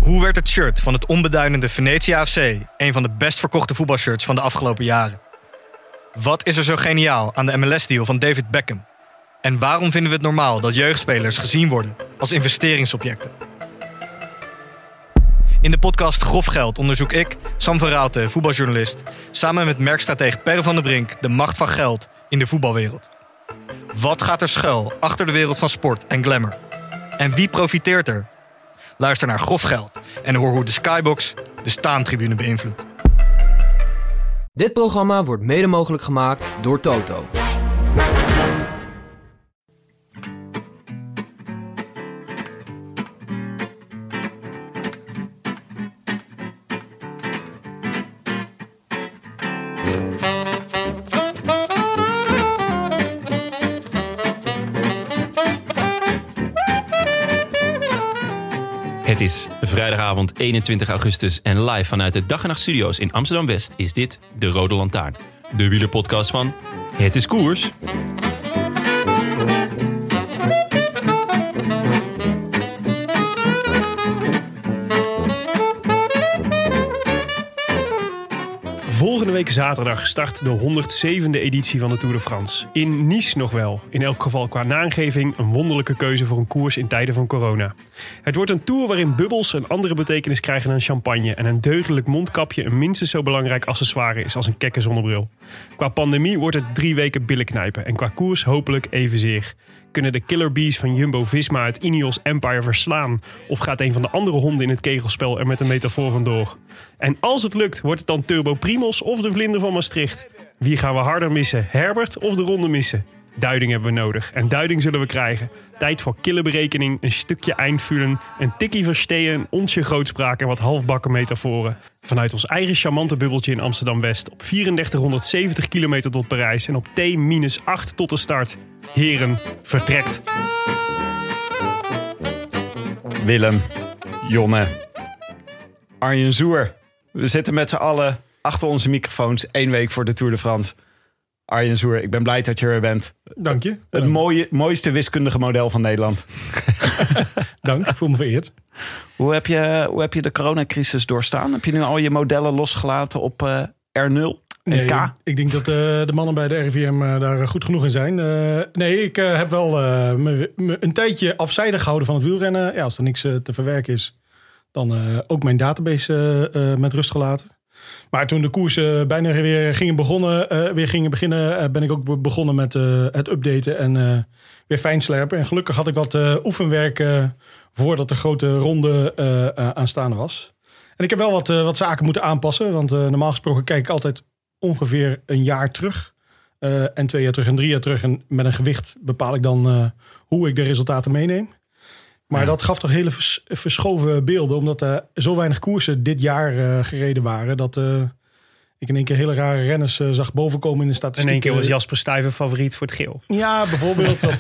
Hoe werd het shirt van het onbeduidende Venetia FC een van de best verkochte voetbalshirts van de afgelopen jaren? Wat is er zo geniaal aan de MLS-deal van David Beckham? En waarom vinden we het normaal dat jeugdspelers gezien worden als investeringsobjecten? In de podcast Grof Geld onderzoek ik, Sam van Raalte, voetbaljournalist, samen met merkstratege Per van der Brink de macht van geld in de voetbalwereld. Wat gaat er schuil achter de wereld van sport en glamour? En wie profiteert er? Luister naar Grof Geld en hoor hoe de Skybox de staantribune beïnvloedt. Dit programma wordt mede mogelijk gemaakt door Toto. Het is vrijdagavond 21 augustus en live vanuit de Dag en Nacht Studio's in Amsterdam-West is dit De Rode Lantaarn. De wielerpodcast van Het is Koers. Volgende week zaterdag start de 107e editie van de Tour de France. In Nice nog wel. In elk geval qua naamgeving een wonderlijke keuze voor een koers in tijden van corona. Het wordt een tour waarin bubbels een andere betekenis krijgen dan champagne en een deugdelijk mondkapje een minstens zo belangrijk accessoire is als een kekke zonnebril. Qua pandemie wordt het 3 weken billen knijpen en qua koers hopelijk evenzeer. Kunnen de Killer Bees van Jumbo-Visma het Ineos Empire verslaan? Of gaat een van de andere honden in het kegelspel er met een metafoor vandoor? En als het lukt, wordt het dan Turbo Primos of de Vlinder van Maastricht? Wie gaan we harder missen, Herbert of de ronde missen? Duiding hebben we nodig en duiding zullen we krijgen. Tijd voor killerberekening, een stukje eindvulen, een tikkie verstehen, een onsje grootspraak en wat halfbakken metaforen. Vanuit ons eigen charmante bubbeltje in Amsterdam-West op 3470 kilometer tot Parijs en op T-8 tot de start. Heren, vertrekt. Willem, Jonne, Arjen Zoer. We zitten met z'n allen achter onze microfoons 1 week voor de Tour de France. Arjen Zoer, ik ben blij dat je er bent. Dank je. Het mooiste wiskundige model van Nederland. Dank, ik voel me vereerd. Hoe heb je de coronacrisis doorstaan? Heb je nu al je modellen losgelaten op R0 en K? Ik denk dat de mannen bij de RIVM daar goed genoeg in zijn. Ik heb wel me een tijdje afzijdig gehouden van het wielrennen. Ja, als er niks te verwerken is, dan ook mijn database met rust gelaten. Maar toen de koersen bijna weer gingen beginnen, ben ik ook begonnen met het updaten en weer fijnslerpen. En gelukkig had ik wat oefenwerk voordat de grote ronde aanstaande was. En ik heb wel wat zaken moeten aanpassen, want normaal gesproken kijk ik altijd ongeveer een jaar terug. En 2 jaar terug en 3 jaar terug. En met een gewicht bepaal ik dan hoe ik de resultaten meeneem. Maar dat gaf toch hele verschoven beelden. Omdat er zo weinig koersen dit jaar gereden waren. Dat ik in één keer hele rare renners zag bovenkomen in de statistieken. In één keer was Jasper Stuyven favoriet voor het geel. Ja, bijvoorbeeld. Of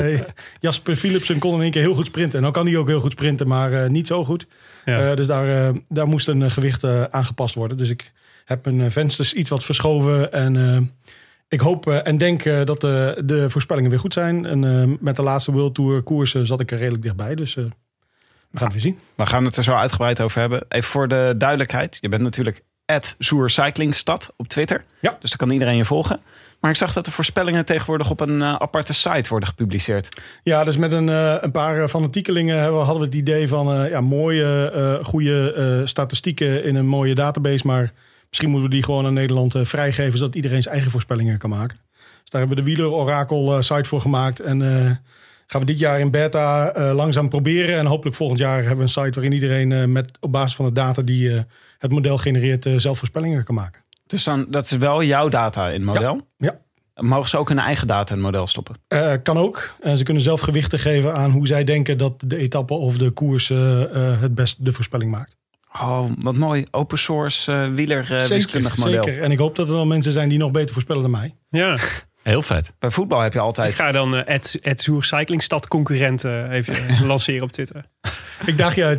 Jasper Philipsen kon in één keer heel goed sprinten. En dan kan hij ook heel goed sprinten, maar niet zo goed. Ja. Dus daar moest een gewicht aangepast worden. Dus ik heb mijn vensters iets wat verschoven. En ik hoop en denk dat de voorspellingen weer goed zijn. En met de laatste World Tour koersen zat ik er redelijk dichtbij. Dus we gaan het weer zien. We gaan het er zo uitgebreid over hebben. Even voor de duidelijkheid. Je bent natuurlijk @ZoerCyclingstad op Twitter. Ja. Dus dan kan iedereen je volgen. Maar ik zag dat de voorspellingen tegenwoordig op een aparte site worden gepubliceerd. Ja, dus met een paar fanatiekelingen hadden we het idee van mooie, goede statistieken in een mooie database. Maar misschien moeten we die gewoon aan Nederland vrijgeven, zodat iedereen zijn eigen voorspellingen kan maken. Dus daar hebben we de Wieler Orakel site voor gemaakt. En gaan we dit jaar in beta langzaam proberen. En hopelijk volgend jaar hebben we een site waarin iedereen op basis van de data die het model genereert zelf voorspellingen kan maken. Dus dan, dat is wel jouw data in het model? Ja. Mogen ze ook hun eigen data in het model stoppen? Kan ook. Ze kunnen zelf gewichten geven aan hoe zij denken dat de etappe of de koers het best de voorspelling maakt. Oh, wat mooi. Open source wielerwiskundig model. Zeker. En ik hoop dat er dan mensen zijn die nog beter voorspellen dan mij. Ja. Heel vet. Bij voetbal heb je altijd... Ik ga dan @ZoerCyclingstad concurrent even lanceren op Twitter. Ik daag je uit.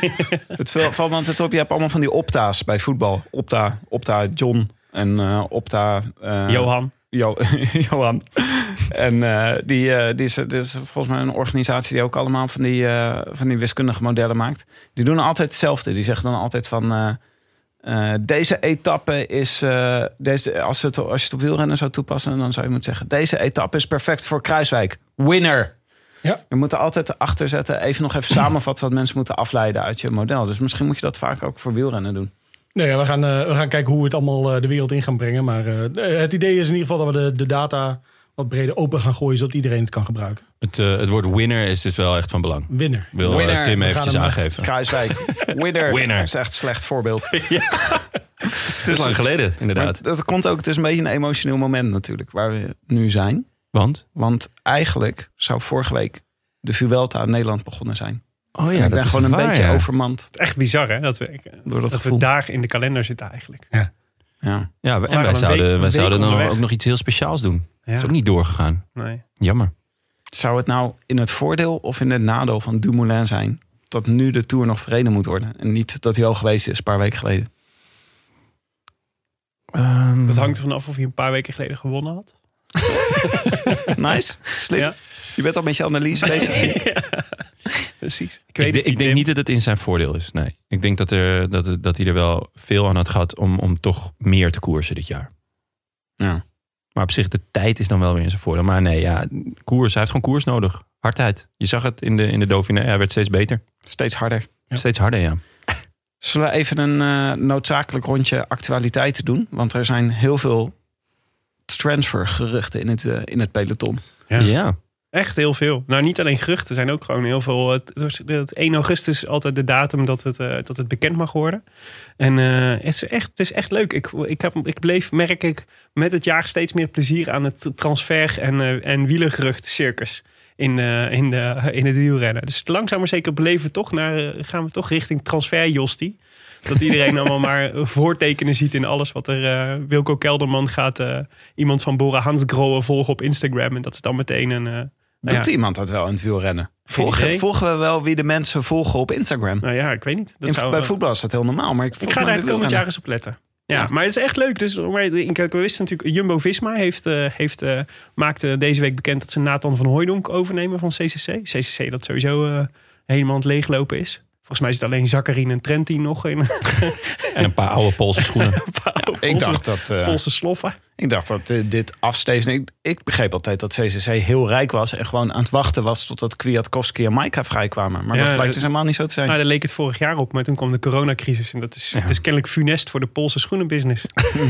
Het valt me altijd op. Je hebt allemaal van die opta's bij voetbal. Opta John en Opta... Johan. En die is volgens mij een organisatie die ook allemaal van die wiskundige modellen maakt. Die doen altijd hetzelfde. Die zeggen dan altijd van... deze etappe is... als je het op wielrennen zou toepassen... dan zou je moeten zeggen... deze etappe is perfect voor Kruiswijk. Winner! Ja. Je moet er altijd achter zetten... even samenvatten wat mensen moeten afleiden uit je model. Dus misschien moet je dat vaak ook voor wielrennen doen. Nee, we gaan kijken hoe we het allemaal de wereld in gaan brengen. Maar het idee is in ieder geval dat we de data wat breder open gaan gooien... zodat iedereen het kan gebruiken. Het woord winner is dus wel echt van belang. Winner. Wil Tim eventjes aangeven. Kruiswijk. Winner. Dat is echt een slecht voorbeeld. Ja. Het is lang geleden, inderdaad. Dat komt ook, het is een beetje een emotioneel moment natuurlijk... waar we nu zijn. Want eigenlijk zou vorige week de Vuelta in Nederland begonnen zijn. Oh ja, ik ben gewoon een beetje overmand. Het is echt bizar, hè? Dat we daar in de kalender zitten eigenlijk. Ja, en wij zouden dan ook nog iets heel speciaals doen. Ja. Dat is ook niet doorgegaan. Nee. Jammer. Zou het nou in het voordeel of in het nadeel van Dumoulin zijn... dat nu de Tour nog verreden moet worden? En niet dat hij al geweest is, een paar weken geleden. Dat hangt er vanaf of hij een paar weken geleden gewonnen had. Nice, slim. Ja. Je bent al met je analyse bezig. Ja, precies. Ik denk niet dat het in zijn voordeel is. Nee. Ik denk dat hij er wel veel aan had gehad om toch meer te koersen dit jaar. Ja. Maar op zich, de tijd is dan wel weer in zijn voordeel. Maar nee, koers. Hij heeft gewoon koers nodig. Hardheid. Je zag het in de Dauphiné. Hij werd steeds beter. Steeds harder. Ja. Steeds harder, ja. Zullen we even een noodzakelijk rondje actualiteiten doen? Want er zijn heel veel transfergeruchten in het peloton. Ja. Echt heel veel. Nou, niet alleen geruchten. Er zijn ook gewoon heel veel... Het 1 augustus is altijd de datum dat het bekend mag worden. En het is echt leuk. Ik bleef, merk ik, met het jaar steeds meer plezier aan het transfer- en wielergeruchten-circus in het wielrennen. Dus langzaam maar zeker gaan we toch richting transfer-Jostie. Dat iedereen allemaal maar voortekenen ziet in alles wat er... Wilco Kelderman gaat iemand van Bora Hansgrohe volgen op Instagram. En dat is dan meteen een... Doet iemand dat wel in het wielrennen? Volgen we wel wie de mensen volgen op Instagram? Nou ja, ik weet niet. Bij voetbal is dat heel normaal. Maar ik ga daar het komend jaar eens op letten. Ja, maar het is echt leuk. Dus, we wisten natuurlijk, Jumbo-Visma maakte deze week bekend dat ze Nathan van Hooijdonk overnemen van CCC. CCC dat sowieso helemaal aan het leeglopen is. Volgens mij zit alleen Zakharine en Trentin nog in. En een paar oude Poolse schoenen. Poolse sloffen. Ik dacht dat dit afsteven... Ik begreep altijd dat CCC heel rijk was... en gewoon aan het wachten was totdat Kwiatkowski en Maika vrijkwamen. Maar dat lijkt dus helemaal niet zo te zijn. Nou, daar leek het vorig jaar op, maar toen kwam de coronacrisis. En dat is kennelijk funest voor de Poolse schoenenbusiness.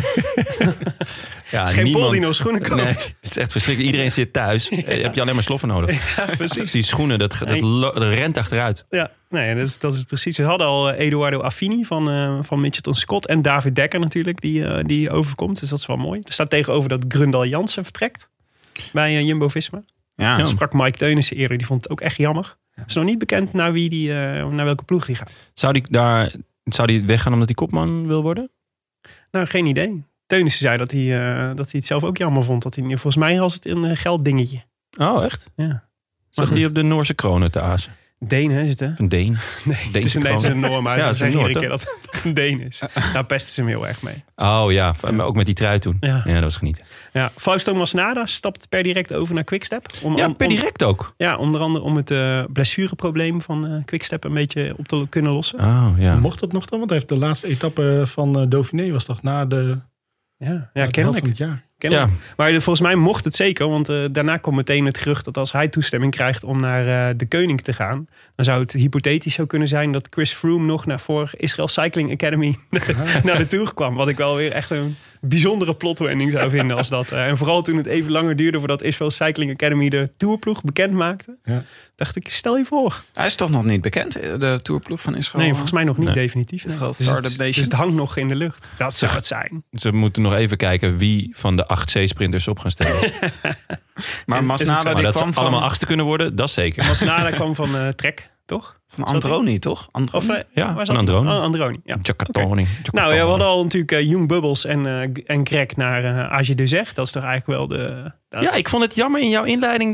Ja, het is geen Pool die nog schoenen koopt. Nee, het is echt verschrikkelijk. Iedereen zit thuis. Heb je alleen maar sloffen nodig. Ja, precies. Die schoenen, dat rent achteruit. Ja, nee, dat is precies. Ze hadden al Eduardo Affini van Mitchelton Scott en David Dekker natuurlijk, die overkomt. Dus dat is wel mooi. Er staat tegenover dat Grundal Jansen vertrekt bij Jumbo-Visma. Ja. Sprak Mike Teunissen eerder, die vond het ook echt jammer. Het is nog niet bekend naar welke ploeg die gaat. Zou die weggaan omdat hij kopman wil worden? Nou, geen idee. Teunissen zei dat hij het zelf ook jammer vond. Volgens mij was het een gelddingetje. Oh, echt? Ja. Zat hij op de Noorse kronen te azen? Deen, hè, is het, hè? Een Deen. Nee, het is een Noor, maar ja, ze zeggen iedere keer dat het een Deen is. Daar pesten ze hem heel erg mee. Oh ja, maar ook met die trui toen. Ja, dat was genieten. Ja, Fausto Masnada stapt per direct over naar Quickstep. Per direct ook? Ja, onder andere om het blessureprobleem van Quickstep een beetje op te kunnen lossen. Oh, ja. Mocht dat nog dan? Want hij heeft de laatste etappe van Dauphiné was toch na de... Ja, kennelijk. Van het jaar. Ja. Maar volgens mij mocht het zeker. Want daarna kwam meteen het gerucht dat als hij toestemming krijgt om naar de Koning te gaan, dan zou het hypothetisch zo kunnen zijn dat Chris Froome nog voor Israel Cycling Academy naar de Tour kwam. Wat ik wel weer echt een bijzondere plotwending zou vinden als dat. En vooral toen het even langer duurde voordat Israel Cycling Academy de Tourploeg bekend maakte. Ja. Dacht ik, stel je voor. Hij is toch nog niet bekend, de Tourploeg van Israël? Nee, volgens mij nog niet definitief. Nee. Dus het hangt nog in de lucht. Dat zou het zijn. Ze moeten nog even kijken wie van de 8 C-sprinters op gaan stellen. Maar Masnada die dat kwam ze allemaal 8e kunnen worden, dat zeker. Masnada kwam van Trek, toch? Van Androni, toch? Androni. Androni. Ja. Giacatoni. Okay. Nou, we hadden al natuurlijk Young Bubbles en Greg naar Age de Zeg. Dat is toch eigenlijk wel de... ik vond het jammer in jouw inleiding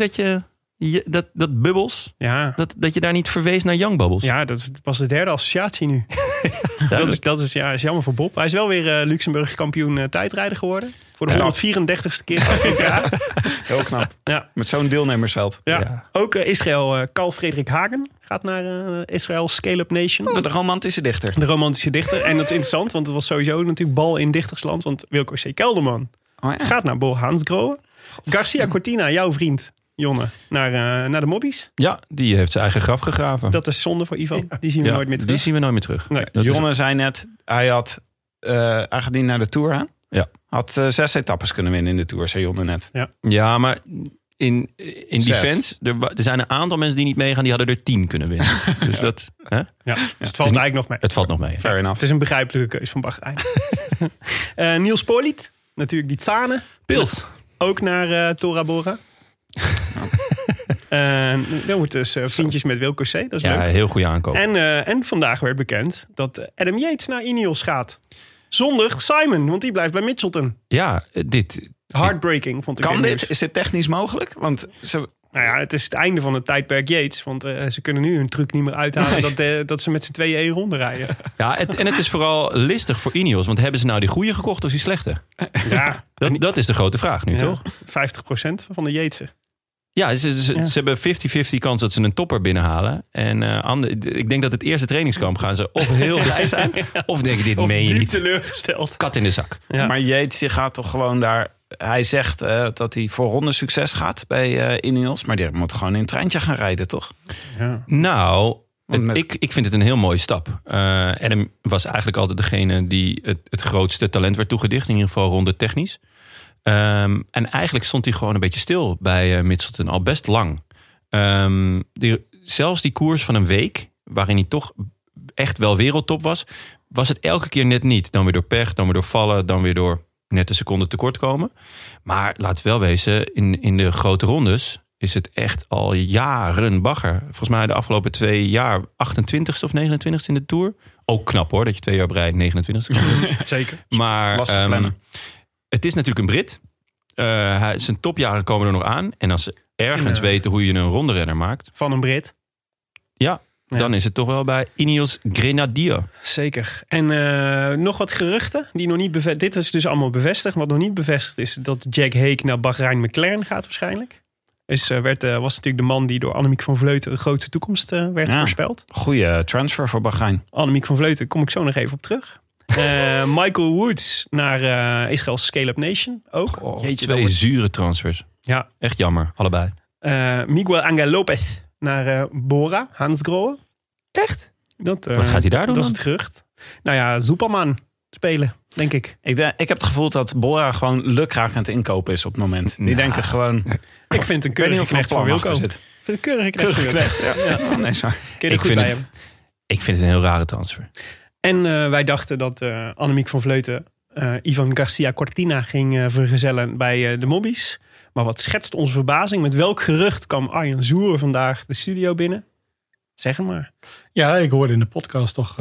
dat Bubbles, dat je daar niet verwees naar Young Bubbles. Ja, dat is pas de derde associatie nu. Dat is jammer voor Bob. Hij is wel weer Luxemburg kampioen tijdrijder geworden. Voor de 134ste keer achter elkaar. Heel knap. Ja. Met zo'n deelnemersveld. Ja. Ook Israël, Carl Frederik Hagen gaat naar Israël Scale-Up Nation. De romantische dichter. De romantische dichter. En dat is interessant, want het was sowieso natuurlijk bal in dichtersland. Want Wilco C. Kelderman gaat naar Bo Hansgrohe. Garcia Cortina, jouw vriend, Jonne, naar de Mobbies. Ja, die heeft zijn eigen graf gegraven. Dat is zonde voor Ivan. Die zien we nooit meer terug. Die zien we nooit meer terug. Nee. Jonne zei net, hij gaat niet naar de Tour aan. Ja. Had 6 etappes kunnen winnen in de Tour, zei Jonne net. Ja, maar in defense, er zijn een aantal mensen die niet meegaan, die hadden er 10 kunnen winnen. Dus dat... Hè? Ja, dus het valt eigenlijk nog mee. Het valt nog mee. Fair enough. Het is een begrijpelijke keus van Bahrein. Niels Poliet, natuurlijk die Tsane. Pils. Ook naar Tora Bora. Dan wordt dus vriendjes met Wilco C. Dat is leuk. Heel goede aankoop. En vandaag werd bekend dat Adam Yates naar Ineos gaat. Zonder Simon, want die blijft bij Mitchelton. Ja, dit... Heartbreaking, vond ik. Kan dit? Is dit technisch mogelijk? Want Nou ja, het is het einde van het tijdperk Yates. Want ze kunnen nu hun truc niet meer uithalen dat ze met z'n tweeën 1 ronde rijden. Ja, en het is vooral listig voor Ineos. Want hebben ze nou die goede gekocht of die slechte? Ja, Dat is de grote vraag nu, toch? 50% van de Yatesen. Ja, ze hebben 50-50 kans dat ze een topper binnenhalen. En ik denk dat het eerste trainingskamp gaan ze of heel blij zijn... of denken, dit meen je niet. Teleurgesteld. Kat in de zak. Ja. Maar Yates gaat toch gewoon daar... Hij zegt dat hij voor ronde succes gaat bij Ineos. Maar die moet gewoon in een treintje gaan rijden, toch? Ja. Nou, ik vind het een heel mooie stap. Adam was eigenlijk altijd degene die het grootste talent werd toegedicht. In ieder geval ronde technisch. En eigenlijk stond hij gewoon een beetje stil bij Mitchelton. Al best lang. Zelfs die koers van een week, waarin hij toch echt wel wereldtop was het elke keer net niet. Dan weer door pech, dan weer door vallen, dan weer door net een seconde tekort komen. Maar laat het wel wezen, in de grote rondes is het echt al jaren bagger. Volgens mij de afgelopen 2 jaar 28ste of 29ste in de Tour. Ook knap hoor, dat je 2 jaar op rij 29ste kan doen. Zeker. Maar lastig plannen. Het is natuurlijk een Brit. Zijn topjaren komen er nog aan. En als ze ergens weten hoe je een ronderenner maakt... Van een Brit. Ja, dan is het toch wel bij Ineos Grenadier. Zeker. En nog wat geruchten die nog niet bevestigd. Dit is dus allemaal bevestigd. Wat nog niet bevestigd is dat Jack Haig naar Bahrein McLaren gaat waarschijnlijk. Was natuurlijk de man die door Annemiek van Vleuten een grote toekomst werd voorspeld. Goeie transfer voor Bahrein. Annemiek van Vleuten, kom ik zo nog even op terug. Michael Woods naar Israël Scale-Up Nation ook. Jeetje, 2 zure transfers. Ja. Echt jammer, allebei. Miguel Angel Lopez naar Bora Hansgrohe. Echt? Wat gaat hij daar doen? Dat is het gerucht. Nou ja, Superman spelen, denk ik. Ik heb het gevoel dat Bora gewoon lukraak aan het inkopen is op het moment. Die denken gewoon... Ik vind een keurige knecht voor Wilco. Zit. Ik vind een keurige knecht voor Wilco. Ja. Oh, nee, sorry. Ik vind het een heel rare transfer. En wij dachten dat Annemiek van Vleuten Ivan Garcia Cortina ging vergezellen bij de Mobbies. Maar wat schetst onze verbazing? Met welk gerucht kwam Arjan Zoer vandaag de studio binnen? Zeg het maar. Ja, ik hoorde in de podcast toch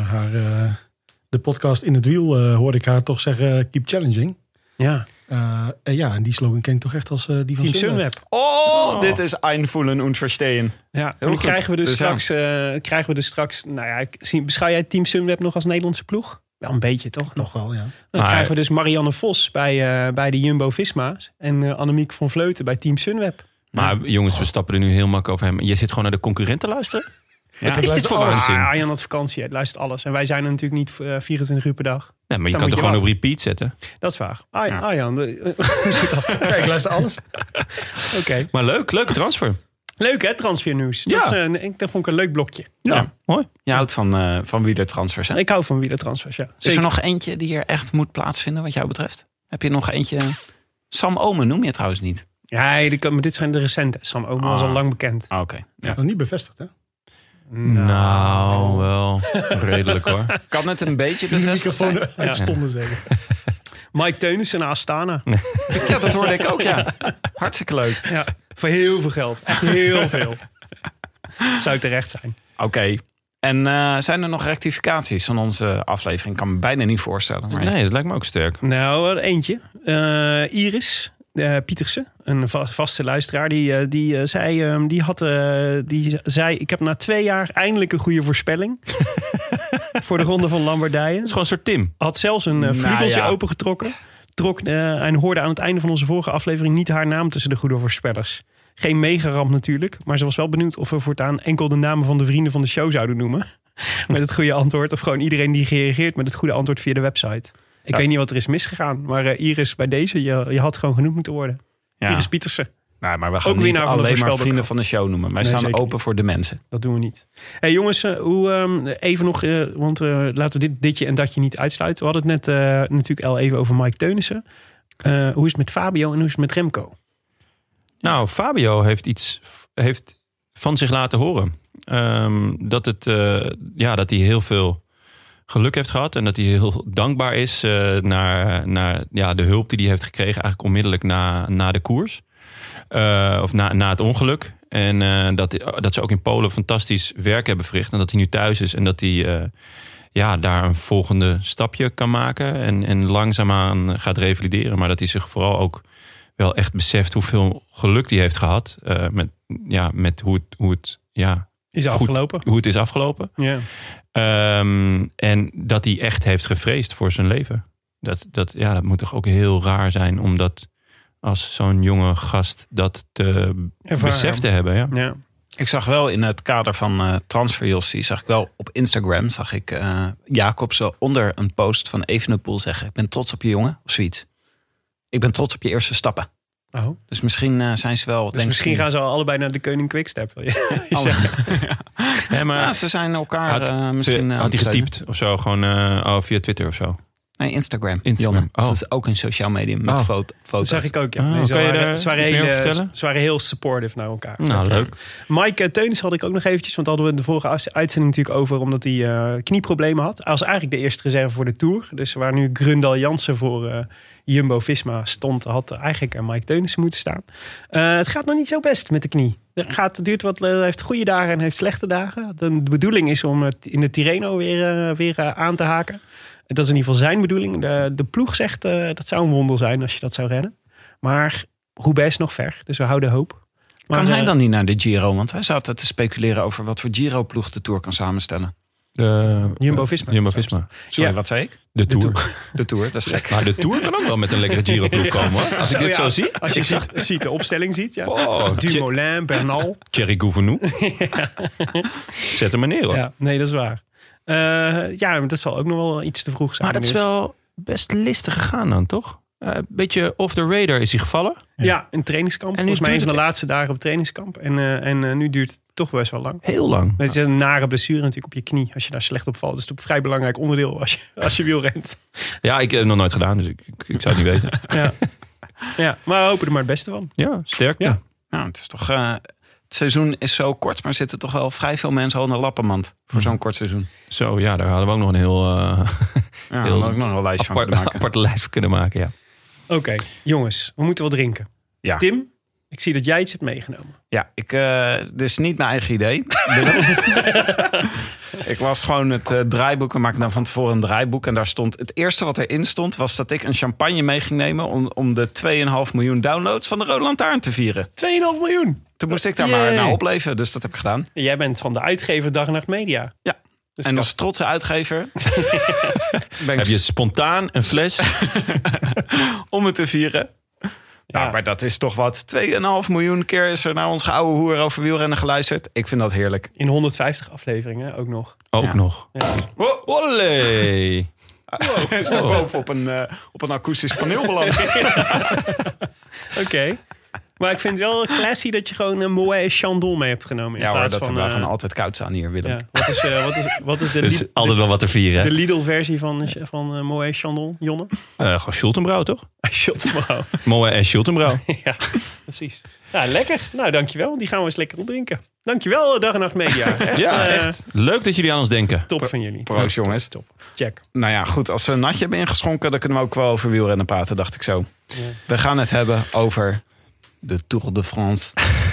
de podcast In het Wiel hoorde ik haar toch zeggen keep challenging. Ja. En die slogan ken ik toch echt als die van Team Sunweb. Oh, dit is einvoelen und verstehen. Ja, en dan krijgen we dus straks... Nou ja, beschouw jij Team Sunweb nog als Nederlandse ploeg? Wel een beetje, toch? Nog wel, ja. Dan krijgen we dus Marianne Vos bij de Jumbo-Visma's. En Annemiek van Vleuten bij Team Sunweb. Maar jongens, we stappen er nu heel makkelijk over hem. Je zit gewoon naar de concurrenten luisteren? Ja, wat is dit voor waanzin? Arjan had vakantie, het luistert alles. En wij zijn er natuurlijk niet 24 uur per dag. Nee, maar je kan het gewoon op repeat zetten. Dat is waar. Arjan, hoe zit dat? Ja, ik luister alles. Oké. Maar leuke transfer. Leuk hè, transfernieuws. Ja. Dat vond ik een leuk blokje. Ja, mooi. Je houdt van wielertransfers, hè? Ik hou van wielertransfers, ja. Zeker. Is er nog eentje die er echt moet plaatsvinden wat jou betreft? Heb je nog eentje... Sam Omen noem je trouwens niet. Ja, maar dit zijn de recente. Sam Omen was al lang bekend. Oké. Dat is nog niet bevestigd, hè? Nou, wel redelijk hoor. Kan het een beetje bevestigd zijn? Het stonden zeker. Mike Teunissen naar Astana. Ja, dat hoorde ik ook, ja. Hartstikke leuk. Ja, voor heel veel geld. Echt heel veel. Dat zou terecht zijn. Oké. En zijn er nog rectificaties van onze aflevering? Ik kan me bijna niet voorstellen. Maar... Nee, dat lijkt me ook sterk. Nou, eentje. Iris Pietersen, een vaste luisteraar, die zei... Ik heb na 2 jaar eindelijk een goede voorspelling. voor de Ronde van Lombardije. Het is gewoon een soort Tim. Had zelfs een vliegeltje opengetrokken. En hoorde aan het einde van onze vorige aflevering niet haar naam tussen de goede voorspellers. Geen megaramp natuurlijk, maar ze was wel benieuwd of we voortaan enkel de namen van de vrienden van de show zouden noemen. Met het goede antwoord. Of gewoon iedereen die reageert met het goede antwoord via de website. Ik weet niet wat er is misgegaan, maar Iris, bij deze, je had gewoon genoemd moeten worden. Ja. Iris Pietersen. Nou, maar we gaan niet alleen maar vrienden van de show noemen. Wij staan open niet voor de mensen. Dat doen we niet. Hey, jongens, even nog, want laten we ditje en datje niet uitsluiten. We hadden het net natuurlijk al even over Mike Teunissen. Hoe is het met Fabio en hoe is het met Remco? Nou, Fabio heeft van zich laten horen. Dat hij heel veel geluk heeft gehad. En dat hij heel dankbaar is naar de hulp die hij heeft gekregen. Eigenlijk onmiddellijk na de koers. Of na het ongeluk. En dat ze ook in Polen fantastisch werk hebben verricht. En dat hij nu thuis is. En dat hij daar een volgende stapje kan maken. En langzaamaan gaat revalideren. Maar dat hij zich vooral ook wel echt beseft hoeveel geluk hij heeft gehad. Met hoe het is afgelopen. Ja. En dat hij echt heeft gevreesd voor zijn leven. Dat moet toch ook heel raar zijn. Omdat als zo'n jonge gast dat te besef te hebben. Ja. Ja. Ik zag wel in het kader van Transfer Jossie, zag ik wel op Instagram, Jacobsen onder een post van Evenepoel zeggen: ik ben trots op je jongen, of zoiets. Ik ben trots op je eerste stappen. Oh. Dus misschien zijn ze wel... Dus misschien gaan ze allebei naar de Koning Quickstep. Wil je zeggen? Ja, maar ze zijn elkaar misschien... Had hij getypt of zo? Gewoon via Twitter of zo? Nee, Instagram. Oh. Dat is ook een sociaal medium met foto's. Dat zag ik ook, ja. Ze waren heel supportive naar elkaar. Nou, leuk. Mike Teunissen had ik ook nog eventjes, want hadden we in de vorige uitzending natuurlijk over, omdat hij knieproblemen had. Hij was eigenlijk de eerste reserve voor de Tour. Dus waar nu Grundal Jansen voor Jumbo-Visma stond, had eigenlijk Mike Teunissen moeten staan. Het gaat nog niet zo best met de knie. Het duurt wat, heeft goede dagen en heeft slechte dagen. De bedoeling is om in de Tirreno weer aan te haken. Dat is in ieder geval zijn bedoeling. De ploeg zegt dat zou een wonder zijn als je dat zou redden. Maar Roubaix is nog ver, dus we houden hoop. Maar, kan hij dan niet naar de Giro? Want wij zaten te speculeren over wat voor Giro-ploeg de Tour kan samenstellen. Jumbo-Visma. Sorry, wat zei ik? De Tour. De Tour, dat is gek. Maar de Tour kan ook wel met een lekkere Giro-ploeg komen, hoor. Als ik dit zo zie. Als je de opstelling ziet, ja. Dumoulin, Bernal. Thierry Gouvenou. Zet hem maar neer, hoor. Ja, nee, dat is waar. Dat zal ook nog wel iets te vroeg zijn. Maar dat is wel best listig gegaan dan, toch? Een beetje off the radar is hij gevallen. Ja, in trainingskamp. En volgens mij een van de laatste dagen op trainingskamp. En nu duurt het toch best wel lang. Heel lang. Het is een nare blessure natuurlijk op je knie. Als je daar slecht op valt. Dat is een vrij belangrijk onderdeel als je wielrent. Ja, ik heb het nog nooit gedaan. Dus ik zou het niet weten. Ja, maar we hopen er maar het beste van. Ja, sterkte. Ja. Nou, het is toch... Het seizoen is zo kort, maar zitten toch wel vrij veel mensen al in de lappenmand voor zo'n kort seizoen. Zo, ja, daar hadden we ook nog een heel ook nog een lijstje van kunnen maken. Aparte lijst voor kunnen maken, ja. Oké, jongens, we moeten wat drinken. Ja. Tim, ik zie dat jij iets hebt meegenomen. Ja, dit is niet mijn eigen idee. Ik las gewoon het draaiboek. We maken dan van tevoren een draaiboek. En daar stond, het eerste wat erin stond, was dat ik een champagne mee ging nemen om de 2,5 miljoen downloads van de Rode Lantaarn te vieren. 2,5 miljoen? Toen moest ik daar maar naar opleven, dus dat heb ik gedaan. Jij bent van de uitgever Dag en Nacht Media. Ja. Dus en als trotse uitgever heb je spontaan een fles om het te vieren. Ja, nou, maar dat is toch wat. 2,5 miljoen keer is er naar ons oude hoer over wielrennen geluisterd. Ik vind dat heerlijk. In 150 afleveringen ook nog. Ook nog. Ja. Olé! Wow, is daar boven op een akoestisch paneel beland. Oké. Maar ik vind het wel classy dat je gewoon een Moët Chandon mee hebt genomen. Ja hoor, dat we gaan altijd koud staan hier, Willem. Ja. Wat is de dus altijd wel wat te vieren. De Lidl-versie van Moët Chandon, Jonne? Gewoon Schultenbrouw, toch? Schultenbrouw. Moët en Schultenbrouw. Ja, precies. Ja, lekker. Nou, dankjewel. Die gaan we eens lekker opdrinken. Dankjewel, Dag en Nacht Media. Echt, echt. Leuk dat jullie aan ons denken. Top van jullie. Proost, jongens. Top. Check. Nou ja, goed. Als we een natje hebben ingeschonken, dan kunnen we ook wel over wielrennen praten, dacht ik zo. Ja. We gaan het hebben over de Tour de France.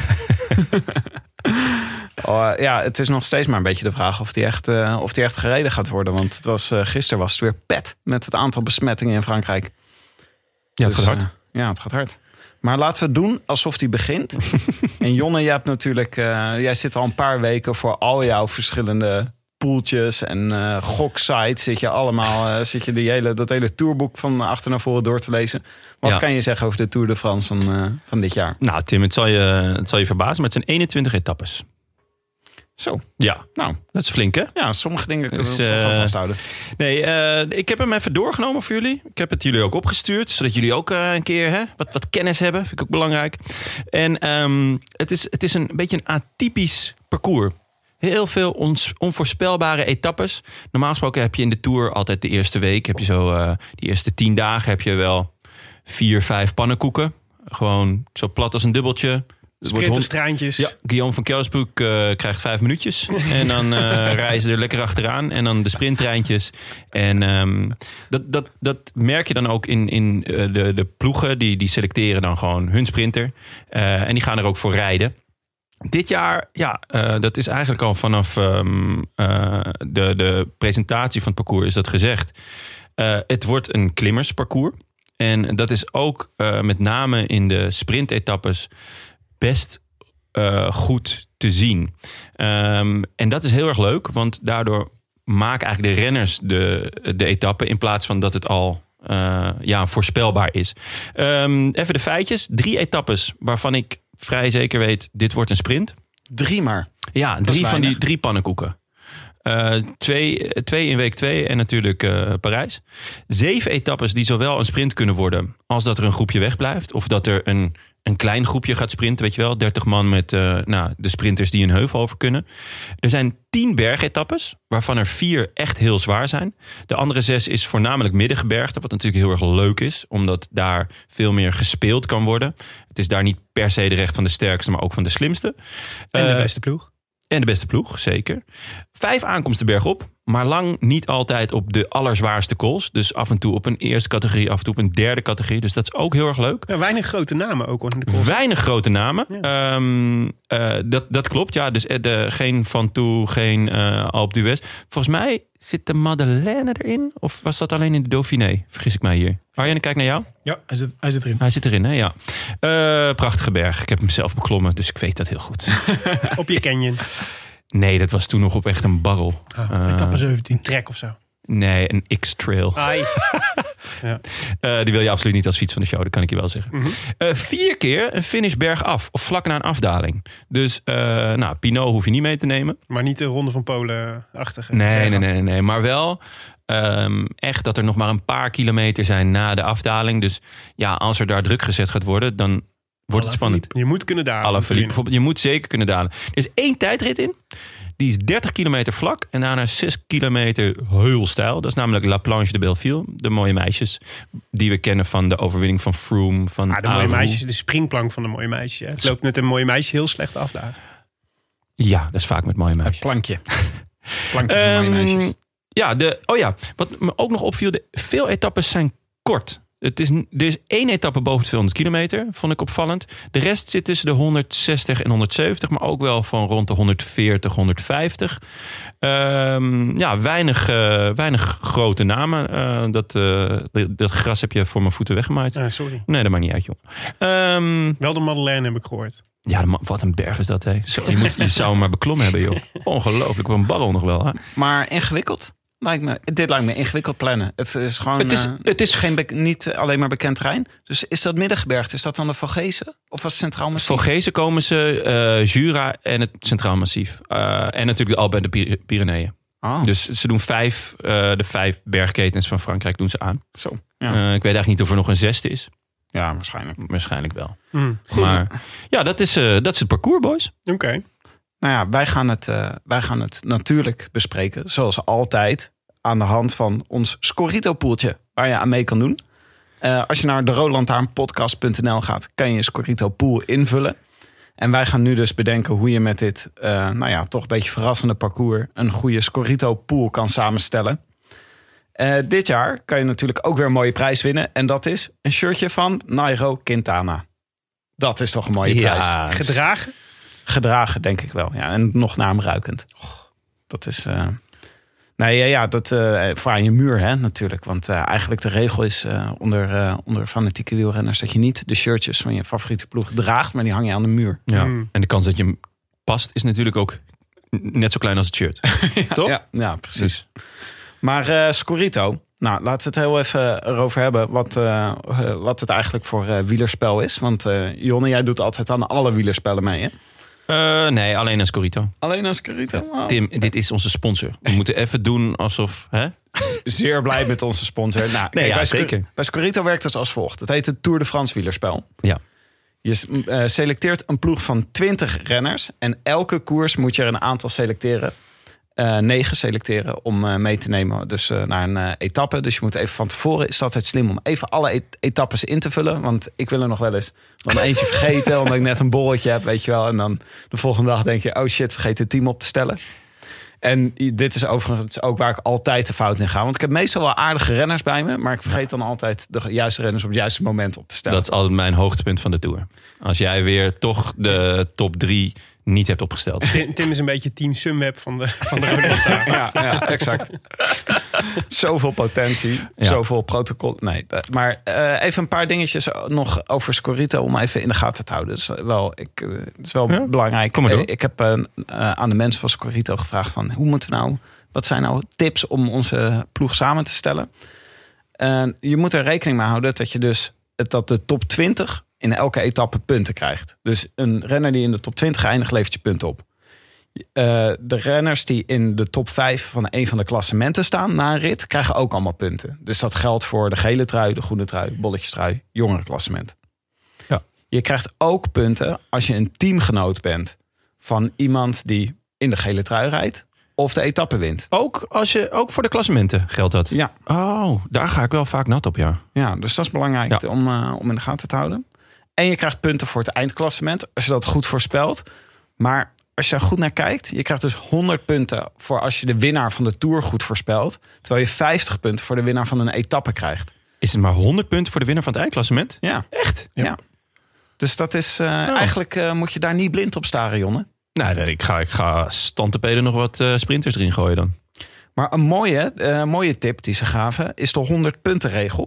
Het is nog steeds maar een beetje de vraag of die echt gereden gaat worden. Want gisteren was het weer pet met het aantal besmettingen in Frankrijk. Ja, het gaat hard. Het gaat hard. Maar laten we het doen alsof die begint. En Jonne, jij hebt natuurlijk, jij zit al een paar weken voor al jouw verschillende poeltjes en goksites. Zit je allemaal dat hele tourboek van achter naar voren door te lezen. Wat kan je zeggen over de Tour de France van dit jaar? Nou, Tim, het zal je verbazen, maar het zijn 21 etappes. Zo. Ja, nou, dat is flink, hè? Ja, sommige dingen kunnen we vasthouden. Nee, ik heb hem even doorgenomen voor jullie. Ik heb het jullie ook opgestuurd, zodat jullie ook een keer wat kennis hebben. Vind ik ook belangrijk. En het is een beetje een atypisch parcours. Heel veel onvoorspelbare etappes. Normaal gesproken heb je in de Tour altijd de eerste week. Heb je zo die eerste 10 dagen heb je wel 4-5 pannenkoeken. Gewoon zo plat als een dubbeltje. Sprinterstraantjes. Ja, Guillaume van Kelsbroek krijgt 5 minuutjes. En dan rijden ze er lekker achteraan. En dan de sprinttreintjes. En dat merk je dan ook in de ploegen. Die selecteren dan gewoon hun sprinter. En die gaan er ook voor rijden. Dit jaar, dat is eigenlijk al vanaf de presentatie van het parcours is dat gezegd. Het wordt een klimmersparcours. En dat is ook met name in de sprintetappes best goed te zien. En dat is heel erg leuk, want daardoor maken eigenlijk de renners de etappe in plaats van dat het al voorspelbaar is. Even de feitjes. 3 etappes waarvan ik vrij zeker weet, dit wordt een sprint. 3 maar. Ja, 3 van die 3 pannenkoeken. 2 in week 2 en natuurlijk Parijs. 7 etappes die zowel een sprint kunnen worden als dat er een groepje wegblijft. Of dat er een klein groepje gaat sprinten, weet je wel. 30 man met de sprinters die een heuvel over kunnen. Er zijn 10 bergetappes, waarvan er 4 echt heel zwaar zijn. De andere 6 is voornamelijk middengebergte, wat natuurlijk heel erg leuk is, omdat daar veel meer gespeeld kan worden. Het is daar niet per se de recht van de sterkste, maar ook van de slimste. En de beste ploeg. En de beste ploeg, zeker. 5 aankomsten bergop, maar lang niet altijd op de allerzwaarste kools. Dus af en toe op een eerste categorie, af en toe op een derde categorie. Dus dat is ook heel erg leuk. Ja, weinig grote namen ook. Weinig grote namen. Ja. Dat klopt, ja. Dus geen Van Toe, geen Alpe d'Huez. Volgens mij zit de Madeleine erin? Of was dat alleen in de Dauphiné? Vergis ik mij hier. Arjen, kijk naar jou. Ja, hij zit erin. Hij zit erin, hè? Ja. Prachtige berg. Ik heb hem zelf beklommen, dus ik weet dat heel goed. Op je canyon? Nee, dat was toen nog op echt een barrel. Etappe 17. Trek of zo? Nee, een X-trail. Ja. Die wil je absoluut niet als fiets van de show, dat kan ik je wel zeggen. Mm-hmm. 4 keer een finish bergaf, of vlak na een afdaling. Dus Pinot hoef je niet mee te nemen. Maar niet de Ronde van Polen-achtige? Nee. Maar wel echt dat er nog maar een paar kilometer zijn na de afdaling. Dus ja, als er daar druk gezet gaat worden, dan wordt het spannend. Je moet kunnen dalen. Alaphilippe bijvoorbeeld, je moet zeker kunnen dalen. Er is 1 tijdrit in. Die is 30 kilometer vlak en daarna 6 kilometer heel steil. Dat is namelijk La Planche de Belleville. De mooie meisjes die we kennen van de overwinning van Froome. Van de mooie meisjes, de springplank van de mooie meisjes. Het loopt met een mooie meisje heel slecht af daar. Ja, dat is vaak met mooie meisjes. Plankje van mooie meisjes. Wat me ook nog opviel, veel etappes zijn kort. Er is 1 etappe boven de 200 kilometer, vond ik opvallend. De rest zit tussen de 160 en 170, maar ook wel van rond de 140, 150. Weinig grote namen. Dat gras heb je voor mijn voeten weggemaaid. Sorry. Nee, dat maakt niet uit, joh. Wel de Madeleine heb ik gehoord. Ja, wat een berg is dat, hè. Je zou hem maar beklommen hebben, joh. Ongelooflijk, wat een barrel nog wel, hè. Maar ingewikkeld? Dit lijkt me ingewikkeld plannen. Het is gewoon het is niet alleen maar bekend terrein. Dus is dat middengebergte? Is dat dan de Vogezen? Of was het Centraal Massief? Vogezen komen ze, Jura en het Centraal Massief. En natuurlijk de Alpen en de Pyreneeën. Oh. Dus ze doen 5, de 5 bergketens van Frankrijk doen ze aan. Zo. Ja. Ik weet eigenlijk niet of er nog een 6e is. Ja, waarschijnlijk. Waarschijnlijk wel. Maar ja, dat is het parcours, boys. Oké. Nou ja, wij gaan het natuurlijk bespreken, zoals altijd, aan de hand van ons Scorito-poeltje, waar je aan mee kan doen. Als je naar de roodlantaarnpodcast.nl gaat, kan je Scorito-pool invullen. En wij gaan nu dus bedenken hoe je met dit toch een beetje verrassende parcours een goede Scorito-pool kan samenstellen. Dit jaar kan je natuurlijk ook weer een mooie prijs winnen. En dat is een shirtje van Nairo Quintana. Dat is toch een mooie prijs. Gedragen? Gedragen, denk ik wel. Ja, en nog naamruikend. Dat is... dat voor aan je muur, hè, natuurlijk. Want eigenlijk de regel is onder fanatieke wielrenners dat je niet de shirtjes van je favoriete ploeg draagt, maar die hang je aan de muur. Ja. En de kans dat je hem past is natuurlijk ook net zo klein als het shirt. Toch? Ja, precies. Maar Scorito, nou, laten we het heel even erover hebben wat het eigenlijk voor wielerspel is. Want Jonne, jij doet altijd aan alle wielerspellen mee, hè? Nee, alleen een Scorito. Alleen een Scorito? Wow. Tim, dit is onze sponsor. We moeten even doen alsof... Hè? Zeer blij met onze sponsor. Nou, kijk, zeker. Bij Scorito werkt het als volgt. Het heet het Tour de France wielerspel. Ja. Je selecteert een ploeg van 20 renners. En elke koers moet je er een aantal selecteren. 9 selecteren om mee te nemen. Dus naar een etappe. Dus je moet even van tevoren... is het altijd slim om even alle etappes in te vullen. Want ik wil er nog wel eens dan eentje vergeten. Omdat ik net een borreltje heb, weet je wel. En dan de volgende dag denk je... oh shit, vergeet het team op te stellen. En dit is overigens ook waar ik altijd de fout in ga. Want ik heb meestal wel aardige renners bij me. Maar ik vergeet dan altijd de juiste renners op het juiste moment op te stellen. Dat is altijd mijn hoogtepunt van de Tour. Als jij weer toch de top 3 niet hebt opgesteld. Tim is een beetje team Sunweb van de Rode Lantaarn. Ja, exact. Zoveel potentie, zoveel protocol. Nee, maar even een paar dingetjes nog over Scorito om even in de gaten te houden. Het is wel belangrijk. Kom maar door. Ik heb aan de mensen van Scorito gevraagd van wat zijn nou tips om onze ploeg samen te stellen? Je moet er rekening mee houden dat de top 20 in elke etappe punten krijgt. Dus een renner die in de top 20 eindigt, levert je punten op. De renners die in de top 5 van een van de klassementen staan na een rit, krijgen ook allemaal punten. Dus dat geldt voor de gele trui, de groene trui, bolletjestrui, jongere klassement. Ja. Je krijgt ook punten als je een teamgenoot bent van iemand die in de gele trui rijdt of de etappe wint. Ook voor de klassementen geldt dat? Ja. Oh, daar ga ik wel vaak nat op, ja. Ja, dus dat is belangrijk om in de gaten te houden. En je krijgt punten voor het eindklassement als je dat goed voorspelt. Maar als je er goed naar kijkt, je krijgt dus 100 punten voor als je de winnaar van de Tour goed voorspelt. Terwijl je 50 punten voor de winnaar van een etappe krijgt. Is het maar 100 punten voor de winnaar van het eindklassement? Ja. Echt? Ja. Dus dat is eigenlijk moet je daar niet blind op staren, Jonne. Nou, ik ga standtepeden nog wat sprinters erin gooien dan. Maar een mooie tip die ze gaven is de 100 punten regel.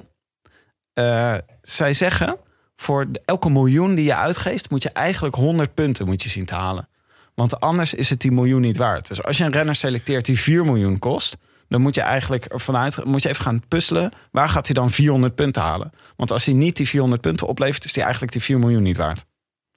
Zij zeggen, voor elke miljoen die je uitgeeft, moet je eigenlijk 100 punten zien te halen. Want anders is het die miljoen niet waard. Dus als je een renner selecteert die 4 miljoen kost, dan moet je eigenlijk moet je even gaan puzzelen. Waar gaat hij dan 400 punten halen? Want als hij niet die 400 punten oplevert, is hij eigenlijk die 4 miljoen niet waard.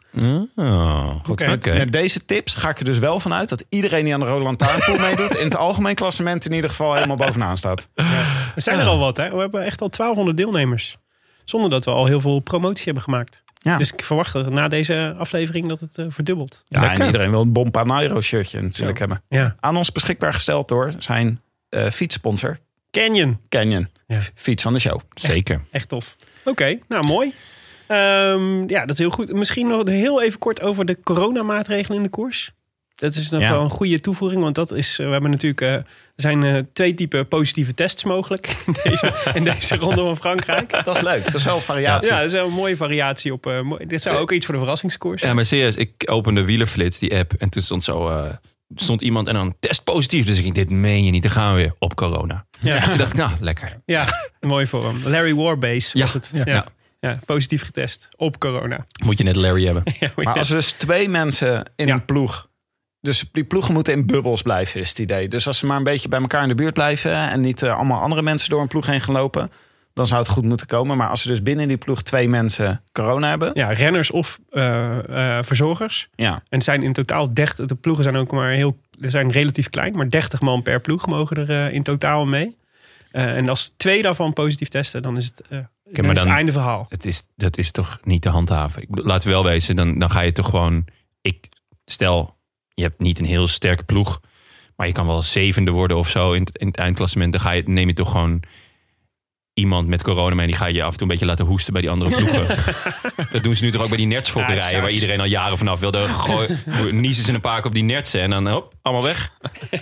Goed. Met deze tips ga ik er dus wel vanuit dat iedereen die aan de Rode Lantaarnpool meedoet, in het algemeen klassement in ieder geval helemaal bovenaan staat. Ja. Er zijn er al wat, hè? We hebben echt al 1200 deelnemers. Zonder dat we al heel veel promotie hebben gemaakt. Ja. Dus ik verwacht dat na deze aflevering dat het verdubbelt. Ja, en iedereen wil een Bompanairo shirtje natuurlijk hebben. Ja. Aan ons beschikbaar gesteld door zijn fietssponsor Canyon. Ja. Fiets van de show. Zeker. Echt tof. Oké, nou mooi. Dat is heel goed. Misschien nog heel even kort over de coronamaatregelen in de koers. Dat is nog wel een goede toevoeging. Want dat is, we hebben natuurlijk, er zijn 2 typen positieve tests mogelijk in deze ronde van Frankrijk. Dat is leuk. Dat is wel een variatie. Ja, dat is wel een mooie variatie op. Dit zou ook iets voor de verrassingskoers zijn. Ja, maar serieus, ik opende Wielerflits, die app, en toen stond iemand en dan test positief. Dus ik denk, dit meen je niet, dan gaan we weer op corona. Ja. En toen dacht ik, nou, lekker. Ja, mooi voor hem. Larry Warbase was het. Ja, positief getest op corona. Moet je net Larry hebben. Maar als er dus 2 mensen in een ploeg, dus die ploegen moeten in bubbels blijven, is het idee. Dus als ze maar een beetje bij elkaar in de buurt blijven en niet allemaal andere mensen door een ploeg heen gaan lopen, dan zou het goed moeten komen. Maar als er dus binnen die ploeg 2 mensen corona hebben. Ja, renners of verzorgers. Ja. En het zijn in totaal 30. De ploegen zijn ook maar er zijn relatief klein, maar 30 man per ploeg mogen er in totaal mee. En als 2 daarvan positief testen, dan is het, het einde verhaal. Dat is toch niet te handhaven. Laten we wel wezen, dan ga je toch gewoon. Stel, je hebt niet een heel sterke ploeg, maar je kan wel 7e worden of zo in het eindklassement. Dan neem je toch gewoon iemand met corona mee. Die ga je af en toe een beetje laten hoesten bij die andere ploegen. Dat doen ze nu toch ook bij die nertsfokkerijen, waar iedereen al jaren vanaf wilde. Niezen ze een paar keer op die nertsen en dan hop, allemaal weg.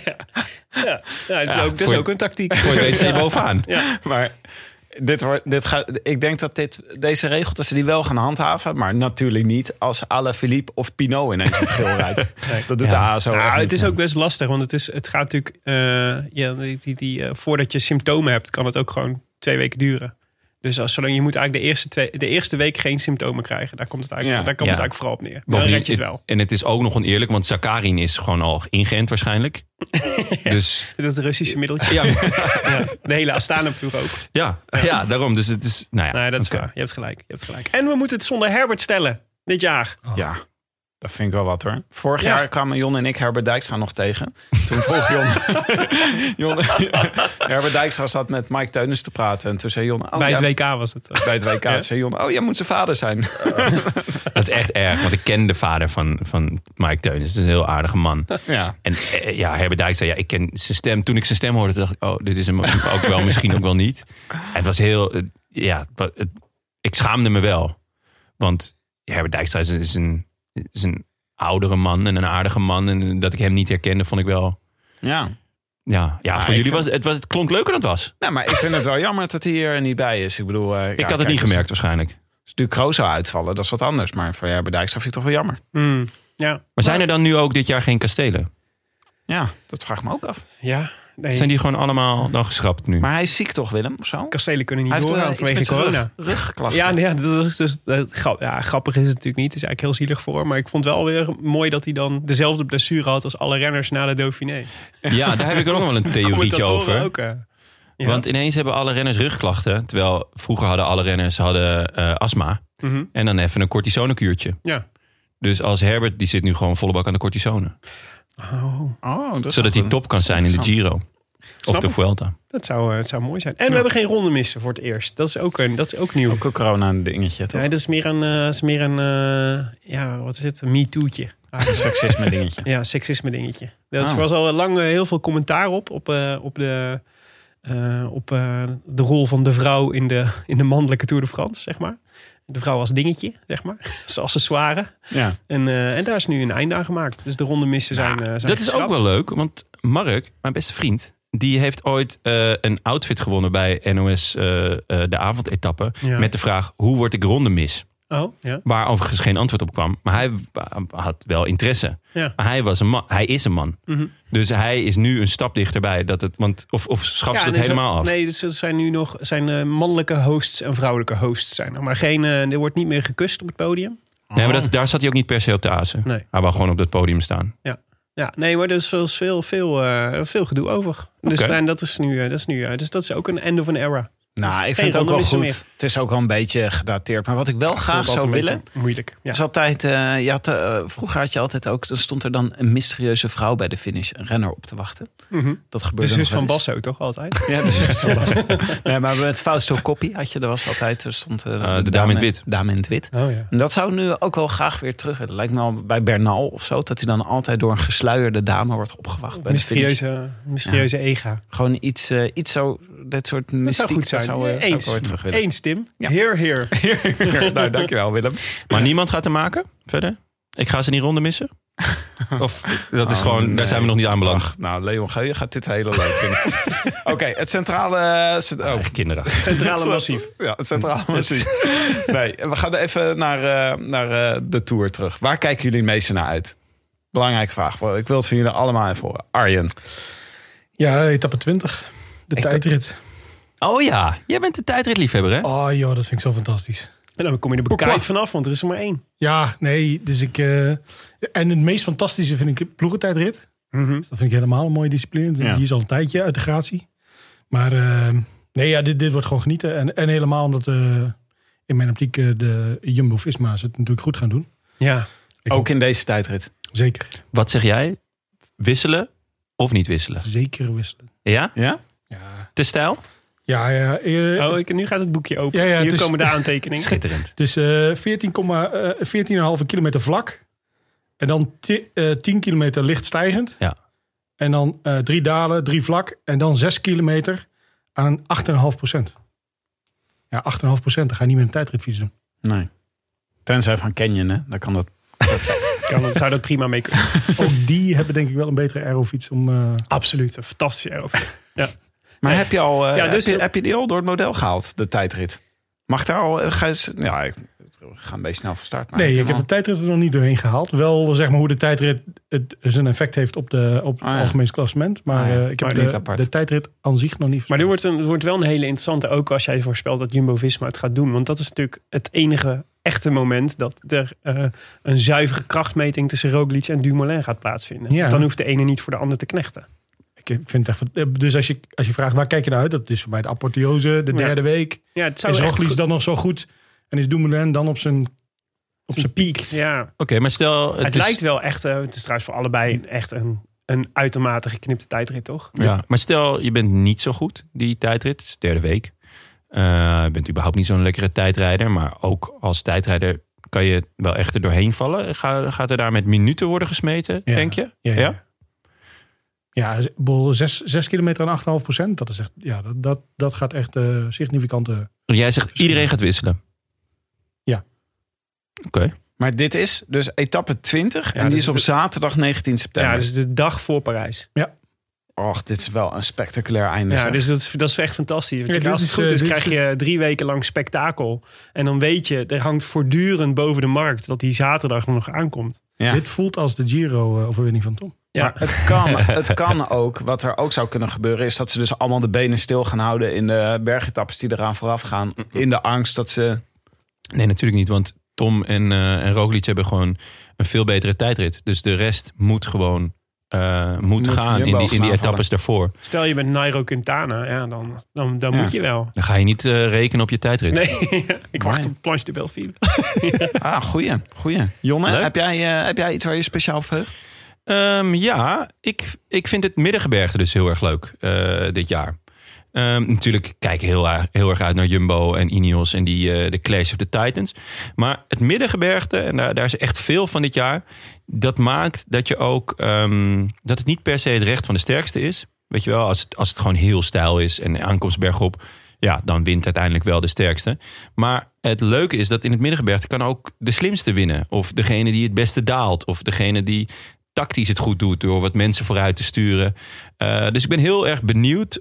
Dat is ook een tactiek. Voor je weet sta je bovenaan. Ja. Maar ik denk dat deze regel, dat ze die wel gaan handhaven, maar natuurlijk niet als Alaphilippe of Pinot ineens in het geel rijdt. Nee. Dat doet de ASO. Het is ook best lastig, want het gaat natuurlijk voordat je symptomen hebt, kan het ook gewoon 2 weken duren. Dus zolang je moet eigenlijk de eerste week geen symptomen krijgen. Daar komt het eigenlijk vooral op neer. Dan red je het wel. En het is ook nog oneerlijk, want Sakharin is gewoon al ingeënt waarschijnlijk. Ja, dus dat is het Russische middeltje. Ja. De hele Astana-ploeg ook. Ja, daarom. Dus het is... Nou ja, nee, dat is waar. Je hebt gelijk. En we moeten het zonder Herbert stellen dit jaar. Ja, dat vind ik wel wat hoor. Vorig jaar kwamen Jon en ik Herbert Dijkstra nog tegen. Toen vroeg Jon... Herbert Dijkstra zat met Mike Teunis te praten. En toen zei Jon... bij het WK was het. Bij het WK zei Jon... jij moet zijn vader zijn. Dat is echt erg, want ik ken de vader van Mike Teunis. Het is een heel aardige man. Ja. En Herbert Dijkstra, ik ken zijn stem. Toen ik zijn stem hoorde, dacht ik... dit is hem ook wel, misschien ook wel niet. En het was heel... ik schaamde me wel. Want Herbert Dijkstra is een oudere man en een aardige man. En dat ik hem niet herkende, vond ik wel... Ja, voor jullie het klonk leuker dan het was. Nou, maar ik vind het wel jammer dat hij hier niet bij is. Ik bedoel... ik had het niet gemerkt waarschijnlijk. Als Ducro zou uitvallen, dat is wat anders. Maar voor Herbert Dijkstra vind ik toch wel jammer. Ja. Maar zijn er dan nu ook dit jaar geen kastelen? Ja, dat vraag ik me ook af. Ja, nee. Zijn die gewoon allemaal dan geschrapt nu? Maar hij is ziek toch, Willem? Of zo? Kastelen kunnen niet doorgaan vanwege corona. Rugklachten. Ja, dat is dus grappig is het natuurlijk niet. Het is eigenlijk heel zielig voor hem. Maar ik vond wel weer mooi dat hij dan dezelfde blessure had als alle renners na de Dauphiné. Ja, daar heb ik ook nog wel een theorietje over. Ook, Want ineens hebben alle renners rugklachten. Terwijl vroeger hadden alle renners astma. Mm-hmm. En dan even een cortisonekuurtje. Ja. Dus als Herbert, die zit nu gewoon volle bak aan de cortisone. Zodat hij top kan zijn in de Giro. Of de Vuelta. Het zou mooi zijn. En we hebben geen ronde missen voor het eerst. Dat is ook nieuw. Ook een corona-dingetje, toch? Ja, dat is meer een wat is het? Een MeToo'tje. Een seksisme-dingetje. Ja, seksisme-dingetje. Er was al lang heel veel commentaar op de rol van de vrouw in de mannelijke Tour de France, zeg maar. De vrouw als dingetje, zeg maar. Als accessoire. Ja. En daar is nu een einde aan gemaakt. Dus de ronde missen zijn dat geschrapt. is ook wel leuk, want Mark, mijn beste vriend... die heeft ooit een outfit gewonnen bij NOS de avondetappe... met de vraag, hoe word ik ronde mis? Oh, ja. Waar overigens geen antwoord op kwam. Maar hij had wel interesse. Ja. Maar hij is een man. Mm-hmm. Dus hij is nu een stap dichterbij. Of schaft ze het helemaal af? Nee, dus er zijn nu nog mannelijke hosts en vrouwelijke hosts zijn er. Maar er wordt niet meer gekust op het podium. Nee, maar daar zat hij ook niet per se op de azen. Nee. Hij wou gewoon op dat podium staan. Ja, nee, maar er is veel gedoe over. Dus dat is nu. Dus dat is ook een end of an era. Nou, ik vind het ook wel goed. Meer. Het is ook wel een beetje gedateerd. Maar wat ik wel graag zou willen... Moeilijk. Ja. Is altijd, vroeger had je altijd ook... Dan stond er dan een mysterieuze vrouw bij de finish. Een renner op te wachten. Mm-hmm. Dat gebeurde de zus van Basso toch altijd? Ja, de zus van Basso. Nee, maar met Fausto Coppi had je... Er was altijd... Er stond de dame in het wit. Dame in het wit. Oh, ja. En dat zou nu ook wel graag weer terug. Het lijkt me al bij Bernal of zo... dat hij dan altijd door een gesluierde dame wordt opgewacht. Bij mysterieuze ega. Gewoon iets zo... Dat soort mystiek. Zou ik terug willen. Eens, Tim. Ja. Heer. Nou, dankjewel, Willem. Maar niemand gaat er maken verder? Ik ga ze niet ronde missen? Of dat is gewoon, daar zijn we nog niet aan beland. Nou, Leon, je gaat dit heel leuk vinden. Oké, het centrale... kinderdag. Het centrale massief. Ja, het centrale massief. Nee, we gaan even naar de Tour terug. Waar kijken jullie het meeste naar uit? Belangrijke vraag. Ik wil het van jullie allemaal even horen. Arjen. Ja, etappe 20. De tijdrit. Oh ja, jij bent de tijdritliefhebber, hè? Oh joh, dat vind ik zo fantastisch. En dan kom je er bekaaid vanaf, want er is er maar 1. Ja, nee, dus en het meest fantastische vind ik de ploegentijdrit. Mm-hmm. Dus dat vind ik helemaal een mooie discipline. Ja. Die is al een tijdje uit de gratie. Maar dit wordt gewoon genieten. En helemaal omdat in mijn optiek de Jumbo-Visma's het natuurlijk goed gaan doen. Ja, ook in deze tijdrit. Zeker. Wat zeg jij? Wisselen of niet wisselen? Zeker wisselen. Ja? Ja. Te stijl? Ja. Nu gaat het boekje open. Ja, hier komen de aantekeningen. Schitterend. Het is 14,5 kilometer vlak. En dan 10 kilometer licht stijgend. Ja. En dan 3 dalen, 3 vlak. En dan 6 kilometer aan 8,5%. Ja, 8,5%. Dan ga je niet met een tijdritfiets doen. Nee. Tenzij van Canyon, hè? Dan kan dat... Zou dat prima mee kunnen. Ook die hebben denk ik wel een betere aerofiets om... Absoluut, een fantastische aerofiets. Ja. Maar heb je die al door het model gehaald, de tijdrit? Mag daar al... gaan een beetje snel van start. Maar Nee, ik heb de tijdrit er nog niet doorheen gehaald. Wel zeg maar hoe de tijdrit zijn effect heeft op het algemeen klassement. Maar ik heb de tijdrit aan zich nog niet Maar het wordt wel een hele interessante, ook als jij voorspelt dat Jumbo-Visma het gaat doen. Want dat is natuurlijk het enige echte moment dat er een zuivere krachtmeting tussen Roglic en Dumoulin gaat plaatsvinden. Ja. Dan hoeft de ene niet voor de ander te knechten. Ik vind het echt, dus als je vraagt waar kijk je naar uit, dat is voor mij de apotheose, de derde week. Ja, het zou is echt Roglic dan nog zo goed en is Dumoulin dan op zijn piek? Ja. Oké, maar stel... Het lijkt wel echt, het is trouwens voor allebei echt een uitermate geknipte tijdrit, toch? Ja, maar stel je bent niet zo goed, die tijdrit, het is derde week. Je bent überhaupt niet zo'n lekkere tijdrijder, maar ook als tijdrijder kan je wel echt er doorheen vallen. Gaat er daar met minuten worden gesmeten, denk je? Ja, 6 kilometer en 8,5%. Dat is echt, dat gaat echt significante. Jij zegt iedereen gaat wisselen. Ja. Oké. Maar dit is dus etappe 20 en die is op zaterdag 19 september. Ja, dus de dag voor Parijs. Ja. Och, dit is wel een spectaculair einde. Ja, zeg. dus dat is echt fantastisch. Want Ja, als het goed is, krijg je 3 weken lang spektakel. En dan weet je, er hangt voortdurend boven de markt dat die zaterdag nog aankomt. Ja. Dit voelt als de Giro-overwinning van Tom. Ja. Maar het kan ook, wat er ook zou kunnen gebeuren, is dat ze dus allemaal de benen stil gaan houden in de bergetappes die eraan vooraf gaan. In de angst dat ze... Nee, natuurlijk niet, want Tom en Roglic hebben gewoon een veel betere tijdrit. Dus de rest moet gewoon moet gaan in die etappes daarvoor. Stel je bent Nairo Quintana, ja, dan moet je wel. Dan ga je niet rekenen op je tijdrit. Nee, ik wacht op Planche de Belleville. Goeie. Jonne, Leuk. heb jij iets waar je speciaal verheugt? Ja, ik vind het middengebergte dus heel erg leuk dit jaar. Natuurlijk kijk ik heel erg uit naar Jumbo en Ineos en de Clash of the Titans. Maar het middengebergte, en daar is echt veel van dit jaar, dat maakt dat je ook dat het niet per se het recht van de sterkste is. Weet je wel, als het gewoon heel steil is en aankomst bergop, ja, dan wint uiteindelijk wel de sterkste. Maar het leuke is dat in het middengebergte kan ook de slimste winnen. Of degene die het beste daalt. Of degene die tactisch het goed doet door wat mensen vooruit te sturen. Dus ik ben heel erg benieuwd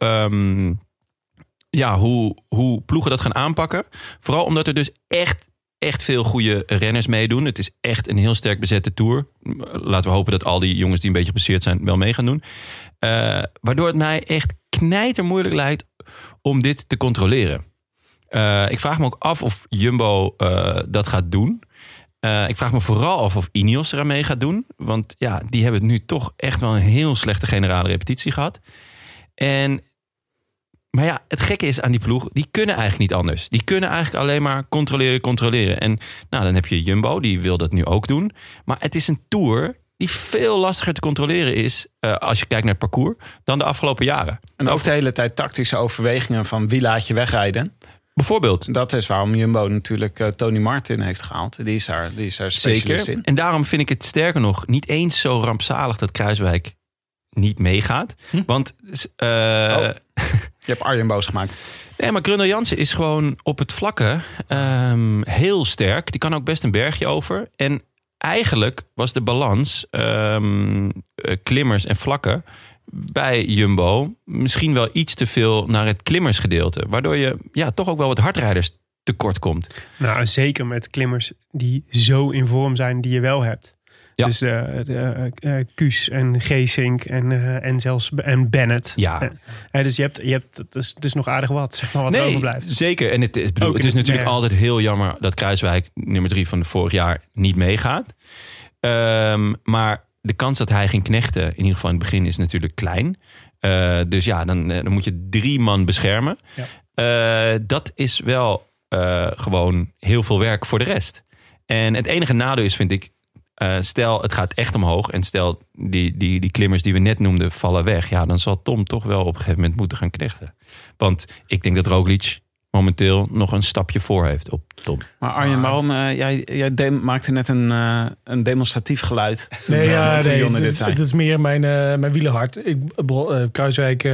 hoe ploegen dat gaan aanpakken. Vooral omdat er dus echt veel goede renners meedoen. Het is echt een heel sterk bezette Tour. Laten we hopen dat al die jongens die een beetje gepasseerd zijn wel mee gaan doen. Waardoor het mij echt knijtermoeilijk lijkt om dit te controleren. Ik vraag me ook af of Jumbo dat gaat doen. Ik vraag me vooral af of Ineos eraan mee gaat doen. Want ja, die hebben nu toch echt wel een heel slechte generale repetitie gehad. Maar ja, het gekke is aan die ploeg, die kunnen eigenlijk niet anders. Die kunnen eigenlijk alleen maar controleren. En nou, dan heb je Jumbo, die wil dat nu ook doen. Maar het is een Tour die veel lastiger te controleren is, als je kijkt naar het parcours, dan de afgelopen jaren. En ook de hele tijd tactische overwegingen van wie laat je wegrijden. Bijvoorbeeld. Dat is waarom Jumbo natuurlijk Tony Martin heeft gehaald. Die is daar specialist in. En daarom vind ik het sterker nog niet eens zo rampzalig dat Kruiswijk niet meegaat. Want je hebt Arjen boos gemaakt. Nee, maar Grunder Jansen is gewoon op het vlakke heel sterk. Die kan ook best een bergje over. En eigenlijk was de balans klimmers en vlakken bij Jumbo misschien wel iets te veel naar het klimmersgedeelte. Waardoor je toch ook wel wat hardrijders tekort komt. Nou, zeker met klimmers die zo in vorm zijn die je wel hebt. Ja. Dus Kuus en Geesink en zelfs Bennett. Ja. Dus je hebt het is nog aardig wat, zeg maar, wat er overblijft. Zeker. En het is natuurlijk altijd heel jammer dat Kruiswijk, nummer 3 van vorig jaar, niet meegaat. Maar de kans dat hij ging knechten, in ieder geval in het begin, is natuurlijk klein. Dus ja, dan moet je 3 man beschermen. Ja. Dat is wel gewoon heel veel werk voor de rest. En het enige nadeel is, vind ik, stel het gaat echt omhoog en stel die klimmers die we net noemden vallen weg. Ja, dan zal Tom toch wel op een gegeven moment moeten gaan knechten. Want ik denk dat Roglic momenteel nog een stapje voor heeft op Tom. Maar Arjen, waarom? Jij maakte net een demonstratief geluid. Het is meer mijn wielerhart. Kruiswijk,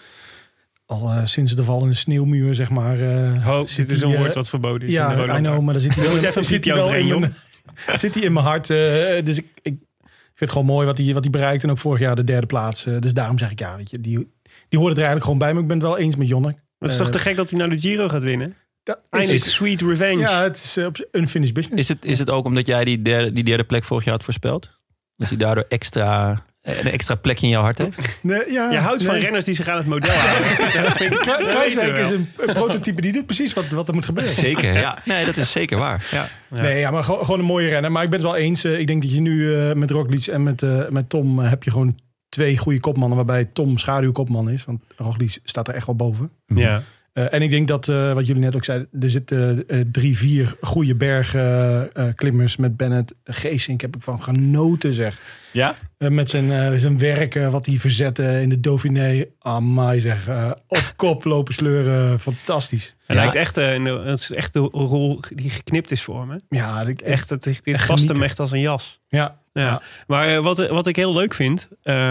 al sinds de val in de sneeuwmuur, zeg maar. Dit is een woord wat verboden is. Ja, I know, maar dan zit hij wel in mijn hart. Dus ik vind het gewoon mooi wat hij bereikt. En ook vorig jaar de 3e plaats. Dus daarom zeg ik, ja, weet je, die hoort er eigenlijk gewoon bij. Maar ik ben het wel eens met Jonne. Het is toch te gek dat hij nou de Giro gaat winnen? Eindelijk sweet revenge. Ja, het is unfinished business. Is het ook omdat jij die derde plek vorig jaar had voorspeld? Dat hij daardoor een extra plekje in jouw hart heeft? Nee, Je houdt van renners die zich aan het model houden. Kruiswijk is een prototype die doet precies wat er moet gebeuren. Zeker, ja. Nee, dat is zeker waar. Ja. Nee, ja, maar gewoon een mooie renner. Maar ik ben het wel eens. Ik denk dat je nu met Roglic en met Tom heb je gewoon 2 goede kopmannen. Waarbij Tom schaduwkopman is. Want Roglic staat er echt wel boven. Ja. En ik denk dat, wat jullie net ook zeiden, er zitten 3-4 goede bergklimmers met Bennett. Geesink heb ik van genoten, zeg. Ja? Met zijn werk, wat hij verzette in de Dauphiné. Amai, zeg. Op kop lopen sleuren, fantastisch. Hij lijkt echt, het is echt de rol die geknipt is voor hem. Hè? Ja, dit past hem echt als een jas. Ja. Maar wat ik heel leuk vind...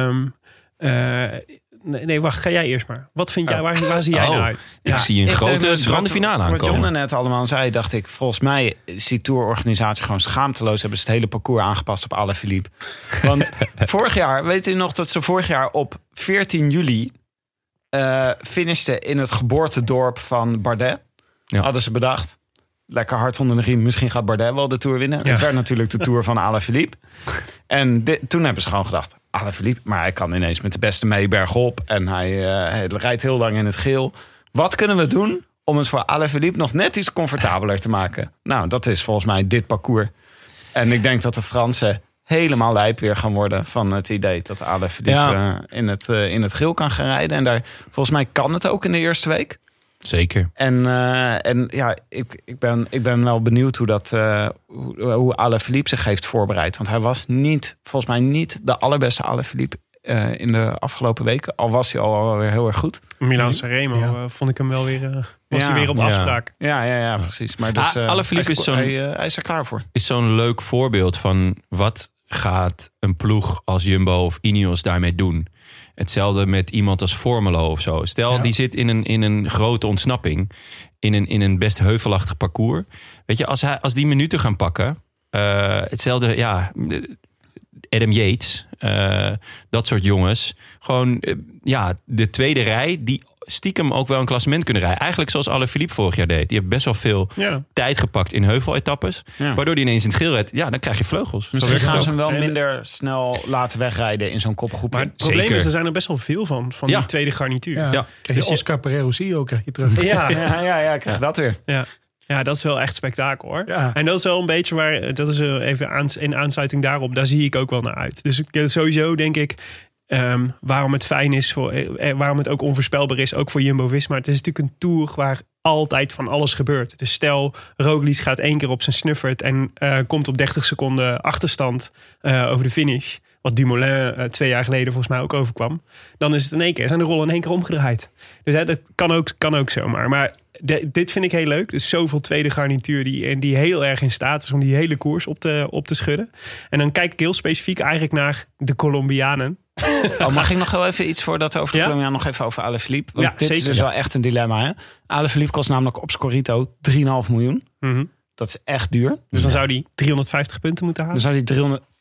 Nee, wacht, ga jij eerst maar. Wat vind jij, waar zie jij naar uit? Ik zie een grote grande finale aankomen. Wat John net allemaal zei, dacht ik... volgens mij is die tourorganisatie gewoon schaamteloos. Hebben ze het hele parcours aangepast op Alaphilippe. Want vorig jaar, weet u nog dat ze vorig jaar op 14 juli... finishten in het geboortedorp van Bardet. Ja. Hadden ze bedacht. Lekker hard onder de riem. Misschien gaat Bardet wel de Tour winnen. Ja. Het werd natuurlijk de Tour van Alaphilippe. En toen hebben ze gewoon gedacht... Alaphilippe, maar hij kan ineens met de beste mee bergop. En hij rijdt heel lang in het geel. Wat kunnen we doen om het voor Alaphilippe nog net iets comfortabeler te maken? Nou, dat is volgens mij dit parcours. En ik denk dat de Fransen helemaal lijp weer gaan worden van het idee dat Alaphilippe in het geel kan gaan rijden. En daar, volgens mij kan het ook in de eerste week. Zeker. En ja, ik ben wel benieuwd hoe Alaphilippe zich heeft voorbereid. Want hij was volgens mij niet de allerbeste Alaphilippe in de afgelopen weken. Al was hij al weer heel erg goed. Milan-San Remo vond ik hem wel weer... hij weer op afspraak. Ja, precies. Maar dus, Alaphilippe hij is er klaar voor. Is zo'n leuk voorbeeld van wat gaat een ploeg als Jumbo of Ineos daarmee doen. Hetzelfde met iemand als Formelo of zo. Stel, die zit in een grote ontsnapping. In een best heuvelachtig parcours. Weet je, als die minuten gaan pakken. Hetzelfde, Adam Yates. Dat soort jongens. Gewoon, de tweede rij. Die stiekem ook wel een klassement kunnen rijden. Eigenlijk zoals Alaphilippe vorig jaar deed. Die heeft best wel veel tijd gepakt in heuveletappes. Ja. Waardoor die ineens in het geel redt. Ja, dan krijg je vleugels. Misschien gaan ze hem wel minder snel laten wegrijden in zo'n kopgroep. Maar het probleem is, er zijn er best wel veel van die tweede garnituur. Ja. Krijg je Oscar Pereiro CEO krijg je terug. Ja, krijg je dat weer. Ja, dat is wel echt spektakel hoor. Ja. En dat is wel een beetje waar, dat is even in aansluiting daarop, daar zie ik ook wel naar uit. Dus sowieso denk ik, waarom het fijn is, waarom het ook onvoorspelbaar is, ook voor Jumbo-Visma. Het is natuurlijk een Tour waar altijd van alles gebeurt. Dus stel, Roglic gaat 1 keer op zijn snuffert en komt op 30 seconden achterstand over de finish. Wat Dumoulin 2 jaar geleden volgens mij ook overkwam. Dan is het in één keer, zijn de rollen in één keer omgedraaid. Dus dat kan ook zomaar. Maar dit vind ik heel leuk. Dus zoveel tweede garnituur die heel erg in staat is om die hele koers op te schudden. En dan kijk ik heel specifiek eigenlijk naar de Colombianen. Mag ik nog wel even iets voordat we over de Colombiaan nog even over Alaphilippe? Want dit zeker. Is dus wel echt een dilemma. Hè? Alaphilippe kost namelijk op Scorito 3,5 miljoen. Mm-hmm. Dat is echt duur. Dus dan zou hij 350 punten moeten halen? Dan zou hij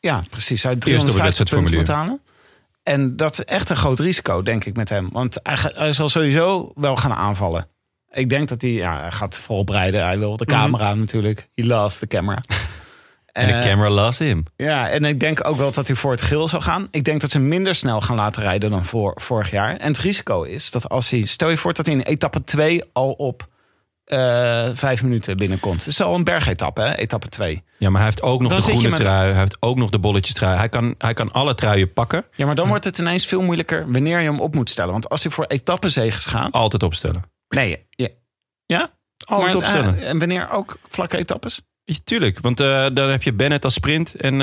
350 punten moeten halen. En dat is echt een groot risico, denk ik, met hem. Want hij zal sowieso wel gaan aanvallen. Ik denk dat hij gaat voorbereiden. Hij wil de camera natuurlijk. He loves the camera. En de camera loves him. Ja, en ik denk ook wel dat hij voor het geel zal gaan. Ik denk dat ze minder snel gaan laten rijden dan vorig jaar. En het risico is dat stel je voor dat hij in etappe 2 al op 5 minuten binnenkomt. Het is al een bergetappe, hè? Etappe 2. Ja, maar hij heeft ook nog de groene trui. Hij heeft ook nog de bolletjestrui. Hij kan alle truien pakken. Ja, maar dan wordt het ineens veel moeilijker wanneer je hem op moet stellen. Want als hij voor etappezeges gaat... Altijd opstellen. Nee, ja? Altijd opstellen. En wanneer ook vlakke etappes? Ja, tuurlijk, want dan heb je Bennett als sprint. En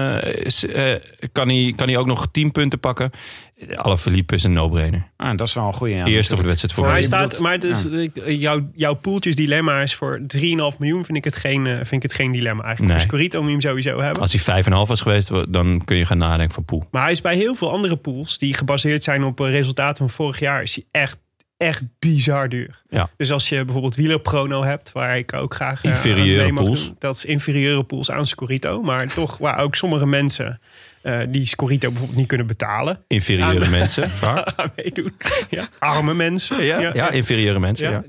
kan hij ook nog 10 punten pakken. Alaphilippe is een no-brainer. Dat is wel een goeie. Ja, eerst op de wedstrijd voor. Hij staat, maar het is, jouw poeltjes dilemma is voor 3,5 miljoen vind ik het geen dilemma eigenlijk. Nee. Voor Scorito moet je hem sowieso hebben. Als hij 5,5 was geweest, dan kun je gaan nadenken van poel. Maar hij is bij heel veel andere pools die gebaseerd zijn op resultaten van vorig jaar, is hij echt bizar duur. Ja. Dus als je bijvoorbeeld wielerprono hebt, waar ik ook graag inferieure pools. Dat is inferieure pools aan Scorito, maar toch waar ook sommige mensen die Scorito bijvoorbeeld niet kunnen betalen. Inferieure mensen, vaak. Meedoen. Ja, arme mensen. Ja, inferieure mensen, ja.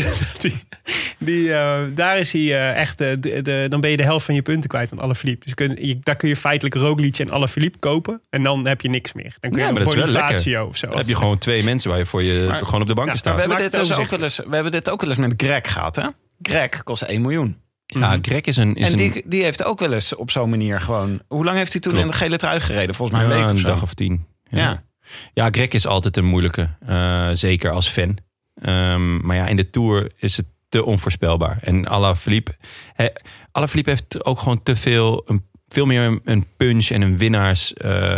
Daar is hij echt... dan ben je de helft van je punten kwijt aan Alaphilippe. Dus daar kun je feitelijk Roglic en Alaphilippe kopen. En dan heb je niks meer. Dan kun je een Bonifacio of zo. Dan heb je gewoon 2 mensen waar je voor je gewoon op de bank staat. We hebben dit ook wel eens met Greg gehad, hè? Greg kost 1 miljoen. Ja, Greg is een... Die heeft ook wel eens op zo'n manier gewoon... Hoe lang heeft hij toen in de gele trui gereden? Volgens mij een week of zo. Een dag of 10. Ja, Greg is altijd een moeilijke. Zeker als fan. Maar ja, in de Tour is het te onvoorspelbaar. En Alaphilippe heeft ook gewoon te veel... Veel meer een punch en een winnaars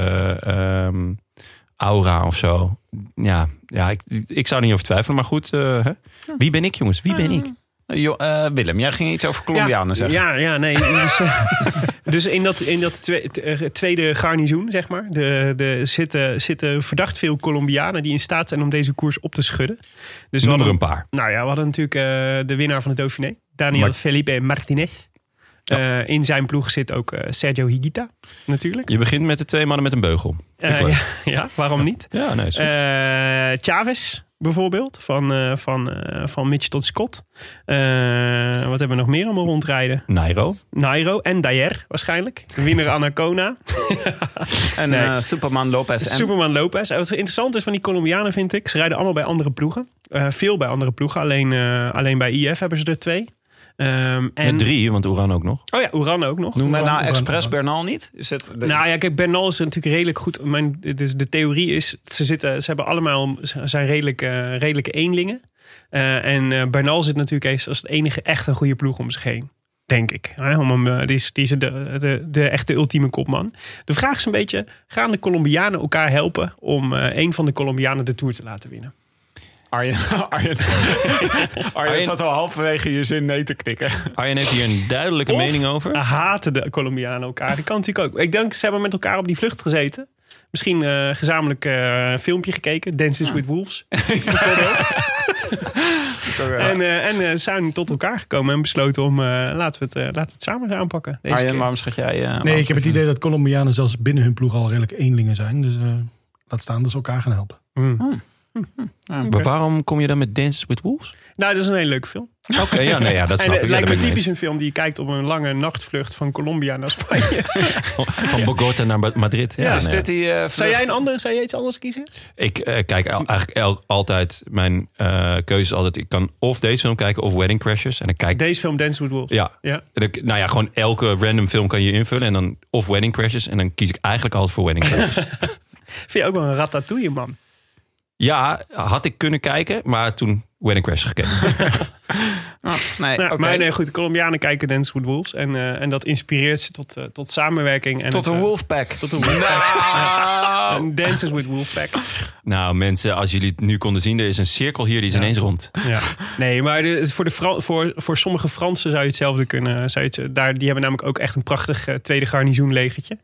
aura of zo. Ja, ik zou er niet over twijfelen. Maar goed, wie ben ik, jongens? Wie ben ik? Willem, jij ging iets over Colombianen zeggen. Ja, nee. Dus in dat tweede garnizoen, zeg maar, zitten verdacht veel Colombianen die in staat zijn om deze koers op te schudden. Dus Noem er een paar. Nou ja, we hadden natuurlijk de winnaar van het Dauphiné, Daniel Felipe Martinez. Ja. In zijn ploeg zit ook Sergio Higuita, natuurlijk. Je begint met de 2 mannen met een beugel. Ja, waarom niet? Ja, nee, Chavez bijvoorbeeld, van Mitch tot Scott. Wat hebben we nog meer allemaal rondrijden? Nairo en Dayer waarschijnlijk. De winnaar Anacona. En Superman Lopez. Superman Lopez. Wat interessant is van die Colombianen, vind ik, ze rijden allemaal bij andere ploegen. Veel bij andere ploegen. Alleen bij IF hebben ze er 2. En 3, want Uran ook nog. Oh ja, Uran ook nog. Noem mij nou Express Bernal niet? Nou ja, kijk, Bernal is natuurlijk redelijk goed. Dus de theorie is, ze hebben allemaal zijn redelijke eenlingen. En Bernal zit natuurlijk als het enige echt een goede ploeg om zich heen. Denk ik. Die is de echte ultieme kopman. De vraag is een beetje, gaan de Colombianen elkaar helpen om een van de Colombianen de Tour te laten winnen? Arjen zat al halverwege je zin nee te knikken. Arjen heeft hier een duidelijke mening over. Haten de Colombianen elkaar. Dat kan natuurlijk ook. Ik denk, ze hebben met elkaar op die vlucht gezeten. Misschien gezamenlijk een filmpje gekeken. Dances with Wolves. En zijn tot elkaar gekomen en besloten om laten we het samen aanpakken. Arjen, waarom schat jij? Nee, ik heb het idee dat Colombianen zelfs binnen hun ploeg al redelijk eenlingen zijn. Dus laat staan dat ze elkaar gaan helpen. Maar waarom kom je dan met Dances with Wolves? Nou, dat is een hele leuke film. Oké, dat snap ik. Het lijkt me typisch een film die je kijkt op een lange nachtvlucht van Colombia naar Spanje. Van Bogota naar Madrid. Zou jij iets anders kiezen? Ik kijk eigenlijk altijd, mijn keuze altijd. Ik kan of deze film kijken of Wedding Crashers. En dan kijk deze film Dance with Wolves? Ja. Nou ja, gewoon elke random film kan je invullen. En dan of Wedding Crashers. En dan kies ik eigenlijk altijd voor Wedding Crashers. Vind je ook wel een ratatouille, man? Ja, had ik kunnen kijken, maar toen Wedding Crashers gekeken. Maar nee, goed, de Colombianen kijken Dance with Wolves. En dat inspireert ze tot samenwerking. En tot een Wolfpack. Tot een Wolfpack. Dances with Wolfpack. Nou mensen, als jullie het nu konden zien, er is een cirkel hier, die is ineens rond. Ja. Nee, maar voor sommige Fransen zou je hetzelfde kunnen. Die hebben namelijk ook echt een prachtig tweede garnizoenlegertje.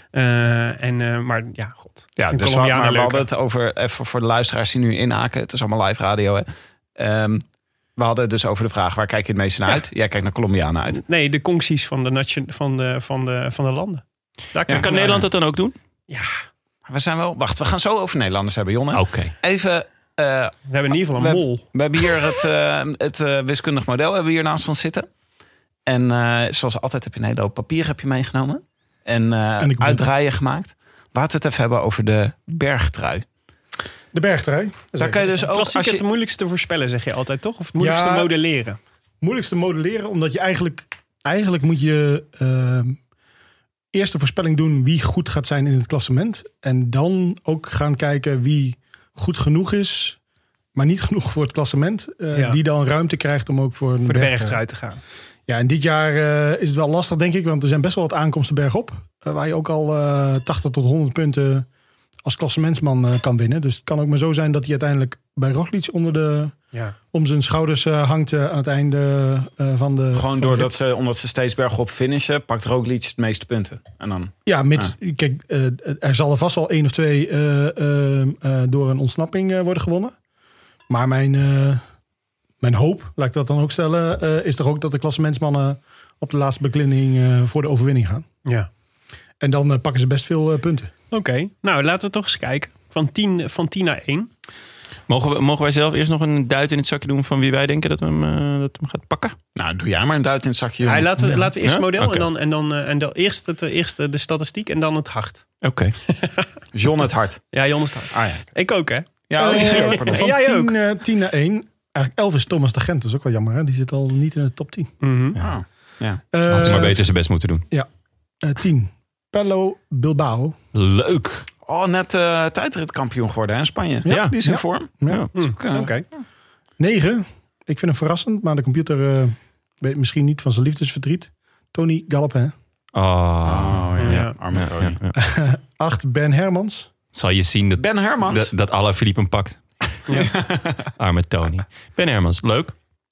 Maar ja, god. Ja, dus we hadden het over, even voor de luisteraars die nu inhaken. Het is allemaal live radio, hè. We hadden het dus over de vraag, waar kijk je het meeste naar uit? Jij kijkt naar Colombianen uit. Nee, de concties van de landen. Kan Nederland het dan ook doen? Ja. We gaan zo over Nederlanders hebben, Jonne. Oké. Even... we hebben in ieder geval een mol. We hebben hier het wiskundig model hebben we hier naast ons zitten. En zoals altijd heb je een hele hoop papier meegenomen. En uitdraaien gemaakt. Laten we het even hebben over de bergtrui. De bergtrui. Daar kan je dus ook... Klassiek het moeilijkste voorspellen, zeg je altijd, toch? Of het moeilijkste modelleren? Moeilijkste modelleren, omdat je eigenlijk moet je eerst de voorspelling doen wie goed gaat zijn in het klassement. En dan ook gaan kijken wie goed genoeg is, maar niet genoeg voor het klassement. Die dan ruimte krijgt om ook voor de bergtrui te gaan. Ja, en dit jaar is het wel lastig, denk ik. Want er zijn best wel wat aankomsten bergop. Waar je ook al 80 tot 100 punten als klassementsman kan winnen. Dus het kan ook maar zo zijn dat hij uiteindelijk bij Roglic om zijn schouders hangt aan het einde van de... Gewoon omdat ze steeds bergop finishen, pakt Roglic het meeste punten. En dan, kijk, er zal er vast wel 1 of 2 door een ontsnapping worden gewonnen. Maar mijn hoop, laat ik dat dan ook stellen, is toch ook dat de klassementsmannen op de laatste beklimming voor de overwinning gaan. Ja. En dan pakken ze best veel punten. Oké, nou laten we toch eens kijken. Van 10 naar 1. Mogen wij zelf eerst nog een duit in het zakje doen van wie wij denken dat hem gaat pakken? Nou, doe jij maar een duit in het zakje. Ja, laten we eerst Ja? het model Oké. en dan eerst de statistiek en dan het hart. Oké. John het hart. Ja, Jon is het hart. Ah ja. Ik ook, hè? Ja, pardon. Van jij ook. 10 naar 1. Eigenlijk 11 is Thomas de Gent. Dat is ook wel jammer. Hè? Die zit al niet in de top 10. Mhm. Ah, ja. Had hij maar beter zijn best moeten doen. 10. Pello Bilbao. Leuk. Oh, net tijdritkampioen geworden hè, in Spanje. Ja. Die is in Ja. vorm. Ja. Dat is ook, Oké. 9. Ik vind hem verrassend. Maar de computer weet misschien niet van zijn liefdesverdriet. Tony Galopin. ja. Arme Tony. 8. Ben Hermans. Zal je zien dat, Ben Hermans. dat Alaphilippe hem pakt. Arme Tony. Ben Hermans, leuk.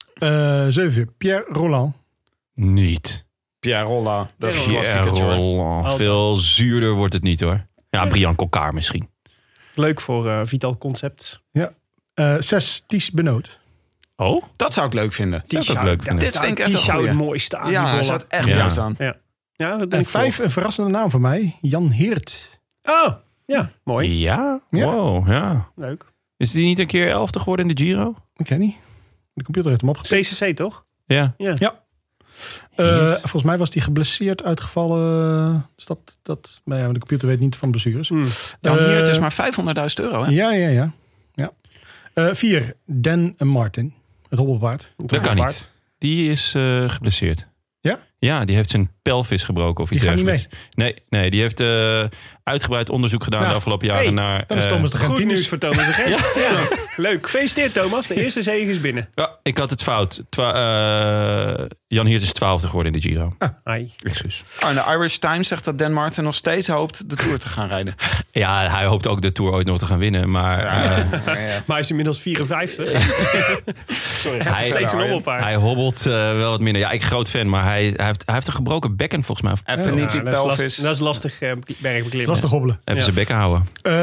7. Pierre Roland. Niet. Pierre Rolla. Dat is een Pierre klassiekertje, hoor. Roland. Altijd. Veel zuurder wordt het niet hoor. Ja, Brian Coquard misschien. Leuk voor Vital Concepts. 6. Ties Benoot. Oh? Dat zou ik leuk vinden. Zou ik ook leuk vinden. Dit vind ik echt die een zou goeie. het mooi staan. Ja, die hij bollen. zou het echt Ja. mooi staan. Ja, dat ben En ik 5. Een verrassende naam voor mij. Jan Heert. voor. Oh, ja, mooi. Ja? Ja. Wow, ja. Leuk. Is die niet een keer 11e geworden in de Giro? Ik ken niet. De computer heeft hem opgepikt. CCC, toch? Ja. Volgens mij was hij geblesseerd uitgevallen. Dus maar ja, de computer weet niet van blessures. Jan Eh, hier, het is maar €500.000 hè? Ja. 4. Dan Martin. Het hobbelpaard. Dat kan niet. Die is geblesseerd. Ja? Ja, die heeft zijn pelvis gebroken of iets Die gaat niet dergelijks. Nee, die heeft uitgebreid onderzoek gedaan Nou, de afgelopen jaren hey, naar... Dat is Thomas de Goed Gentinus. nieuws voor Thomas de Gent. Ja. Leuk. Gefeliciteerd, Thomas. De eerste zege is binnen. Ja, ik had het fout. Jan Hiert is 12e geworden in de Giro. Ai. Excuus. Oh, en de Irish Times zegt dat Dan Martin nog steeds hoopt de Tour te gaan rijden. Ja, hij hoopt ook de Tour ooit nog te gaan winnen. Maar Maar hij is inmiddels 54. Sorry, hij heeft steeds een hobbelpaard. hij hobbelt wel wat minder. Ja, ik groot fan, maar hij heeft een gebroken bekken volgens mij. Even niet die dat is pelvis. dat is lastig bergbeklimmen. Lastig hobbelen. Even Ja. zijn bekken houden.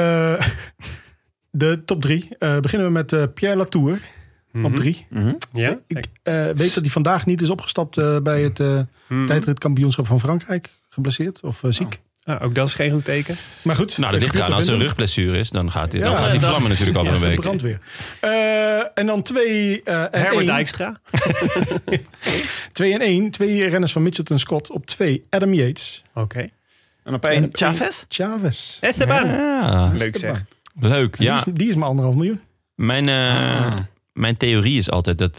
De top 3. Beginnen we met Pierre Latour. Op 3. Ja? Ik weet dat hij vandaag niet is opgestapt bij het tijdritkampioenschap van Frankrijk. Geblesseerd of ziek. Ook dat is geen goed teken. Maar goed. Nou, dat de ligt eraan. computer Als er een vindt hem. rugblessure is, dan gaat die Ja, vlammen natuurlijk over Ja, een dat is de week. brandweer. En dan 2 en Herbert 1. Dijkstra. 2 en 1. 2 renners van Mitchelton Scott. Op 2 Adam Yates. Oké. En op één Chavez. Chavez. Esteban. Ja, Leuk zeg. leuk. Ja, Die is maar 1,5 miljoen. mijn theorie is altijd dat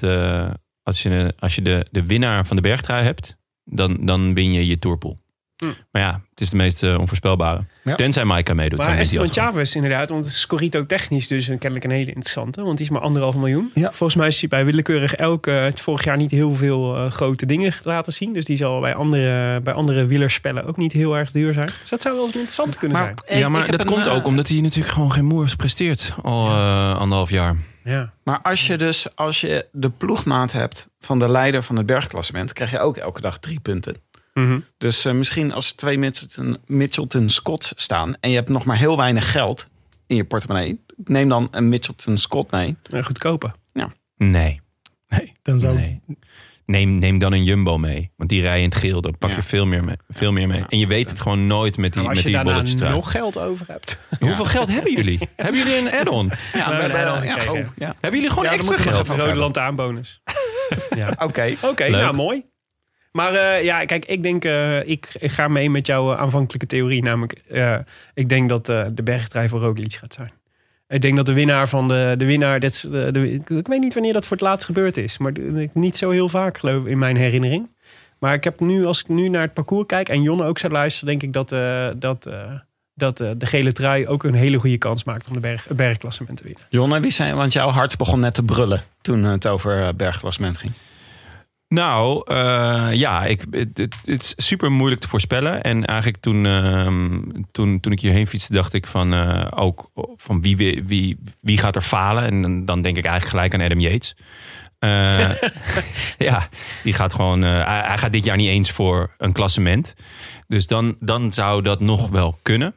als je de winnaar van de bergtrui hebt, dan win je je tourpool. Maar ja, het is de meest onvoorspelbare. Ja. Tenzij Maika meedoet. Maar dan is die Esteban altijd Chavez inderdaad, want het is Scorito technisch dus kennelijk een hele interessante. Want die is maar 1,5 miljoen. Ja. Volgens mij is hij bij willekeurig vorig jaar niet heel veel grote dingen laten zien. Dus die zal bij andere wielerspellen ook niet heel erg duur zijn. Dus dat zou wel eens interessant kunnen zijn. Ja, maar dat komt ook omdat hij natuurlijk gewoon geen moer heeft gepresteerd. Al 1,5 jaar. Ja. Maar als je de ploegmaat hebt van de leider van het bergklassement, krijg je ook elke dag 3 punten. Mhm. Dus misschien als er 2 Mitchelton Scotts staan en je hebt nog maar heel weinig geld in je portemonnee, neem dan een Mitchelton Scott mee. Goedkoper. Nee. Dan zou Nee. Neem dan een Jumbo mee. Want die rijden in het geel. Dan pak je Ja. veel meer mee. En je weet het gewoon nooit met die, Maar als met je die daarna bolletjes nog geld over hebt. Hoeveel geld hebben jullie? Hebben jullie een add-on? Ja, we hebben al ja, gekregen. ja. Hebben jullie gewoon Ja, extra dan moeten we geld? nog Rode hebben. lantaarnbonus. Ja. Oké. Leuk. Nou mooi. Maar kijk, ik denk, ik ga mee met jouw aanvankelijke theorie. Namelijk, ik denk dat de bergtrui voor Roglic gaat zijn. Ik denk dat de winnaar van de winnaar... ik weet niet wanneer dat voor het laatst gebeurd is. Maar niet zo heel vaak, geloof ik, in mijn herinnering. Maar ik heb nu, als ik nu naar het parcours kijk en Jonne ook zou luisteren, denk ik dat de gele trui ook een hele goede kans maakt om het bergklassement te winnen. Jonne, wie zijn? Want jouw hart begon net te brullen toen het over bergklassement ging. Nou, het is super moeilijk te voorspellen. En eigenlijk toen ik hierheen fietste, dacht ik ook van wie gaat er falen. En dan denk ik eigenlijk gelijk aan Adam Yates. Ja, die gaat gewoon. Hij gaat dit jaar niet eens voor een klassement. Dus dan zou dat nog wel kunnen.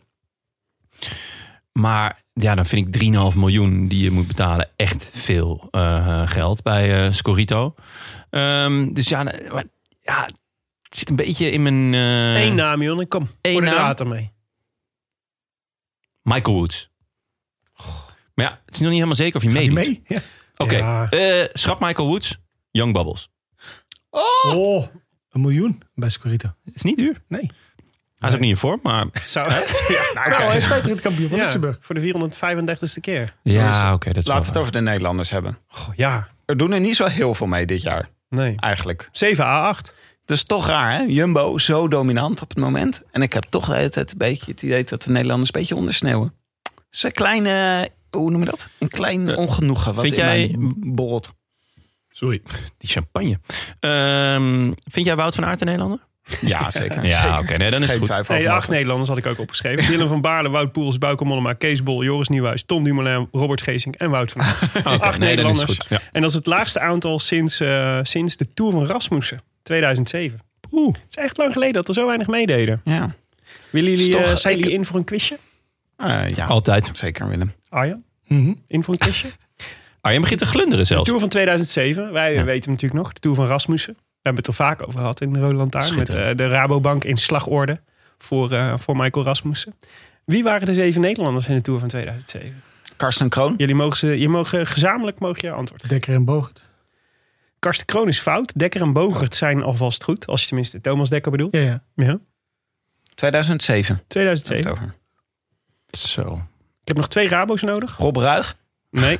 Maar ja, dan vind ik 3,5 miljoen die je moet betalen echt veel geld bij Scorito. Dus ja, Het zit een beetje in mijn... Eén naam, Jon. Kom, voor de draad ermee. Michael Woods. Maar ja, het is nog niet helemaal zeker of hij meedoet. mee? Ja. Oké, Ja. schrap Michael Woods. Young Bubbles. Oh, $1 miljoen bij Scorita. Is niet duur. Nee. Hij is ook niet in vorm, maar... Hij is tijdritkampioen van Luxemburg. Voor de 435ste keer. Ja, oké, dat is Laten we wel het over de Nederlanders hebben. Goh, ja, Er doen er niet zo heel veel mee dit jaar, nee. eigenlijk. 7A8. Dat is toch raar, hè? Jumbo zo dominant op het moment. En ik heb toch de hele tijd een beetje het idee dat de Nederlanders een beetje ondersneeuwen. Het is een kleine, hoe noem je dat? Een klein ongenoegen wat vind in jij- mij borrelt. Sorry. Die champagne. Vind jij Wout van Aert een Nederlander? Ja, zeker. Ja, Zeker. oké. Nee, dan is het Geen goed. twijfel Nee, over 8 Nederlanders had ik ook opgeschreven. Dylan van Baarle, Wout Poels, Bauke Mollema, Kees Bol, Joris Nieuwhuis, Tom Dumoulin, Robert Geesink en Wout van Aert. Oké, 8 nee, dan is Nederlanders. het goed. Ja. En dat is het laagste aantal sinds de Tour van Rasmussen, 2007. Het is echt lang geleden dat er zo weinig meededen. Ja. Willen jullie, Toch, zijn ik- jullie in voor een quizje? Ja, Altijd. zeker Willem. Arjan, Mhm. in voor een quizje? Je begint te glunderen De zelfs. Tour van 2007, wij Ja. weten hem natuurlijk nog. De Tour van Rasmussen. We hebben het er vaak over gehad in de Rode Lantaarn. Met Schitterend. de Rabobank in slagorde voor Michael Rasmussen. Wie waren de 7 Nederlanders in de Tour van 2007? Karsten Kroon. Jullie mogen gezamenlijk antwoorden. Dekker en Bogert. Karsten Kroon is fout. Dekker en Bogert zijn alvast goed. Als je tenminste Thomas Dekker bedoelt. Ja. Ja. 2007. 2007. Over. Zo. Ik heb nog 2 Rabo's nodig. Rob Ruig. Nee.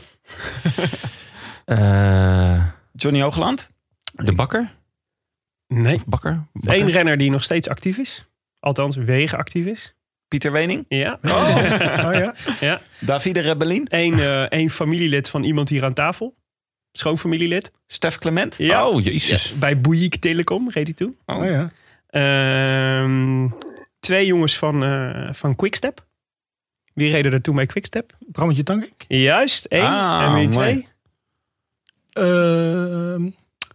Johnny Hoogland. De Bakker? Nee. Of Bakker? Eén renner die nog steeds actief is. Althans, wegen actief is. Pieter Wening. Ja. Oh ja. Davide Rebellin. Eén familielid van iemand hier aan tafel. Schoonfamilielid. Stef Clement. Ja. Oh, jezus. Ja, bij Bouygues Telecom reed hij toen. Oh ja. 2 jongens van Quickstep. Wie reden er toen bij Quickstep? Brammetje Tankink. Juist, 1. Ah, en wie 2? mooi.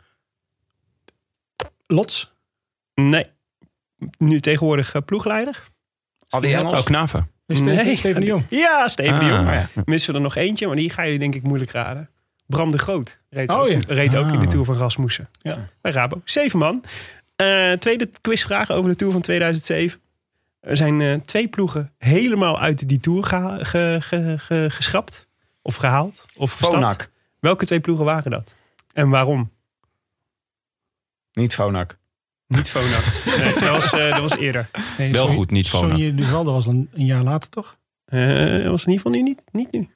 Lots. Nee. Nu tegenwoordig ploegleider. Adi Engels. Oh, Knaven. Nee. Steven de Jong. Ja, Steven de Jong. Ah. Ja. Missen we er nog eentje, maar die ga je denk ik moeilijk raden. Bram de Groot reed, Oh, ook, ja. reed ook in de Ah. Tour van Rasmussen. Ja. Bij Rabo. 7 man. Tweede quizvraag over de Tour van 2007. Er zijn 2 ploegen helemaal uit die Tour geschrapt. Of gehaald. Of gestapt. Phonak. Welke 2 ploegen waren dat? En waarom? Niet Phonak. Niet Phonak. Nee, dat was eerder. Nee, Wel goed, niet Phonak. Sonny Duval, dat was een jaar later toch? Dat was in ieder geval nu niet nu.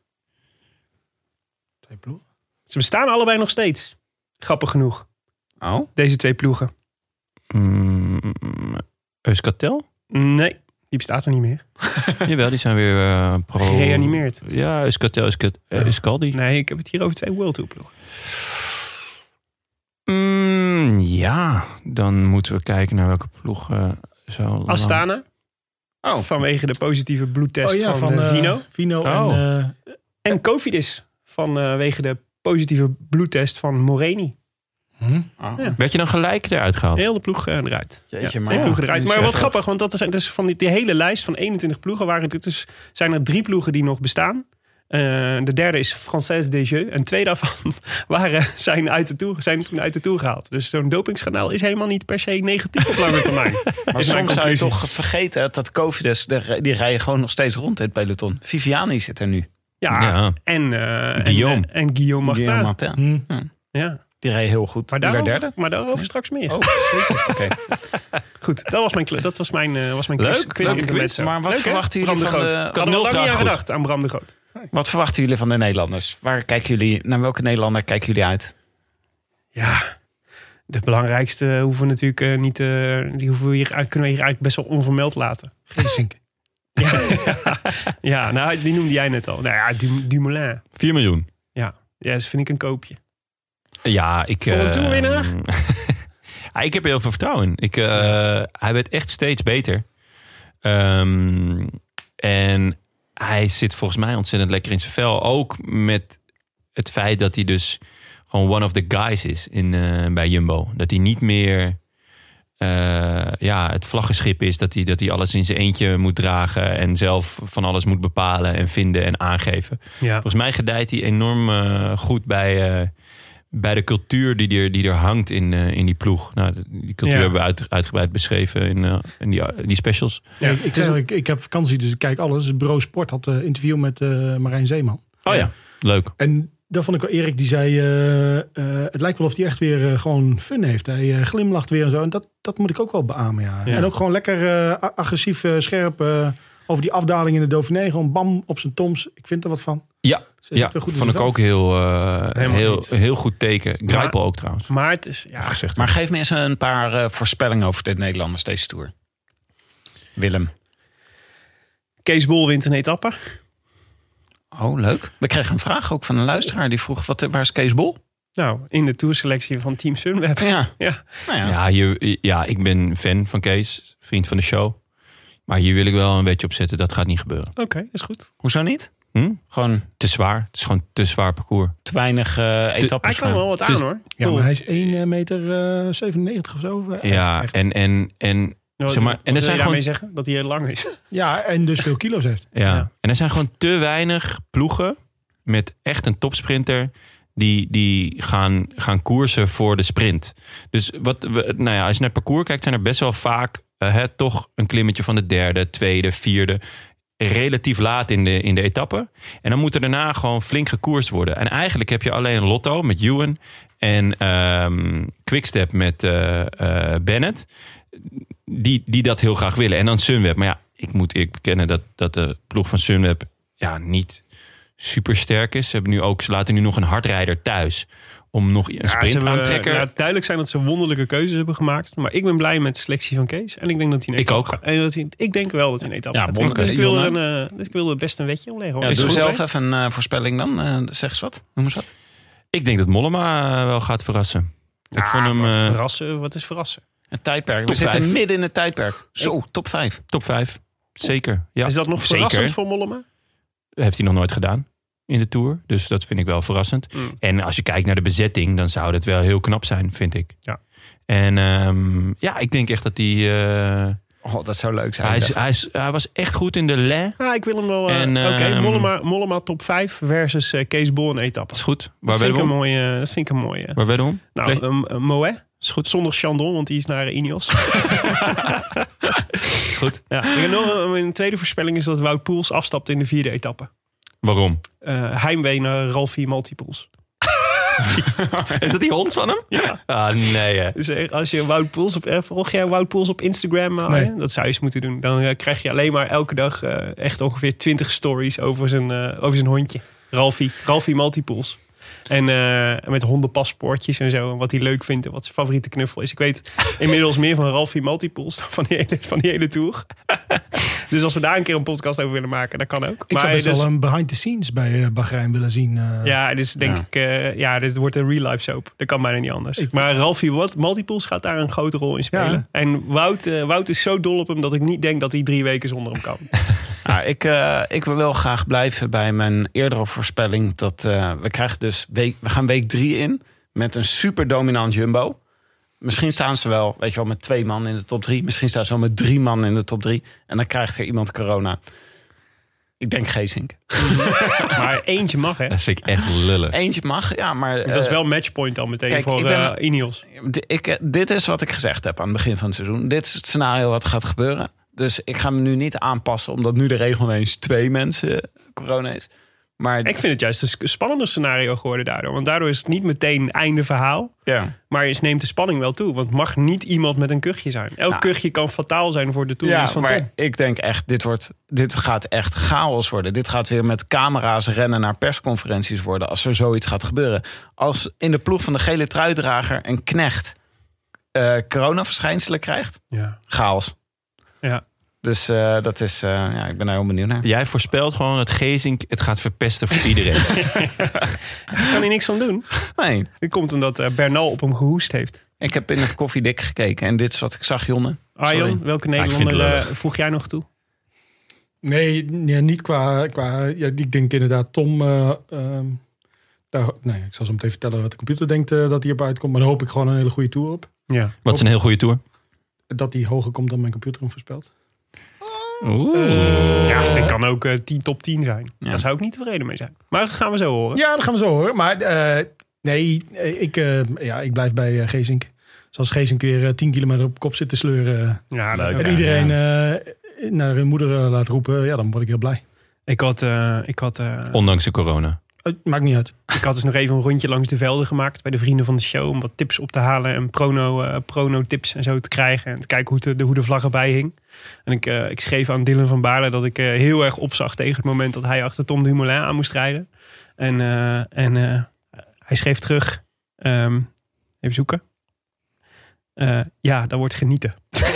2 ploegen. Ze bestaan allebei nog steeds. Grappig genoeg. Oh. Deze 2 ploegen. Euskartel? Nee, die bestaat er niet meer. Jawel, die zijn weer pro... Gereanimeerd. Ja, Euskartel, Euskaldi. Nee, ik heb het hier over 2 World Tour ploegen. Ja, dan moeten we kijken naar welke ploeg zo lang- Astana. Oh. Vanwege de positieve bloedtest Oh ja, van Vino. Vino Oh. En Cofidis. Vanwege de positieve bloedtest van Moreni. Oh. Ja. Werd je dan gelijk eruit gehaald? Heel de ploeg eruit. Jeetje, Ja, maar 2 ploegen eruit. dat Maar is wat echt grappig, want dat is dus van die hele lijst van 21 ploegen zijn er 3 ploegen die nog bestaan. De derde is Française des Jeux. En 2 daarvan zijn toen uit de Tour gehaald. Dus zo'n dopingschandaal is helemaal niet per se negatief op lange termijn. Maar Is mijn soms zou je conclusie. toch vergeten dat Cofidis, die rijden gewoon nog steeds rond in het peloton. Viviani zit er nu. Ja, Ja. en Guillaume. en Guillaume Martin. Guillaume Martin. Ja. Die rijdt heel goed. Maar Die werd daarover, derde. maar daarover straks meer. Oh, zeker. Oké. Goed, dat was mijn Leuk, quiz leuk quiz. Maar wat verwachten jullie Bram de van Groot? de- Ik had er al lang niet aan gedacht aan Bram de Groot. Wat verwachten jullie van de Nederlanders? Naar welke Nederlander kijken jullie uit? Ja, de belangrijkste hoeven we natuurlijk niet... kunnen we hier eigenlijk best wel onvermeld laten. Geesink. Ja, nou, die noemde jij net al. Nou ja, Dumoulin. 4 miljoen. Ja, dat vind ik een koopje. Ja, ik... Voor een toerwinnaar? Ja, ik heb er heel veel vertrouwen in. Hij werd echt steeds beter. En hij zit volgens mij ontzettend lekker in zijn vel. Ook met het feit dat hij dus gewoon one of the guys is bij Jumbo. Dat hij niet meer het vlaggenschip is. Dat hij alles in zijn eentje moet dragen. En zelf van alles moet bepalen en vinden en aangeven. Ja. Volgens mij gedijt hij enorm goed bij bij de cultuur die er hangt in die ploeg. Nou, die cultuur hebben we uitgebreid beschreven in die specials. Ja, ik heb vakantie, dus ik kijk alles. Het Bureau Sport had een interview met Marijn Zeeman. Oh ja, leuk. En dat vond ik wel. Erik die zei, het lijkt wel of hij echt weer gewoon fun heeft. Hij glimlacht weer en zo. En dat moet ik ook wel beamen, ja. En ook gewoon lekker agressief, scherp over die afdaling in de Dauphiné. Gewoon bam op zijn toms. Ik vind er wat van. Ja, vond ik ook heel goed teken. Grijpel ook trouwens. Maar het is... Ja, gezegd, maar geef me eens een paar voorspellingen over de Nederlanders deze Tour. Willem. Kees Bol wint een etappe. Oh, leuk. We kregen een vraag ook van een luisteraar. Die vroeg, waar is Kees Bol? Nou, in de tourselectie van Team Sunweb. Ja. Ik ben fan van Kees. Vriend van de show. Maar hier wil ik wel een beetje op zetten. Dat gaat niet gebeuren. Oké, is goed. Hoezo niet? Gewoon te zwaar. Het is gewoon te zwaar parcours. Te weinig etappes. Hij kan wel wat aan, hoor. Ja, maar hij is 1,97 meter of zo. Ja, en zeg maar, en er zijn gewoon zeggen dat hij heel lang is. Ja, en dus veel kilo's heeft. Ja. En er zijn gewoon te weinig ploegen met echt een topsprinter die gaan koersen voor de sprint. Dus als je naar het parcours kijkt, zijn er best wel vaak toch een klimmetje van de derde, tweede, vierde, relatief laat in de etappe. En dan moet er daarna gewoon flink gekoerst worden. En eigenlijk heb je alleen Lotto met Ewan en Quickstep met Bennett, die dat heel graag willen. En dan Sunweb. Maar ja, ik moet eerlijk bekennen dat de ploeg van Sunweb niet super sterk is. Ze laten nu nog een hardrijder thuis om nog een sprint aantrekker. Laat het duidelijk zijn dat ze wonderlijke keuzes hebben gemaakt. Maar ik ben blij met de selectie van Kees. En ik denk dat hij een etappe gaat. En ik denk wel dat hij een etappe gaat. Dus ik wil er best een wetje omleggen. Ja, doe zelf even een voorspelling dan. Zeg eens wat. Noem eens wat. Ik denk dat Mollema wel gaat verrassen. Ik vond hem verrassen. Wat is verrassen? Een tijdperk. We zitten midden in het tijdperk. Zo, top 5. Top 5. Zeker. Ja. Is dat nog verrassend voor Mollema? Heeft hij nog nooit gedaan in de Tour. Dus dat vind ik wel verrassend. En als je kijkt naar de bezetting, dan zou dat wel heel knap zijn, vind ik. Ja. En ik denk echt dat hij... dat zou leuk zijn. Hij was echt goed in de Le. Ja, ik wil hem wel... Mollema top 5 versus Kees Bol een etappe. Dat is goed. Dat vind ik een mooie. Waar ben je om? Nou, Moët. Is goed. Zonder Chandon, want die is naar Ineos. Is goed. Ja. Mijn tweede voorspelling is dat Wout Poels afstapt in de 4e etappe. Waarom? Heimwee naar Ralphie Multipools. Is dat die hond van hem? Ja. Ah, nee. Hè. Dus als je Wout Poels volg jij Wout Poels op Instagram? Nee. Dat zou je eens moeten doen. Dan krijg je alleen maar elke dag echt ongeveer 20 stories over zijn hondje. Ralphie Multipools. En met hondenpaspoortjes en zo. En wat hij leuk vindt en wat zijn favoriete knuffel is. Ik weet inmiddels meer van Ralphie Multipools dan van die hele tour. Dus als we daar een keer een podcast over willen maken, dat kan ook. Ik zou best wel een behind the scenes bij Bahrein willen zien. Ja, dus denk ik... dit wordt een real life soap. Dat kan bijna niet anders. Maar Ralphie Multipools gaat daar een grote rol in spelen. Ja. En Wout is zo dol op hem dat ik niet denk dat hij 3 weken zonder hem kan. Ik wil wel graag blijven bij mijn eerdere voorspelling. Dat we krijgen dus we gaan week 3 in met een super dominant Jumbo. Misschien staan ze wel, weet je wel, met 2 man in de top 3. Misschien staan ze wel met 3 man in de top 3. En dan krijgt er iemand corona. Ik denk Geesink. Maar eentje mag, hè? Dat vind ik echt lullig. Eentje mag, ja, maar... dat is wel matchpoint al meteen voor Ineos. Dit is wat ik gezegd heb aan het begin van het seizoen. Dit is het scenario wat gaat gebeuren. Dus ik ga me nu niet aanpassen, omdat nu de regel ineens 2 mensen corona is. Maar ik vind het juist een spannender scenario geworden daardoor. Want daardoor is het niet meteen einde verhaal. Ja. Maar het neemt de spanning wel toe. Want het mag niet iemand met een kuchje zijn. Elk kuchje kan fataal zijn voor de Tour. Ja, maar ik denk echt, dit gaat echt chaos worden. Dit gaat weer met camera's rennen naar persconferenties worden als er zoiets gaat gebeuren. Als in de ploeg van de gele truidrager een knecht coronaverschijnselen krijgt, chaos. Ja. Dus dat is, ik ben daar heel benieuwd naar. Jij voorspelt gewoon dat Geesink het gaat verpesten voor iedereen. Daar kan hij niks aan doen. Nee. Dat komt omdat Bernal op hem gehoest heeft. Ik heb in het koffiedik gekeken en dit is wat ik zag, Jonne. Arjan, welke Nederlander voeg jij nog toe? Nee, niet qua ik denk inderdaad Tom... ik zal zo meteen vertellen wat de computer denkt dat hij erbij uitkomt. Maar dan hoop ik gewoon een hele goede tour op. Ja. Wat is een heel goede tour? Dat die hoger komt dan mijn computer hem voorspelt. Dit kan ook top 10 zijn. Ja. Daar zou ik niet tevreden mee zijn. Maar dat gaan we zo horen. Ja, dat gaan we zo horen. Maar Nee, ik blijf bij Geesink. Zoals Geesink weer 10 kilometer op kop zit te sleuren. Ja, Leuk. En iedereen naar hun moeder laat roepen. Ja, dan word ik heel blij. Ik had Ondanks de corona. Maakt niet uit. Ik had dus nog even een rondje langs de velden gemaakt bij de vrienden van de show. Om wat tips op te halen en prono tips en zo te krijgen. En te kijken hoe de vlag erbij hing. En ik schreef aan Dylan van Baarle dat ik heel erg opzag tegen het moment dat hij achter Tom Dumoulin aan moest rijden. En hij schreef terug. Even zoeken. Ja, dat wordt genieten.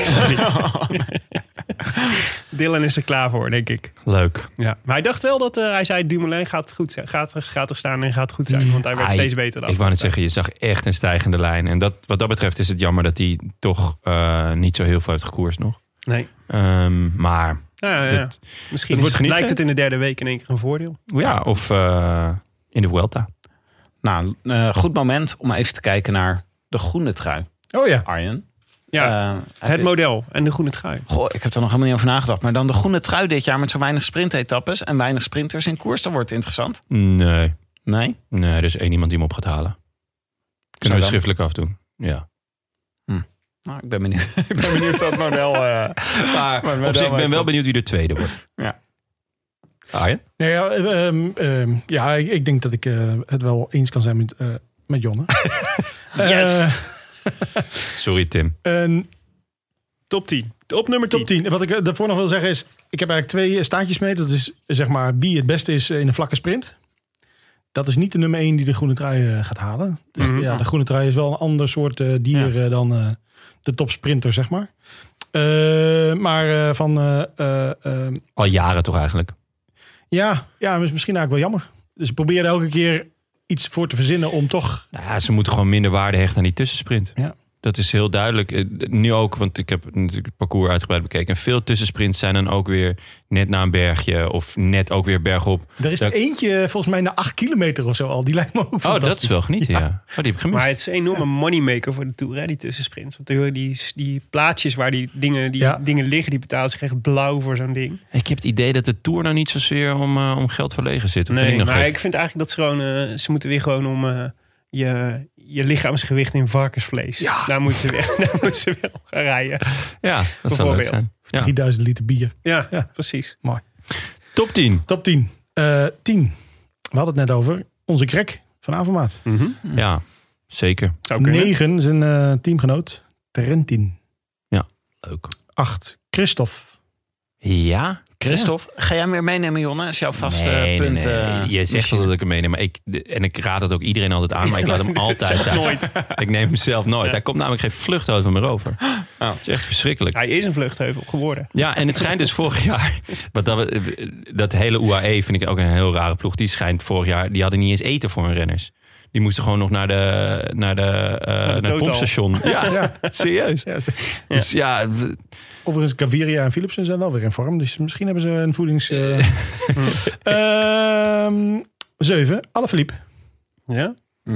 Dylan is er klaar voor, denk ik. Leuk. Ja. Maar hij dacht wel dat hij zei: Dumoulin gaat goed zijn, gaat er staan en gaat goed zijn. Want hij werd steeds beter. Ik wou net zeggen, je zag echt een stijgende lijn. En wat dat betreft is het jammer dat hij toch niet zo heel veel heeft gekoerst nog. Nee. Maar misschien lijkt het in de derde week in één keer een voordeel. ja, of in de Vuelta. Nou, goed moment om even te kijken naar de groene trui. Oh ja. Arjen. Ja, het model en de groene trui. Goh, ik heb er nog helemaal niet over nagedacht. Maar dan de groene trui dit jaar met zo weinig sprintetappes en weinig sprinters in koers. Dat wordt interessant. Nee. Nee? Nee, er is één iemand die hem op gaat halen. Kunnen we schriftelijk afdoen. Ja. Nou, ik ben benieuwd. Ik ben benieuwd dat model. Maar op zich, ik ben wel benieuwd wie de tweede wordt. Ja. Arjen? Nee, ik denk dat ik het wel eens kan zijn met Jonne. Yes! Sorry, Tim. Top 10. Op nummer 10. Top 10. Wat ik daarvoor nog wil zeggen is, ik heb eigenlijk 2 staartjes mee. Dat is zeg maar wie het beste is in een vlakke sprint. Dat is niet de nummer 1 die de groene trui gaat halen. Dus ja, de groene trui is wel een ander soort dier dan de topsprinter, zeg maar. Al jaren toch eigenlijk? Ja, misschien eigenlijk wel jammer. Dus ik probeer elke keer iets voor te verzinnen om toch... Nou ja, ze moeten gewoon minder waarde hechten aan die tussensprint. Ja. Dat is heel duidelijk. Nu ook, want ik heb natuurlijk het parcours uitgebreid bekeken. En veel tussensprints zijn dan ook weer net na een bergje of net ook weer bergop. Er is er eentje volgens mij na 8 kilometer of zo al. Die lijkt me ook fantastisch. Dat is wel genieten, ja. Oh, die heb ik gemist. Maar het is een enorme moneymaker voor de Tour, hè, die tussensprints. Want die plaatjes waar die dingen liggen, die betalen zich echt blauw voor zo'n ding. Ik heb het idee dat de Tour nou niet zozeer om geld verlegen zit. Nee, maar ik vind eigenlijk dat ze gewoon... ze moeten weer gewoon om... Je lichaamsgewicht in varkensvlees. Ja. Daar moeten ze wel gaan rijden. Ja, dat zou leuk zijn. 3000 liter bier. Ja, precies. Mooi. Top 10. Top 10. 10. We hadden het net over. Onze Greg van Avermaat. Ja, zeker. 9 zijn teamgenoot. Trentin. Ja, leuk. 8. Christophe. Ja. Christophe, ga jij meer meenemen, Jonne? Is jouw vaste punt? Nee. Je zegt wel dat ik hem meeneem. Maar ik raad het ook iedereen altijd aan. Maar ik laat hem altijd uit. Nooit. Ik neem hem zelf nooit. Ja. Hij komt namelijk geen vluchtheuvel meer over. Het is echt verschrikkelijk. Hij is een vluchtheuvel geworden. Ja, en het schijnt dus vorig jaar... Dat hele UAE vind ik ook een heel rare ploeg. Die schijnt vorig jaar... Die hadden niet eens eten voor hun renners. Die moesten gewoon nog naar het pompstation. Ja, serieus. Ja. Dus ja... Overigens, Gaviria en Philipsen zijn wel weer in vorm. Dus misschien hebben ze een voedings... 7. Alaphilippe. Ja?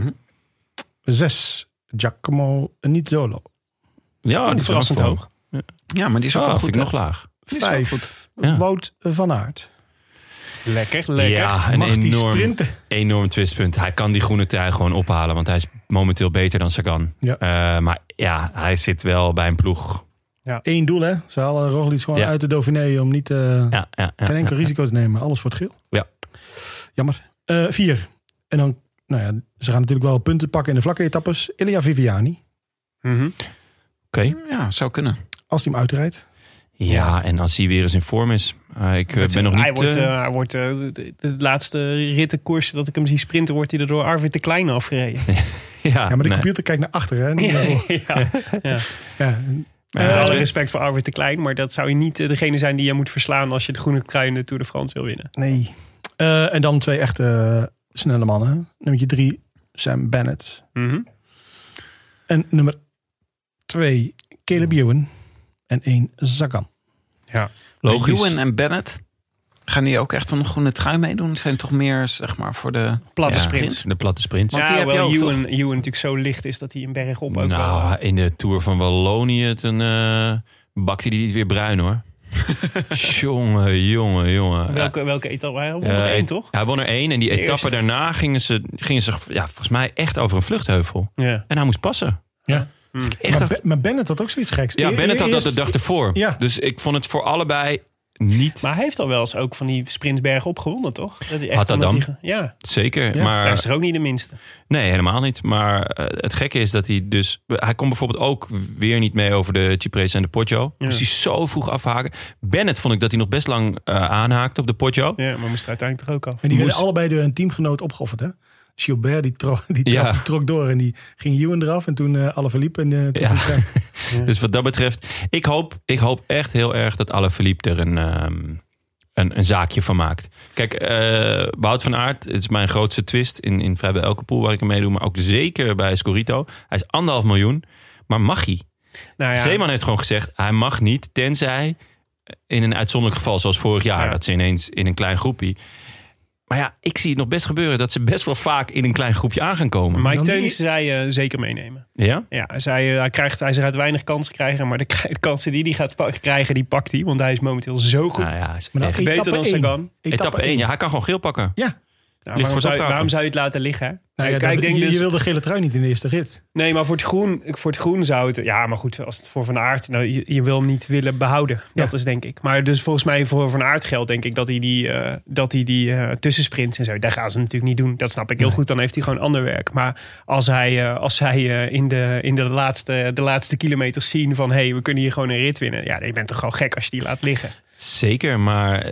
6. Giacomo Nizzolo. Ja, die is verrassend hoog. Ja, maar die is ook wel goed. Vind ik nog laag. 5. Wout van Aert. Lekker. Ja, Mag die sprinten? Enorm twistpunt. Hij kan die groene trui gewoon ophalen. Want hij is momenteel beter dan Sagan. Ja. Maar ja, hij zit wel bij een ploeg. Ja. 1 doel, hè? Ze halen Roglic gewoon uit de Dauphiné om niet geen enkel risico te nemen. Alles wordt geel. Ja. Jammer. 4. En dan, ze gaan natuurlijk wel punten pakken in de vlakke etappes. Elia Viviani. Oké. Ja, zou kunnen. Als hij hem uitrijdt. Ja, en als hij weer eens in vorm is. Ik ben nog niet... Hij wordt de laatste rittenkoers dat ik hem zie sprinten, wordt hij er door Arvid de Klein afgereden. Maar de computer kijkt naar achteren. Met alle respect voor Arvid de Klein, maar dat zou je niet degene zijn die je moet verslaan als je de groene trui in de Tour de France wil winnen. Nee. En dan 2 echte snelle mannen. Nummer 3, Sam Bennett. En nummer 2, Caleb Ewan. En 1, Sagan. Ja. Logisch. Ewan en Bennett, gaan die ook echt een groene trui meedoen? Het zijn toch meer, zeg maar, voor de platte sprint. De platte sprint. Want die Ewan natuurlijk zo licht is dat hij een berg op ook in de Tour van Wallonië, toen bakte hij die weer bruin, hoor. Jongen. Welke etappe? Hij won er 1, toch? Hij won er 1 en die etappe daarna gingen ze volgens mij echt over een vluchtheuvel. Ja. En hij moest passen. Ja. Maar Bennett had ook zoiets geks. Ja, Bennett had dat de dag ervoor. Ja. Dus ik vond het voor allebei niet... Maar hij heeft al wel eens ook van die sprintsbergen opgewonnen, toch? Dat hij echt Had dat dan? Ja. Zeker, Ja. maar... Hij is er ook niet de minste. Nee, helemaal niet. Maar het gekke is dat hij dus... Hij kon bijvoorbeeld ook weer niet mee over de Ciprese en de Poggio. Ja. Dus hij zo vroeg afhaken. Bennett vond ik dat hij nog best lang aanhaakte op de Poggio. Ja, maar moest er uiteindelijk toch ook af. En die werden allebei door een teamgenoot opgeofferd, hè? Gilbert die trok door en die ging Ewan eraf. En toen Alaphilippe en toen ging zij. Dus wat dat betreft... Ik hoop echt heel erg dat Alaphilippe er een zaakje van maakt. Kijk, Wout van Aert, het is mijn grootste twist in vrijwel elke pool waar ik aan meedoe. Maar ook zeker bij Scorito. Hij is 1,5 miljoen. Maar mag hij? Nou ja, Zeeman heeft gewoon gezegd, hij mag niet, tenzij in een uitzonderlijk geval zoals vorig jaar. Ja. Dat ze ineens in een klein groepje... Maar ja, ik zie het nog best gebeuren dat ze best wel vaak in een klein groepje aan gaan komen. Mike Dan Teunissen zei zeker meenemen. Ja? Ja, hij gaat weinig kansen krijgen. Maar de kansen die hij gaat krijgen, die pakt hij. Want hij is momenteel zo goed. Nou ja, is Maar dan echt. Beter dan Sagan. Etappe 1, ja, hij kan gewoon geel pakken. Ja. Nou, Ligt voor het opknapen. waarom zou je het laten liggen? Hè? Nou ja, Kijk, ik denk je dus, wil de gele trui niet in de eerste rit. nee, maar voor het groen zou het... Ja, maar goed, als het voor Van Aert... Nou, je wil hem niet willen behouden. Dat is denk ik. Maar dus volgens mij voor Van Aert geldt denk ik... dat hij die tussensprints en zo... Daar gaan ze natuurlijk niet doen. Dat snap ik heel goed. Dan heeft hij gewoon ander werk. Maar als hij in de laatste kilometers zien van... we kunnen hier gewoon een rit winnen. Ja, je bent toch gewoon gek als je die laat liggen. Zeker, maar...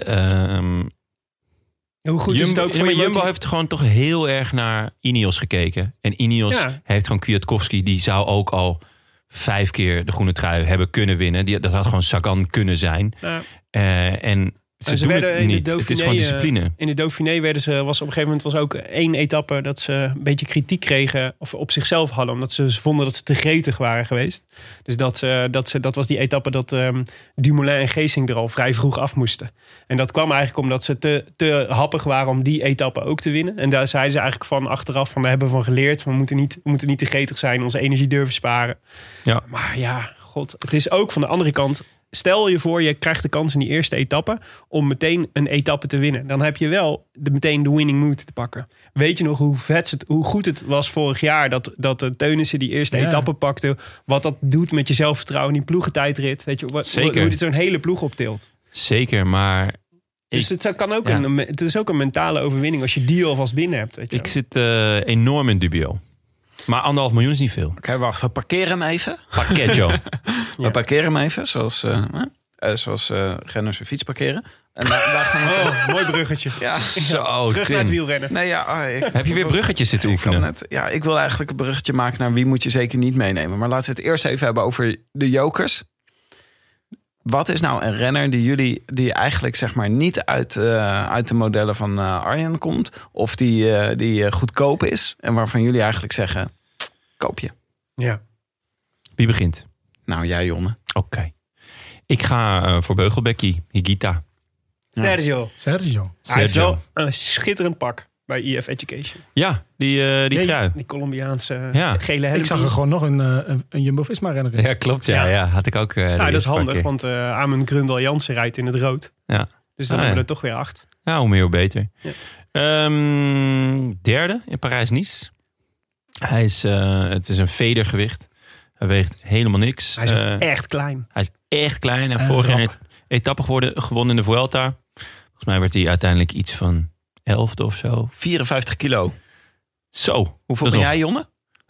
Hoe goed is het ook voor je Jumbo heeft gewoon toch heel erg naar Ineos gekeken. En Ineos heeft gewoon Kwiatkowski. Die zou ook al 5 keer de groene trui hebben kunnen winnen. Dat had gewoon Sagan kunnen zijn. Ja. En ze doen het niet. Het is gewoon discipline. In de Dauphiné was op een gegeven moment ook 1 etappe... dat ze een beetje kritiek kregen of op zichzelf hadden. Omdat ze vonden dat ze te gretig waren geweest. Dus dat was die etappe dat Dumoulin en Geesink er al vrij vroeg af moesten. En dat kwam eigenlijk omdat ze te happig waren om die etappe ook te winnen. En daar zeiden ze eigenlijk van achteraf van... we hebben van geleerd, we moeten niet te gretig zijn... onze energie durven sparen. Ja. Maar ja, god, het is ook van de andere kant... Stel je voor, je krijgt de kans in die eerste etappe om meteen een etappe te winnen. Dan heb je wel meteen de winning mood te pakken. Weet je nog hoe goed het was vorig jaar dat de Teunissen die eerste etappe pakte? Wat dat doet met je zelfvertrouwen in die ploegentijdrit. Weet je, hoe dit zo'n hele ploeg optilt. Zeker, maar... Dus het kan ook het is ook een mentale overwinning als je die alvast binnen hebt. Weet je Ik zit enorm in dubio. Maar 1,5 miljoen is niet veel. Oké, wacht. We parkeren hem even. Pacchetto. We parkeren hem even, zoals renners hun fiets parkeren. En daar gaan we mooi bruggetje. Ja. Zo, Terug naar het Tim. wielrennen. Nee, ja, Heb je weer bruggetjes zitten oefenen? Ik wil eigenlijk een bruggetje maken naar wie moet je zeker niet meenemen. Maar laten we het eerst even hebben over de jokers. Wat is nou een renner die eigenlijk zeg maar niet uit de modellen van Arjen komt? Of die goedkoop is en waarvan jullie eigenlijk zeggen, koop je? Ja. Wie begint? Nou, jij Jonne. Oké. Ik ga voor Beugelbekkie, Higuita. Ja. Sergio. Sergio. Hij heeft wel een schitterend pak bij EF Education. Ja, die trui. Die Colombiaanse Ja. gele helm. Ik zag er gewoon nog een Jumbo-Visma-renner in. Ja, klopt. Ja, had ik ook. Nou, dat is handig, want Amund Gründel Jansen rijdt in het rood. Ja. Dus dan hebben we er toch weer 8. Ja, hoe meer hoe beter. Ja. Derde in Parijs-Nice. Het is een vedergewicht. Hij weegt helemaal niks. Hij is ook echt klein. Hij is echt klein. En vorig jaar een etappe gewonnen in de Vuelta. Volgens mij werd hij uiteindelijk iets van 11e of zo. 54 kilo. Zo. Hoeveel ben jij, Jonne?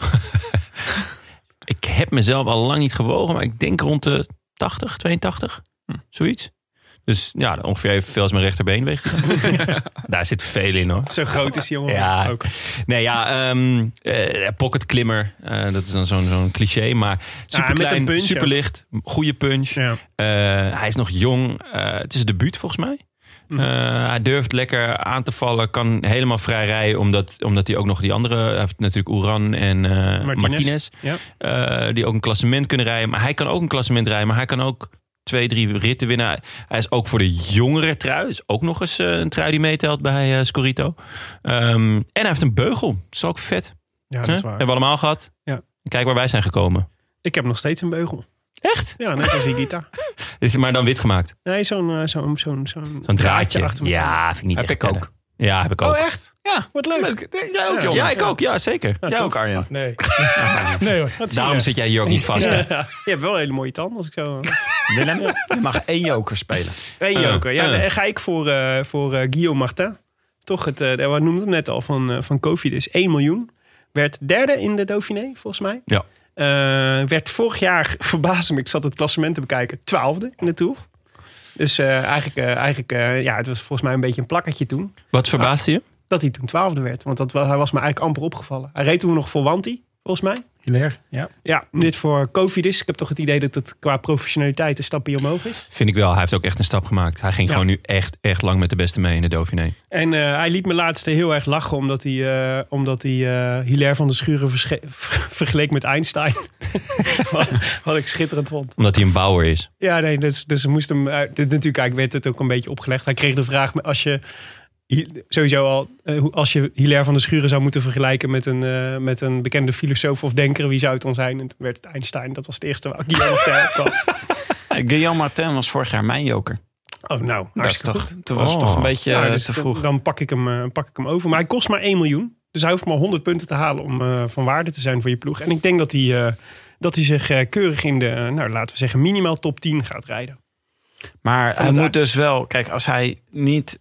Ik heb mezelf al lang niet gewogen, maar ik denk rond de 80, 82. Zoiets. Dus ja, ongeveer evenveel als mijn rechterbeen weegt hij. Daar zit veel in, hoor. Zo groot is hij jongen. Ja. Ook. Nee, pocketklimmer. Dat is dan zo'n cliché, maar super klein, super licht, goede punch. Ja. Hij is nog jong. Het is een debuut volgens mij. Hij durft lekker aan te vallen, kan helemaal vrij rijden, omdat hij ook nog die andere, hij heeft natuurlijk Uran en Martinez, die ook een klassement kunnen rijden. Maar hij kan ook een klassement rijden, maar hij kan ook 2-3 ritten winnen. Hij is ook voor de jongere trui. Is ook nog eens een trui die meetelt bij Scorito. En hij heeft een beugel. Dat is ook vet. Ja, dat is waar. Hebben we allemaal gehad. Ja. Kijk waar wij zijn gekomen. Ik heb nog steeds een beugel. Echt? Ja, net als Higuita. Is het maar dan wit gemaakt? Nee, zo'n Zo'n draadje. achter elkaar. Ja, vind ik niet Heb echt ik ook. kennen. Ja, heb ik ook. Oh, echt? Ja, Wat leuk. Jij ook, jongen. Ja, ik ook. Ja, zeker. Jij ook, Arjen. Nee. Nee hoor. Wat zie Daarom je? zit jij hier ook niet vast. Hè? Ja, je hebt wel hele mooie tanden als ik zo... Willem, je mag 1 joker spelen. Eén joker. Ja, dan ga ik voor Guillaume Martin. Toch we noemden hem net al van Cofidis. 1 miljoen. Werd derde in de Dauphiné, volgens mij. Ja. Werd vorig jaar, verbaasde me, ik zat het klassement te bekijken, 12e in de Tour. Dus eigenlijk het was volgens mij een beetje een plakkertje toen. Wat verbaasde je? Dat hij toen 12e werd. Want hij was me eigenlijk amper opgevallen. Hij reed toen nog voor Wanty, volgens mij. Hilaire, ja. Ja, dit voor Cofidis. Ik heb toch het idee dat het qua professionaliteit een stapje omhoog is. Vind ik wel. Hij heeft ook echt een stap gemaakt. Hij ging gewoon nu echt lang met de beste mee in de Dauphiné. En hij liet me laatst heel erg lachen omdat hij Hilaire van der Schuren vergeleek met Einstein. Wat ik schitterend vond. Omdat hij een bouwer is. Ja, nee, dus moest hem... natuurlijk werd het ook een beetje opgelegd. Hij kreeg de vraag, als je Hilaire van der Schuren zou moeten vergelijken met een bekende filosoof of denker, wie zou het dan zijn? En toen werd het Einstein. Dat was het eerste waar Guillaume Martin kwam. Guillaume Martin was vorig jaar mijn joker. Oh, nou, Dat is hartstikke toch, goed. toen was het toch een beetje Dus te vroeg. Dan pak ik hem over. Maar hij kost maar 1 miljoen. Dus hij hoeft maar 100 punten te halen om van waarde te zijn voor je ploeg. En ik denk dat hij zich keurig in de, laten we zeggen, minimaal top 10 gaat rijden. Maar hij moet dus wel... Kijk, als hij niet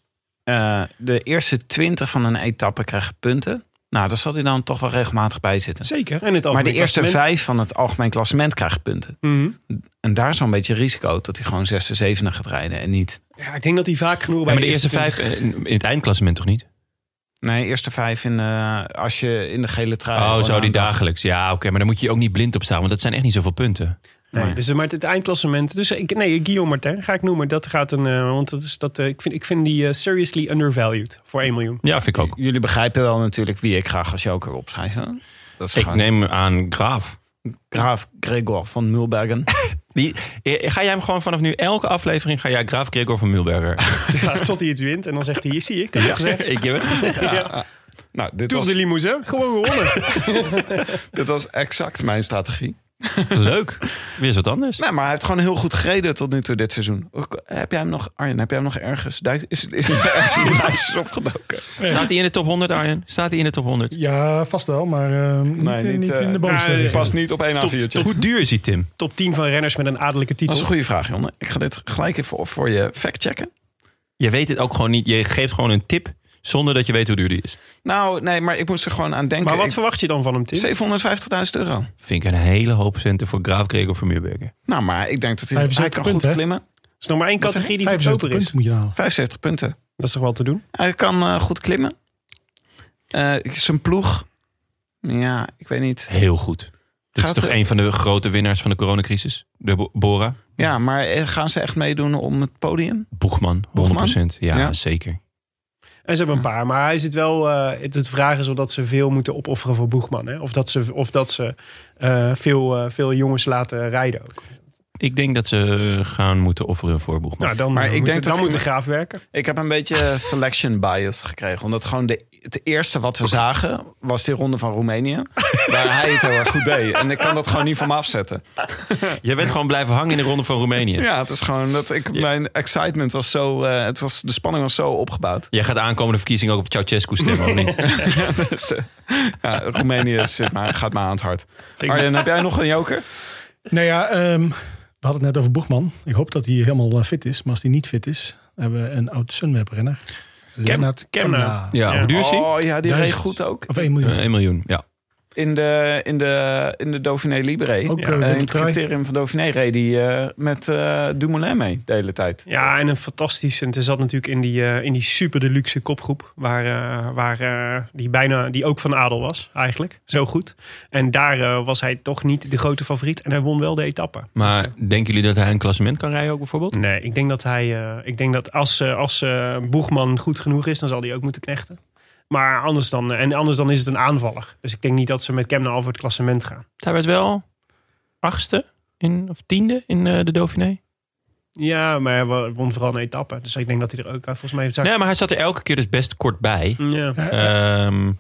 de eerste 20 van een etappe krijgt punten... Nou, dan zal hij dan toch wel regelmatig bij zitten. Zeker. En het Maar de algemeen eerste klassement. 5 van het algemeen klassement krijgen punten. Mhm. En daar is wel een beetje risico dat hij gewoon 6e, 7e gaat rijden en niet... Ja, ik denk dat hij vaak genoeg bij maar de eerste 20. 5 in het eindklassement toch niet? Nee, eerste 5 als je in de gele trui... Oh, zou die dag. dagelijks? Ja, oké. Maar dan moet je ook niet blind op staan. Want dat zijn echt niet zoveel punten. Nee, Nee. dus maar het eindklassement. Dus Guillaume Martin ga ik noemen. Dat gaat want dat is dat. Ik vind die seriously undervalued voor 1 miljoen. Ja, vind ik ook. Jullie begrijpen wel natuurlijk wie ik graag als joker opschrijf. Hè? Dat is Ik gewoon neem aan Graaf. Graaf Gregor van Mulbergen. Ga jij hem gewoon vanaf nu elke aflevering... ga jij Graaf Gregor van Mulberger? Ja, tot hij het wint. En dan zegt hij, zie je, ik heb het gezegd. Ik heb het gezegd. Ja. Nou, dit Tour de Limousin, gewoon gewonnen. dit was exact mijn strategie. Leuk. Weer eens wat anders. Nee, maar hij heeft gewoon heel goed gereden tot nu toe dit seizoen. Heb jij hem nog, Arjen, heb jij hem nog ergens? Is hij ergens in de lijstjes opgedoken? Staat hij in de top 100, Arjen? Staat hij in de top 100? Ja, vast wel, maar niet in de bovenste. Past niet op 1 A4'tje. Hoe duur is hij, Tim? Top 10 van renners met een adellijke Dat titel. is een goede vraag, jongen. Ik ga dit gelijk even voor je factchecken. Je weet het ook gewoon niet. Je geeft gewoon een tip zonder dat je weet hoe duur die is. Nou, nee, maar ik moest er gewoon aan denken. Maar wat verwacht je dan van hem, Tim? €750.000. Vind ik een hele hoop centen voor Graaf Gregor van Mulberger. Nou, maar ik denk dat hij 75 kan goed punten, hè? klimmen. Er is nog maar één categorie die 75 goedkoper is. punten moet je halen. 75 punten. Dat is toch wel te doen? Hij kan goed klimmen. Zijn ploeg. Ja, ik weet niet. Heel goed. Dit is Gaat toch er- een van de grote winnaars van de coronacrisis? De Bora? Ja, maar gaan ze echt meedoen om het podium? Boegman, 100%. Ja, Ja. zeker. En ze hebben een paar, maar hij zit wel. Het vraag is of dat ze veel moeten opofferen voor Boegman. Hè? Of dat ze veel jongens laten rijden ook. Ik denk dat ze gaan moeten offeren voor Boegman. Nou, dan Maar ik denk dat moet de ik- Graaf werken. Ik heb een beetje selection bias gekregen. Omdat gewoon het eerste wat we zagen was die ronde van Roemenië. Waar hij het heel erg goed deed. En ik kan dat gewoon niet van me afzetten. Jij bent gewoon blijven hangen in de ronde van Roemenië. Ja, het is gewoon mijn excitement was zo... de spanning was zo opgebouwd. Jij gaat de aankomende verkiezing ook op Ceausescu stemmen, of niet? Dus, Roemenië gaat me aan het hart. Arjen, heb jij nog een joker? Nou ja, we hadden het net over Boegman. Ik hoop dat hij helemaal fit is. Maar als hij niet fit is, hebben we een oud Sunweb-renner. Lennart Kemna. Ja, hoe duur is hij? Oh ja, die reed 1000. goed ook. Of 1 miljoen. 1 miljoen, ja. In de Dauphiné Libre. Ook in witte het trui. criterium van Dauphiné reed hij met Dumoulin mee de hele tijd. Ja, en een fantastisch. En het zat natuurlijk in die super deluxe kopgroep. Waar die ook van adel was, eigenlijk. Zo goed. En daar was hij toch niet de grote favoriet. En hij won wel de etappe. Maar Dus, denken jullie dat hij een klassement kan rijden ook bijvoorbeeld? nee, ik denk dat als Boegman goed genoeg is, dan zal hij ook moeten knechten. Maar anders dan is het een aanvaller. Dus ik denk niet dat ze met Kemna al voor het klassement gaan. Hij werd wel 8e of 10e in de Dauphiné. Ja, maar hij won vooral een etappe. Dus ik denk dat hij er ook volgens mij... Nee, maar hij zat er elke keer dus best kort bij. Ja.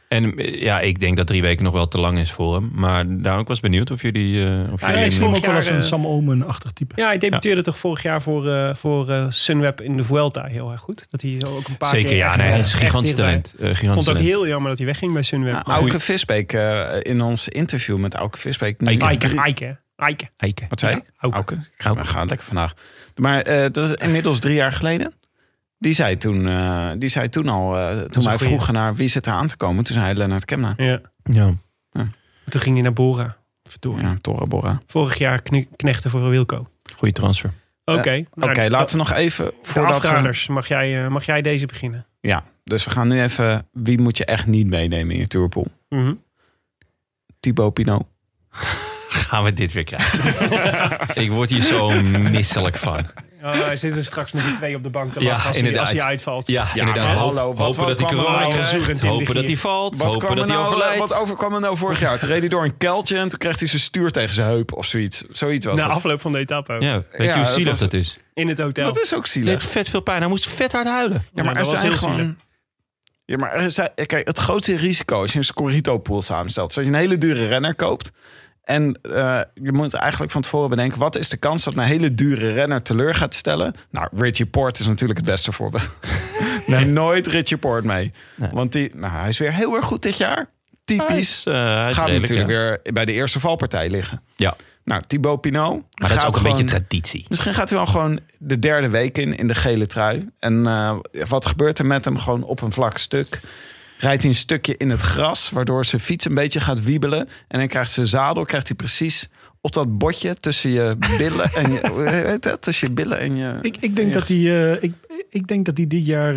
En ja, ik denk dat 3 weken nog wel te lang is voor hem. Maar daarom ik was benieuwd of jullie... ik zie hem ook wel als een Sam Omen-achtig type. Ja, hij debuteerde toch vorig jaar voor Sunweb in de Vuelta heel erg goed. Dat hij zo ook een paar Zeker, keer... Zeker, hij is gigantisch talent. Ik vond het ook heel jammer dat hij wegging bij Sunweb. Ja, Auke Visbeek, in ons interview met Auke Visbeek... Eike. Wat zei ik? Auke. Ik ga lekker vandaag. Maar dat is inmiddels 3 jaar geleden. Die zei toen al, toen wij vroegen naar wie zit er aan te komen, toen zei hij Lennart Kemna. Ja. Toen ging hij naar Bora. Ja, Tora Bora. Vorig jaar knechten voor Wilco. Goeie transfer. Oké, laten we nog even... De afraders, mag jij deze beginnen? Ja, dus we gaan nu even... Wie moet je echt niet meenemen in je tourpool? Thibaut Pinot. Gaan we dit weer krijgen? Ik word hier zo misselijk van. Hij zit er straks met z'n 2 op de bank te lachen als hij uitvalt. Ja, inderdaad. Hopen dat hij corona krijgt. Hopen dat hij valt. Hopen dat hij overlijdt. Wat overkwam er nou vorig jaar? Toen reed hij door een kuiltje en toen kreeg hij zijn stuur tegen zijn heup of zoiets. Zoiets was Na afloop van de etappe ook. Ja, weet je hoe zielig dat is? In het hotel. Dat is ook zielig. Het deed vet veel pijn. Hij moest vet hard huilen. Ja, maar dat was heel zielig. Ja, maar kijk, het grootste risico als je een Scorito-pool samenstelt, zodat je een hele dure renner koopt. En je moet eigenlijk van tevoren bedenken, wat is de kans dat een hele dure renner teleur gaat stellen? Nou, Richie Porte is natuurlijk het beste voorbeeld. Neem nooit Richie Porte mee. Nee. Want hij is weer heel erg goed dit jaar. Typisch. Hij is gaat redelijk, natuurlijk weer bij de eerste valpartij liggen. Ja. Nou, Thibaut Pinot. Maar dat is ook een beetje traditie. Misschien gaat hij wel gewoon de 3e week in de gele trui. En wat gebeurt er met hem? Gewoon op een vlak stuk. Rijdt hij een stukje in het gras, waardoor zijn fiets een beetje gaat wiebelen. En dan krijgt zijn zadel hij op dat botje tussen je billen en je... Hoe heet dat? Tussen je billen en je... Ik denk dat hij dit jaar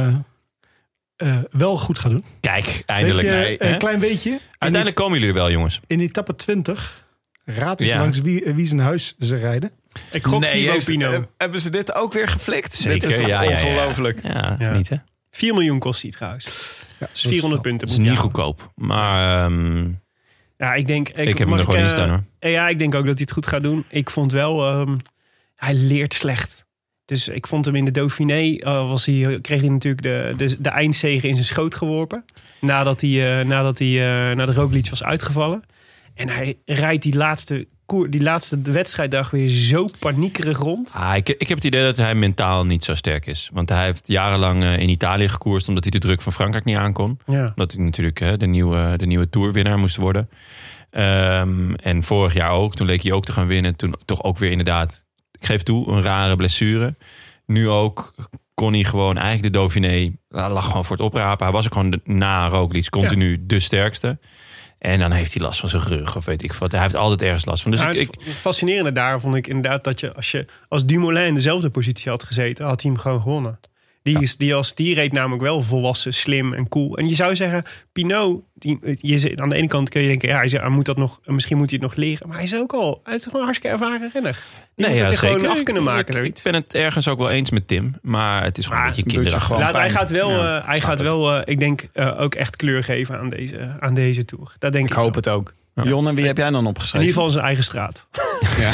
wel goed gaat doen. Kijk, eindelijk. Een klein beetje. Uiteindelijk komen jullie er wel, jongens. In etappe 20 raad eens langs wie zijn huis ze rijden. Ik gok Thibaut Pinot. Hebben ze dit ook weer geflikt? Zeker, dit is toch ongelooflijk. Ja, niet hè? 4 miljoen kost hij trouwens. Ja, dus 400 punten. Dat is niet goedkoop. Maar ja, ik denk... Ik heb hem er gewoon in staan hoor. Ja, ik denk ook dat hij het goed gaat doen. Ik vond wel... hij leert slecht. Dus ik vond hem in de Dauphiné... kreeg hij natuurlijk de eindzege in zijn schoot geworpen. Nadat hij naar de Roglic was uitgevallen. En hij rijdt die laatste wedstrijddag weer zo paniekerig rond. Ik heb het idee dat hij mentaal niet zo sterk is. Want hij heeft jarenlang in Italië gekoerst, omdat hij de druk van Frankrijk niet aankon. Ja. Omdat hij natuurlijk de nieuwe tourwinnaar moest worden. En vorig jaar ook. Toen leek hij ook te gaan winnen. Toen toch ook weer inderdaad, ik geef toe, een rare blessure. Nu ook kon hij gewoon eigenlijk de Dauphiné, lag gewoon voor het oprapen. Hij was ook gewoon na Roglic continu de sterkste. En dan heeft hij last van zijn rug of weet ik wat. Hij heeft altijd ergens last van. Dus het fascinerende daar vond ik inderdaad dat als Dumoulin in dezelfde positie had gezeten, had hij hem gewoon gewonnen. Die reed namelijk wel volwassen, slim en cool. En je zou zeggen, Pinot, aan de ene kant kun je denken, hij moet dat nog, misschien moet hij het nog leren. Maar hij is gewoon een hartstikke ervaren renner. Die moet het er gewoon af kunnen maken. Ik ben het ergens ook wel eens met Tim. Maar het is gewoon een beetje kinderachtig. Hij gaat wel, ik denk, ook echt kleur geven aan deze Tour. Dat denk ik hoop het ook. Ja. Jonne, wie heb jij dan opgeschreven? In ieder geval zijn eigen straat. Ja.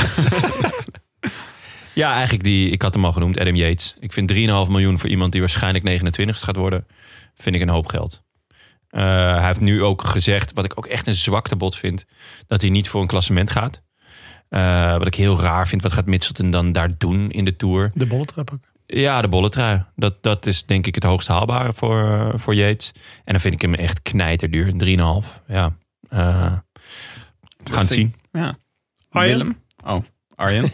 Ja, eigenlijk ik had hem al genoemd, Adam Yates. Ik vind 3,5 miljoen voor iemand die waarschijnlijk 29ste gaat worden, vind ik een hoop geld. Hij heeft nu ook gezegd, wat ik ook echt een zwaktebod vind, dat hij niet voor een klassement gaat. Wat ik heel raar vind, wat gaat Mitchelton dan daar doen in de Tour? De bolletrui ook. Ja, de bolletrui. Dat is denk ik het hoogst haalbare voor Yates. En dan vind ik hem echt knijterduur, 3,5. Ja, we gaan het zien. Ja. Willem? Oh. Arjen?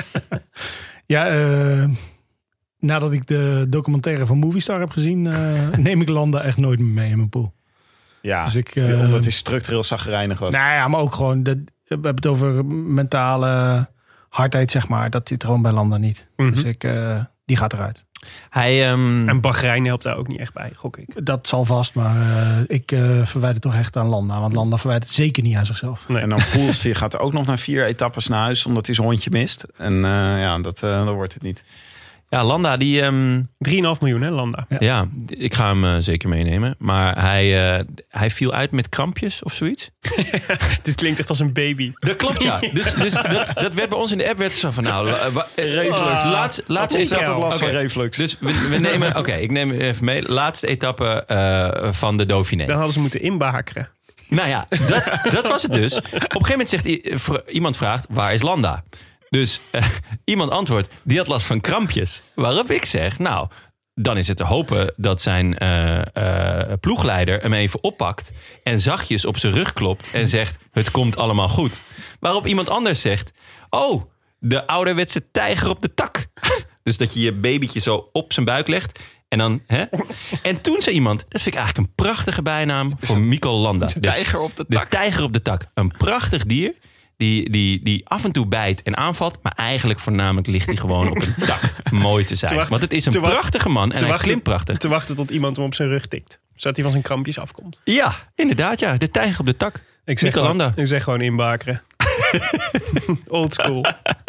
Nadat ik de documentaire van Movistar heb gezien, neem ik Landa echt nooit meer mee in mijn pool. Ja, dus omdat hij structureel chagrijnig was. Nou ja, maar ook gewoon, we hebben het over mentale hardheid, zeg maar. Dat zit er gewoon bij Landa niet. Mm-hmm. Dus die gaat eruit. En Bahrein helpt daar ook niet echt bij, gok ik. Dat zal vast, maar ik verwijder toch echt aan Landa. Want Landa verwijt het zeker niet aan zichzelf. Nee. En dan Poels, die gaat ook nog naar 4 etappes naar huis, omdat hij zijn hondje mist. En dat wordt het niet. Ja, Landa, die... 3,5 miljoen, hè, Landa. Ja, ik ga hem zeker meenemen. Maar hij viel uit met krampjes of zoiets. Dit klinkt echt als een baby. Dat klopt, ja. Dus dat werd bij ons in de app werd zo van... Reflux. Laatste Ontzettend last van Oké. reflux. Dus we nemen... Oké, ik neem even mee. Laatste etappe van de Dauphiné. Dan hadden ze moeten inbakeren. Nou ja, dat was het dus. Op een gegeven moment zegt iemand vraagt, waar is Landa? Dus iemand antwoordt, die had last van krampjes. Waarop ik zeg, nou, dan is het te hopen dat zijn ploegleider hem even oppakt en zachtjes op zijn rug klopt en zegt, het komt allemaal goed. Waarop iemand anders zegt, oh, de ouderwetse tijger op de tak. Dus dat je je babytje zo op zijn buik legt. En dan, hè? En toen zei iemand, dat vind ik eigenlijk een prachtige bijnaam voor Mikkel Landa. De tijger op de tak. De tijger op de tak. Een prachtig dier die af en toe bijt en aanvalt. Maar eigenlijk voornamelijk ligt hij gewoon op een tak mooi te zijn. Want het is een prachtige man en hij klimt prachtig. Te wachten tot iemand hem op zijn rug tikt. Zodat hij van zijn krampjes afkomt. Ja, inderdaad ja. De tijger op de tak. Mikkel Landa. Ik zeg gewoon inbakeren. Old school.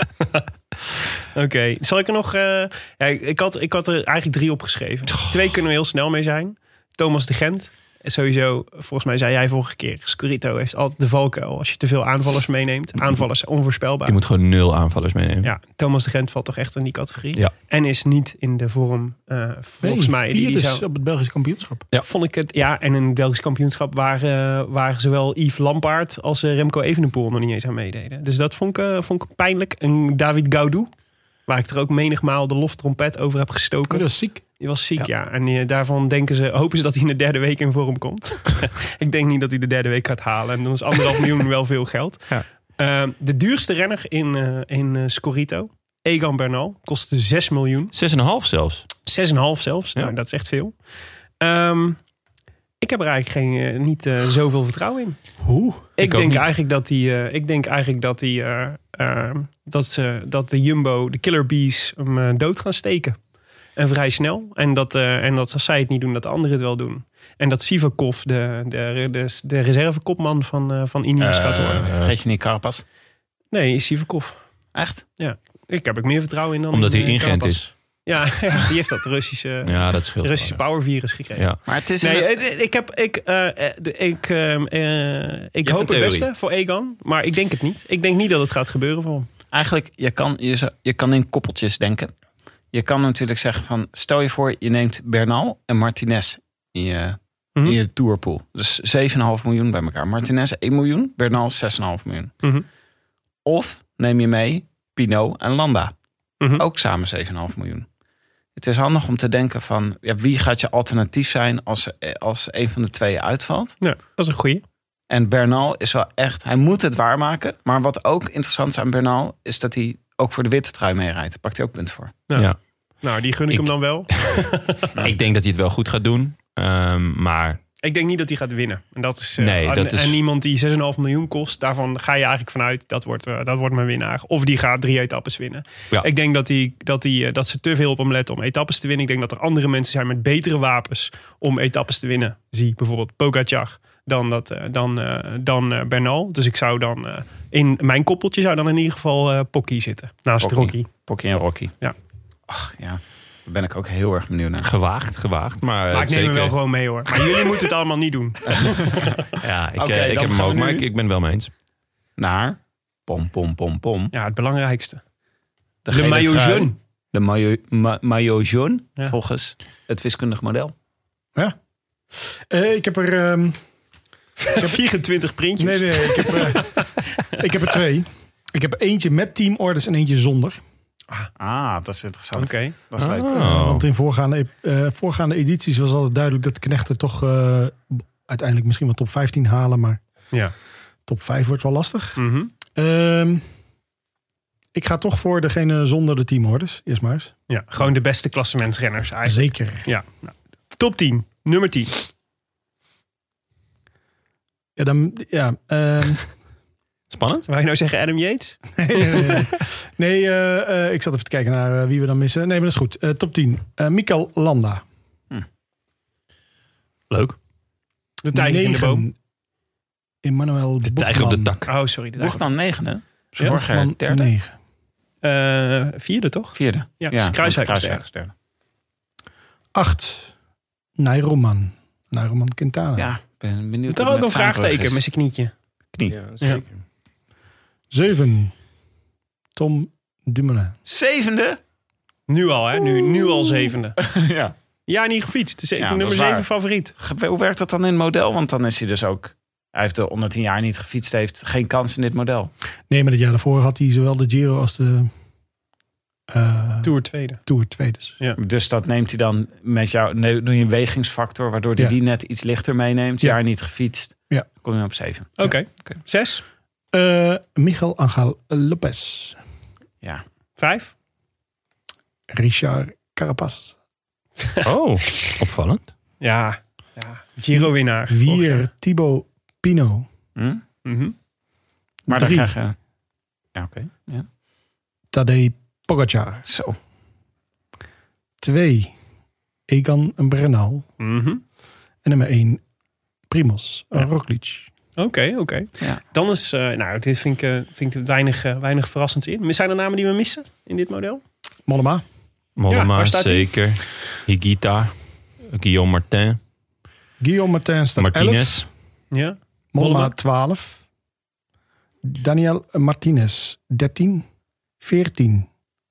Oké, zal ik er nog... ik had er eigenlijk 3 opgeschreven. 2 kunnen we heel snel mee zijn. Thomas de Gent. Sowieso, volgens mij zei jij vorige keer... Scorito heeft altijd de valkuil. Als je te veel aanvallers meeneemt. Aanvallers zijn onvoorspelbaar. Je moet gewoon 0 aanvallers meenemen. Ja, Thomas de Gent valt toch echt in die categorie. Ja. En is niet in de vorm, volgens mij... Die zou... op het Belgisch kampioenschap. Ja. Vond ik het, ja, en in het Belgisch kampioenschap waren zowel Yves Lampaert als Remco Evenepoel nog niet eens aan meededen. Dus dat vond ik pijnlijk. En David Gaudu, waar ik er ook menigmaal de loftrompet over heb gestoken. Dat is ziek. Die was ziek, ja. En daarvan hopen ze dat hij in de 3e week in vorm komt. Ik denk niet dat hij de 3e week gaat halen. En dan is 1,5 miljoen wel veel geld. Ja. De duurste renner in Scorito, Egan Bernal, kostte 6 miljoen. 6,5 zelfs. 6,5 zelfs. Ja. Nou, dat is echt veel. Ik heb er eigenlijk niet zoveel vertrouwen in. Hoe? Ik denk eigenlijk dat de Jumbo, de Killer Bees, hem dood gaan steken. En vrij snel. En dat als zij het niet doen, dat de anderen het wel doen. En dat Sivakov de reservekopman van Ineos gaat worden. Vergeet je niet Carapaz? Nee, Sivakov. Echt? Ja. Ik heb meer vertrouwen in dan omdat hij in in Gent Carapaz. is. Ja, die heeft dat Russische, Ja, dat scheelt Russische wel, powervirus gekregen. ja. Maar het is Ik hoop het beste voor Egan, maar ik denk het niet. Ik denk niet dat het gaat gebeuren voor hem. eigenlijk, je kan in koppeltjes denken. Je kan natuurlijk zeggen van, stel je voor, je neemt Bernal en Martinez in je tourpool. Dus 7,5 miljoen bij elkaar. Martinez 1 miljoen, Bernal 6,5 miljoen. Mm-hmm. Of neem je mee Pinot en Landa. Mm-hmm. Ook samen 7,5 miljoen. Het is handig om te denken van, ja, wie gaat je alternatief zijn als een van de twee uitvalt? Ja, dat is een goeie. En Bernal is wel echt, hij moet het waarmaken. Maar wat ook interessant is aan Bernal, is dat hij ook voor de witte trui meerijdt. Daar pakt hij ook punt voor. Ja. Nou, die gun ik hem dan wel. Ik denk dat hij het wel goed gaat doen. Maar Ik denk niet dat hij gaat winnen. En dat is, is... En iemand die 6,5 miljoen kost, daarvan ga je eigenlijk vanuit, dat wordt mijn winnaar. Of die gaat 3 etappes winnen. Ja. Ik denk dat ze te veel op hem letten om etappes te winnen. Ik denk dat er andere mensen zijn met betere wapens om etappes te winnen. Zie bijvoorbeeld Pogacar dan Bernal. Dus ik zou dan in mijn koppeltje zou dan in ieder geval Pocky zitten. Naast Rocky. Pocky en Rocky. Ja. Ach ja. Daar ben ik ook heel erg benieuwd naar. Gewaagd. Maar ik neem hem wel gewoon mee hoor. Maar jullie moeten het allemaal niet doen. Ja, ik heb hem ook, maar ik ben wel mee eens. Naar pom. Ja, het belangrijkste. De maillot jaune. De maillot jaune, volgens het wiskundig model. Ja. Ik heb er... 24 printjes. Nee. Ik heb er 2. Ik heb eentje met teamorders en eentje zonder. Dat is interessant. Oké. Dat is leuk. Want in voorgaande edities was altijd duidelijk dat de knechten toch uiteindelijk misschien wel top 15 halen. Maar top 5 wordt wel lastig. Mm-hmm. Ik ga toch voor degene zonder de teamorders. Eerst maar eens. Ja, gewoon de beste klassementsrenners eigenlijk. Zeker. Ja. Nou, top 10. Nummer 10. Spannend. Wou je nou zeggen Adam Yates? Nee, ik zat even te kijken naar wie we dan missen. Nee, maar dat is goed. Top 10. Mikkel Landa. Leuk. De tijger in de boom. Emmanuel de tijger op de tak. Oh, sorry. Boegman 9, hè? Vorig jaar 3. Vierde, toch? Vierde. Ja, dus Kruiswijk is derde. 8. Nairoman Quintana. Ja, ben benieuwd. Toch ook een vraagteken met zijn knietje. Knie. Ja, zeker. 7. Tom Dumoulin. 7e? Nu al, hè? Nu al 7e. Ja. Ja, niet gefietst. Dus Ja, nummer dat is 7 waar. favoriet. Hoe werkt dat dan in het model? Want dan is hij dus ook... Hij heeft de onder 10 jaar niet gefietst. Heeft geen kans in dit model. Nee, maar het jaar daarvoor had hij zowel de Giro als de Tour tweede. Tour tweede. Ja. Dus dat neemt hij dan met jou... Doe je een wegingsfactor... waardoor hij Ja. die net iets lichter meeneemt. Ja. Jaar niet gefietst. Ja. Kom je op 7. Oké. 6, Miguel Angel Lopez. Ja. 5. Richard Carapaz. Oh, opvallend. Ja. Giro-winnaar. 4. Thibaut Pinot. Hm? Mhm. Maar dan 3. krijg je... Ja, oké. Ja. Tadej Pogacar. Zo. 2. Egan Bernal. Mhm. En nummer 1. Primoz Roglic. Oké. Ja. Dan is... dit vind ik weinig verrassend in. Zijn er namen die we missen in dit model? Mollema. Mollema, waar staat hij? zeker. Higuita. Guillaume Martin. Guillaume Martin staat 11. Martinez. Ja. Mollema Mollema. 12. Daniel Martinez 13. 14.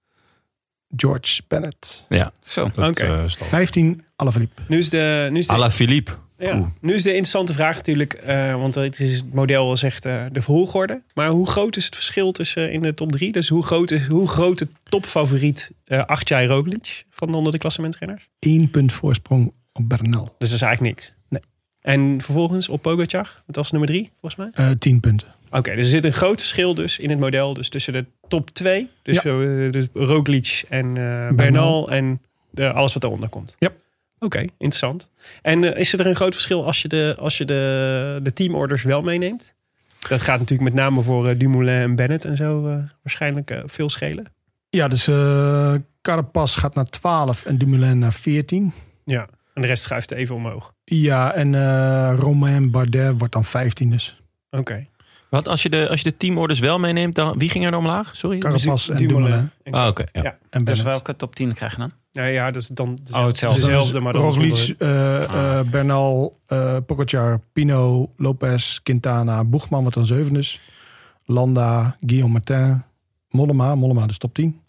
George Bennett. Ja, Zo. dat Oké. stond. 15. Alaphilippe. Nu is de Alaphilippe. Oeh. Nu is de interessante vraag natuurlijk, want het model zegt de volgorde. Maar hoe groot is het verschil tussen in de top 3? Dus hoe groot de topfavoriet Artjai Roglic van onder de klassementrenners? 1 punt voorsprong op Bernal. Dus dat is eigenlijk niks. Nee. En vervolgens op Pogacar, dat was nummer 3 volgens mij. 10 punten. Oké, dus er zit een groot verschil dus in het model. Dus tussen de top 2, dus, dus Roglic en Bernal en alles wat daaronder komt. Ja. Oké, interessant. En is er een groot verschil als je de teamorders wel meeneemt? Dat gaat natuurlijk met name voor Dumoulin en Bennett en zo waarschijnlijk veel schelen. Ja, dus Carapaz gaat naar 12 en Dumoulin naar 14. Ja, en de rest schuift even omhoog. Ja, en Romain Bardet wordt dan 15 dus. Oké. Wat als je de teamorders wel meeneemt, dan wie ging er omlaag? Sorry. Carapaz en Dumoulin Ah, oké. Ja. Ja. en Dus Bennett. welke top 10 krijg je dan? Ja, dat is dan hetzelfde. dezelfde, maar dan Roglic, zonder- Bernal, Pogacar, Pinot, Lopez, Quintana, Boegman wordt dan 7 dus. Landa, Guillaume Martin, Mollema dus top 10.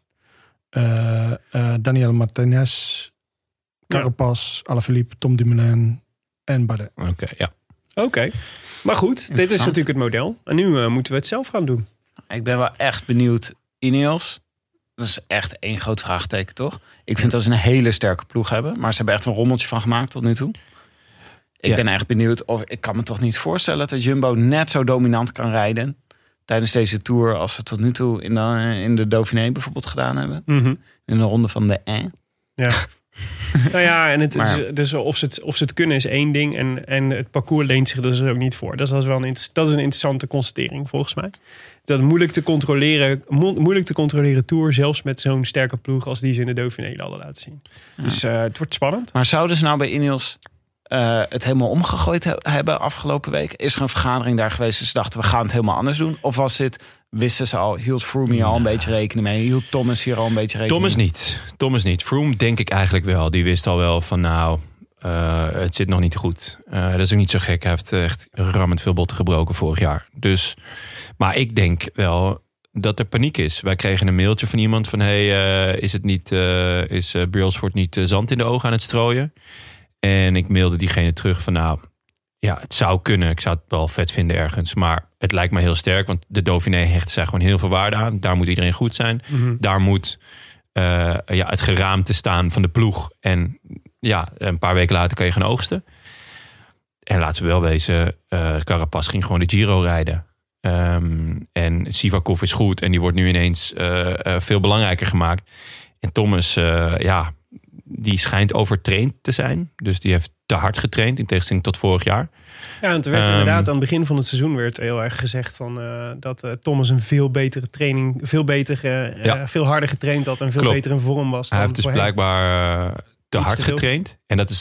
Daniel Martinez, Carapaz, Alaphilippe, Tom Dumoulin en Bardet. Oké, ja. Oké. Maar goed, dit is Interessant. natuurlijk het model. En nu moeten we het zelf gaan doen. Ik ben wel echt benieuwd. Ineos, dat is echt één groot vraagteken, toch? Ik vind dat ze een hele sterke ploeg hebben. Maar ze hebben echt een rommeltje van gemaakt tot nu toe. Ik ben echt benieuwd. Ik kan me toch niet voorstellen dat Jumbo net zo dominant kan rijden tijdens deze Tour als ze tot nu toe in de Dauphiné bijvoorbeeld gedaan hebben. In de ronde van de Ja. Nou ja, en Maar- dus of ze het kunnen is één ding. En het parcours leent zich er dus ook niet voor. Dat is wel dat is een interessante constatering volgens mij. Dat moeilijk te controleren Tour, zelfs met zo'n sterke ploeg als die ze in de Dauphiné hadden laten zien. Ja. Dus het wordt spannend. Maar zouden ze nou bij Ineos het helemaal omgegooid hebben afgelopen week? Is er een vergadering daar geweest en ze dachten we gaan het helemaal anders doen? Of wisten ze al, hield Froome hier al een beetje rekening mee? Hield Thomas hier al een beetje rekening mee? Thomas niet. Froome denk ik eigenlijk wel. Die wist al wel van het zit nog niet goed. Dat is ook niet zo gek. Hij heeft echt rammend veel botten gebroken vorig jaar. Dus, maar ik denk wel dat er paniek is. Wij kregen een mailtje van iemand van is Brailsford niet zand in de ogen aan het strooien? En ik mailde diegene terug van het zou kunnen. Ik zou het wel vet vinden ergens. Maar het lijkt me heel sterk. Want de Dauphiné hecht zich gewoon heel veel waarde aan. Daar moet iedereen goed zijn. Daar moet het geraamte staan van de ploeg. En een paar weken later kan je gaan oogsten. En laten we wel wezen. Carapaz ging gewoon de Giro rijden. En Sivakov is goed. En die wordt nu ineens veel belangrijker gemaakt. En Thomas, die schijnt overtraind te zijn. Dus die heeft te hard getraind in tegenstelling tot vorig jaar. Ja, want er werd inderdaad aan het begin van het seizoen werd heel erg gezegd van dat Thomas een veel betere training, veel harder getraind had en veel Klopt. beter in vorm was. Hij dan heeft dus voorheen. blijkbaar te Iets hard te veel. getraind. En dat is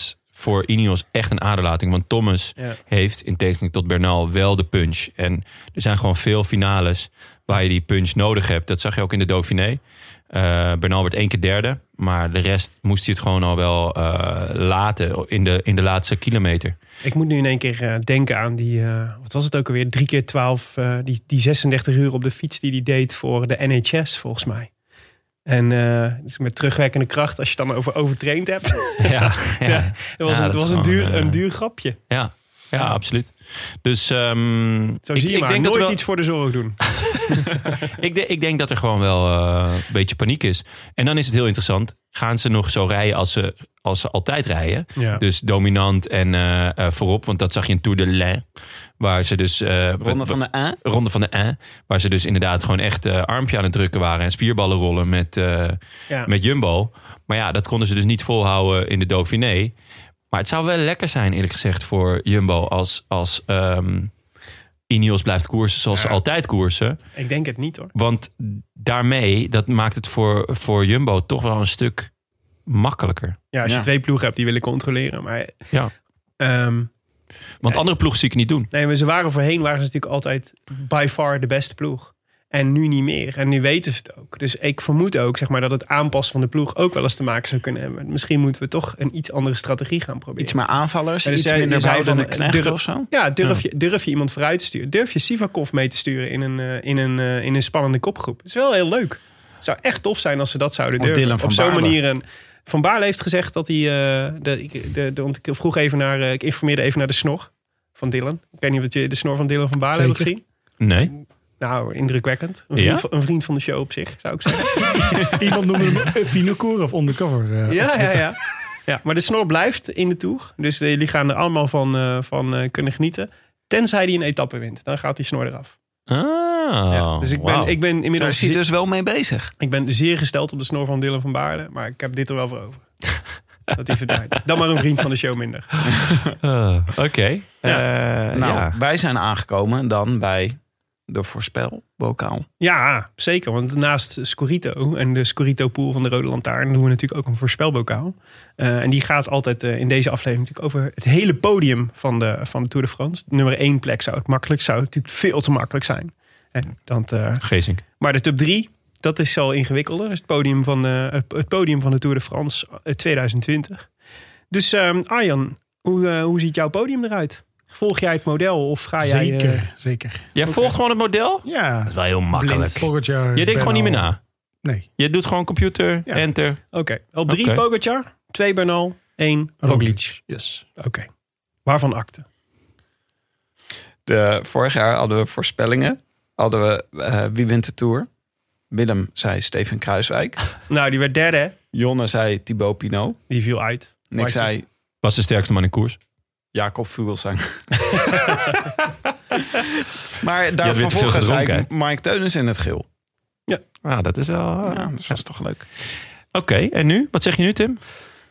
voor Ineos echt een aderlating. Want Thomas heeft, in tegenstelling tot Bernal, wel de punch. En er zijn gewoon veel finales waar je die punch nodig hebt. Dat zag je ook in de Dauphiné. Bernal werd 1 keer derde. Maar de rest moest hij het gewoon al wel laten in de laatste kilometer. Ik moet nu in één keer denken aan die... wat was het ook alweer? 3 keer 12. Die 36 uur op de fiets die hij deed voor de NHS, volgens mij. En dus met terugwerkende kracht, als je het dan over overtraind hebt. Dat was een duur grapje. Ja, absoluut. Dus Zo zie je ik maar, denk nooit dat iets voor de zorg doen. ik denk dat er gewoon wel een beetje paniek is. En dan is het heel interessant. Gaan ze nog zo rijden als ze altijd rijden? Ja. Dus dominant en voorop. Want dat zag je in Tour de l'Ain. Waar ze dus... Ronde van de Ain. Waar ze dus inderdaad gewoon echt armpje aan het drukken waren. En spierballen rollen met Jumbo. Maar ja, dat konden ze dus niet volhouden in de Dauphiné. Maar het zou wel lekker zijn, eerlijk gezegd, voor Jumbo als Ineos blijft koersen zoals ze altijd koersen. Ik denk het niet, hoor. Want daarmee, dat maakt het voor Jumbo toch wel een stuk makkelijker. Ja, als je 2 ploegen hebt die willen controleren. Maar, want andere ploegen zie ik niet doen. Nee, maar waren ze natuurlijk altijd by far de beste ploeg. En nu niet meer. En nu weten ze het ook. Dus ik vermoed ook, zeg maar, dat het aanpassen van de ploeg ook wel eens te maken zou kunnen hebben. Misschien moeten we toch een iets andere strategie gaan proberen. Iets meer aanvallers, dus iets minder behoudende knechten of zo? Ja, durf je iemand vooruit te sturen? Durf je Sivakov mee te sturen in een spannende kopgroep? Het is wel heel leuk. Het zou echt tof zijn als ze dat zouden durven. Op zo'n manier. Van Baarle heeft gezegd dat hij... want ik vroeg even ik informeerde even naar de snor van Dylan. Ik weet niet of je de snor van Dylan van Baarle hebt gezien. Nee. Nou, indrukwekkend. Een vriend van de show op zich, zou ik zeggen. Iemand noemde hem Vinokour of Undercover. Ja, maar de snor blijft in de Tour. Dus jullie gaan er allemaal van kunnen genieten. Tenzij hij een etappe wint. Dan gaat die snor eraf. Dus ik ben inmiddels... Daar is hij dus wel mee bezig. Ik ben zeer gesteld op de snor van Dylan van Baarle. Maar ik heb dit er wel voor over. Dat hij verdwijnt. Dan maar een vriend van de show minder. Oké. Wij zijn aangekomen dan bij... de voorspelbokaal. Ja, zeker. Want naast Scorito en de Scorito-pool van de Rode Lantaarn... doen we natuurlijk ook een voorspelbokaal. En die gaat altijd in deze aflevering natuurlijk over het hele podium van de Tour de France. De nummer 1 plek zou natuurlijk veel te makkelijk zijn. Geesink. Maar de top 3, dat is al ingewikkelder. Het podium van de Tour de France 2020. Dus Arjan, hoe ziet jouw podium eruit? Volg jij het model of ga jij... Zeker. Jij volgt gewoon het model? Ja. Dat is wel heel makkelijk. Pogacar, Je denkt gewoon niet meer na? Nee. Je doet gewoon computer, enter. Oké. Op 3 Pogacar, 2 Bernal, 1 Roglic. Yes. Oké. Waarvan akte? Vorig jaar hadden we voorspellingen. Wie wint de Tour? Willem zei Steven Kruiswijk. Nou, die werd derde, hè? Jonne zei Thibaut Pinot. Die viel uit. En ik zei... Was de sterkste man in koers? Jacob Vogelsang. Maar daar vervolgens zei ik Mike Teunissen in het geel. Ja, dat is wel... dat was toch leuk. Oké, en nu? Wat zeg je nu, Tim?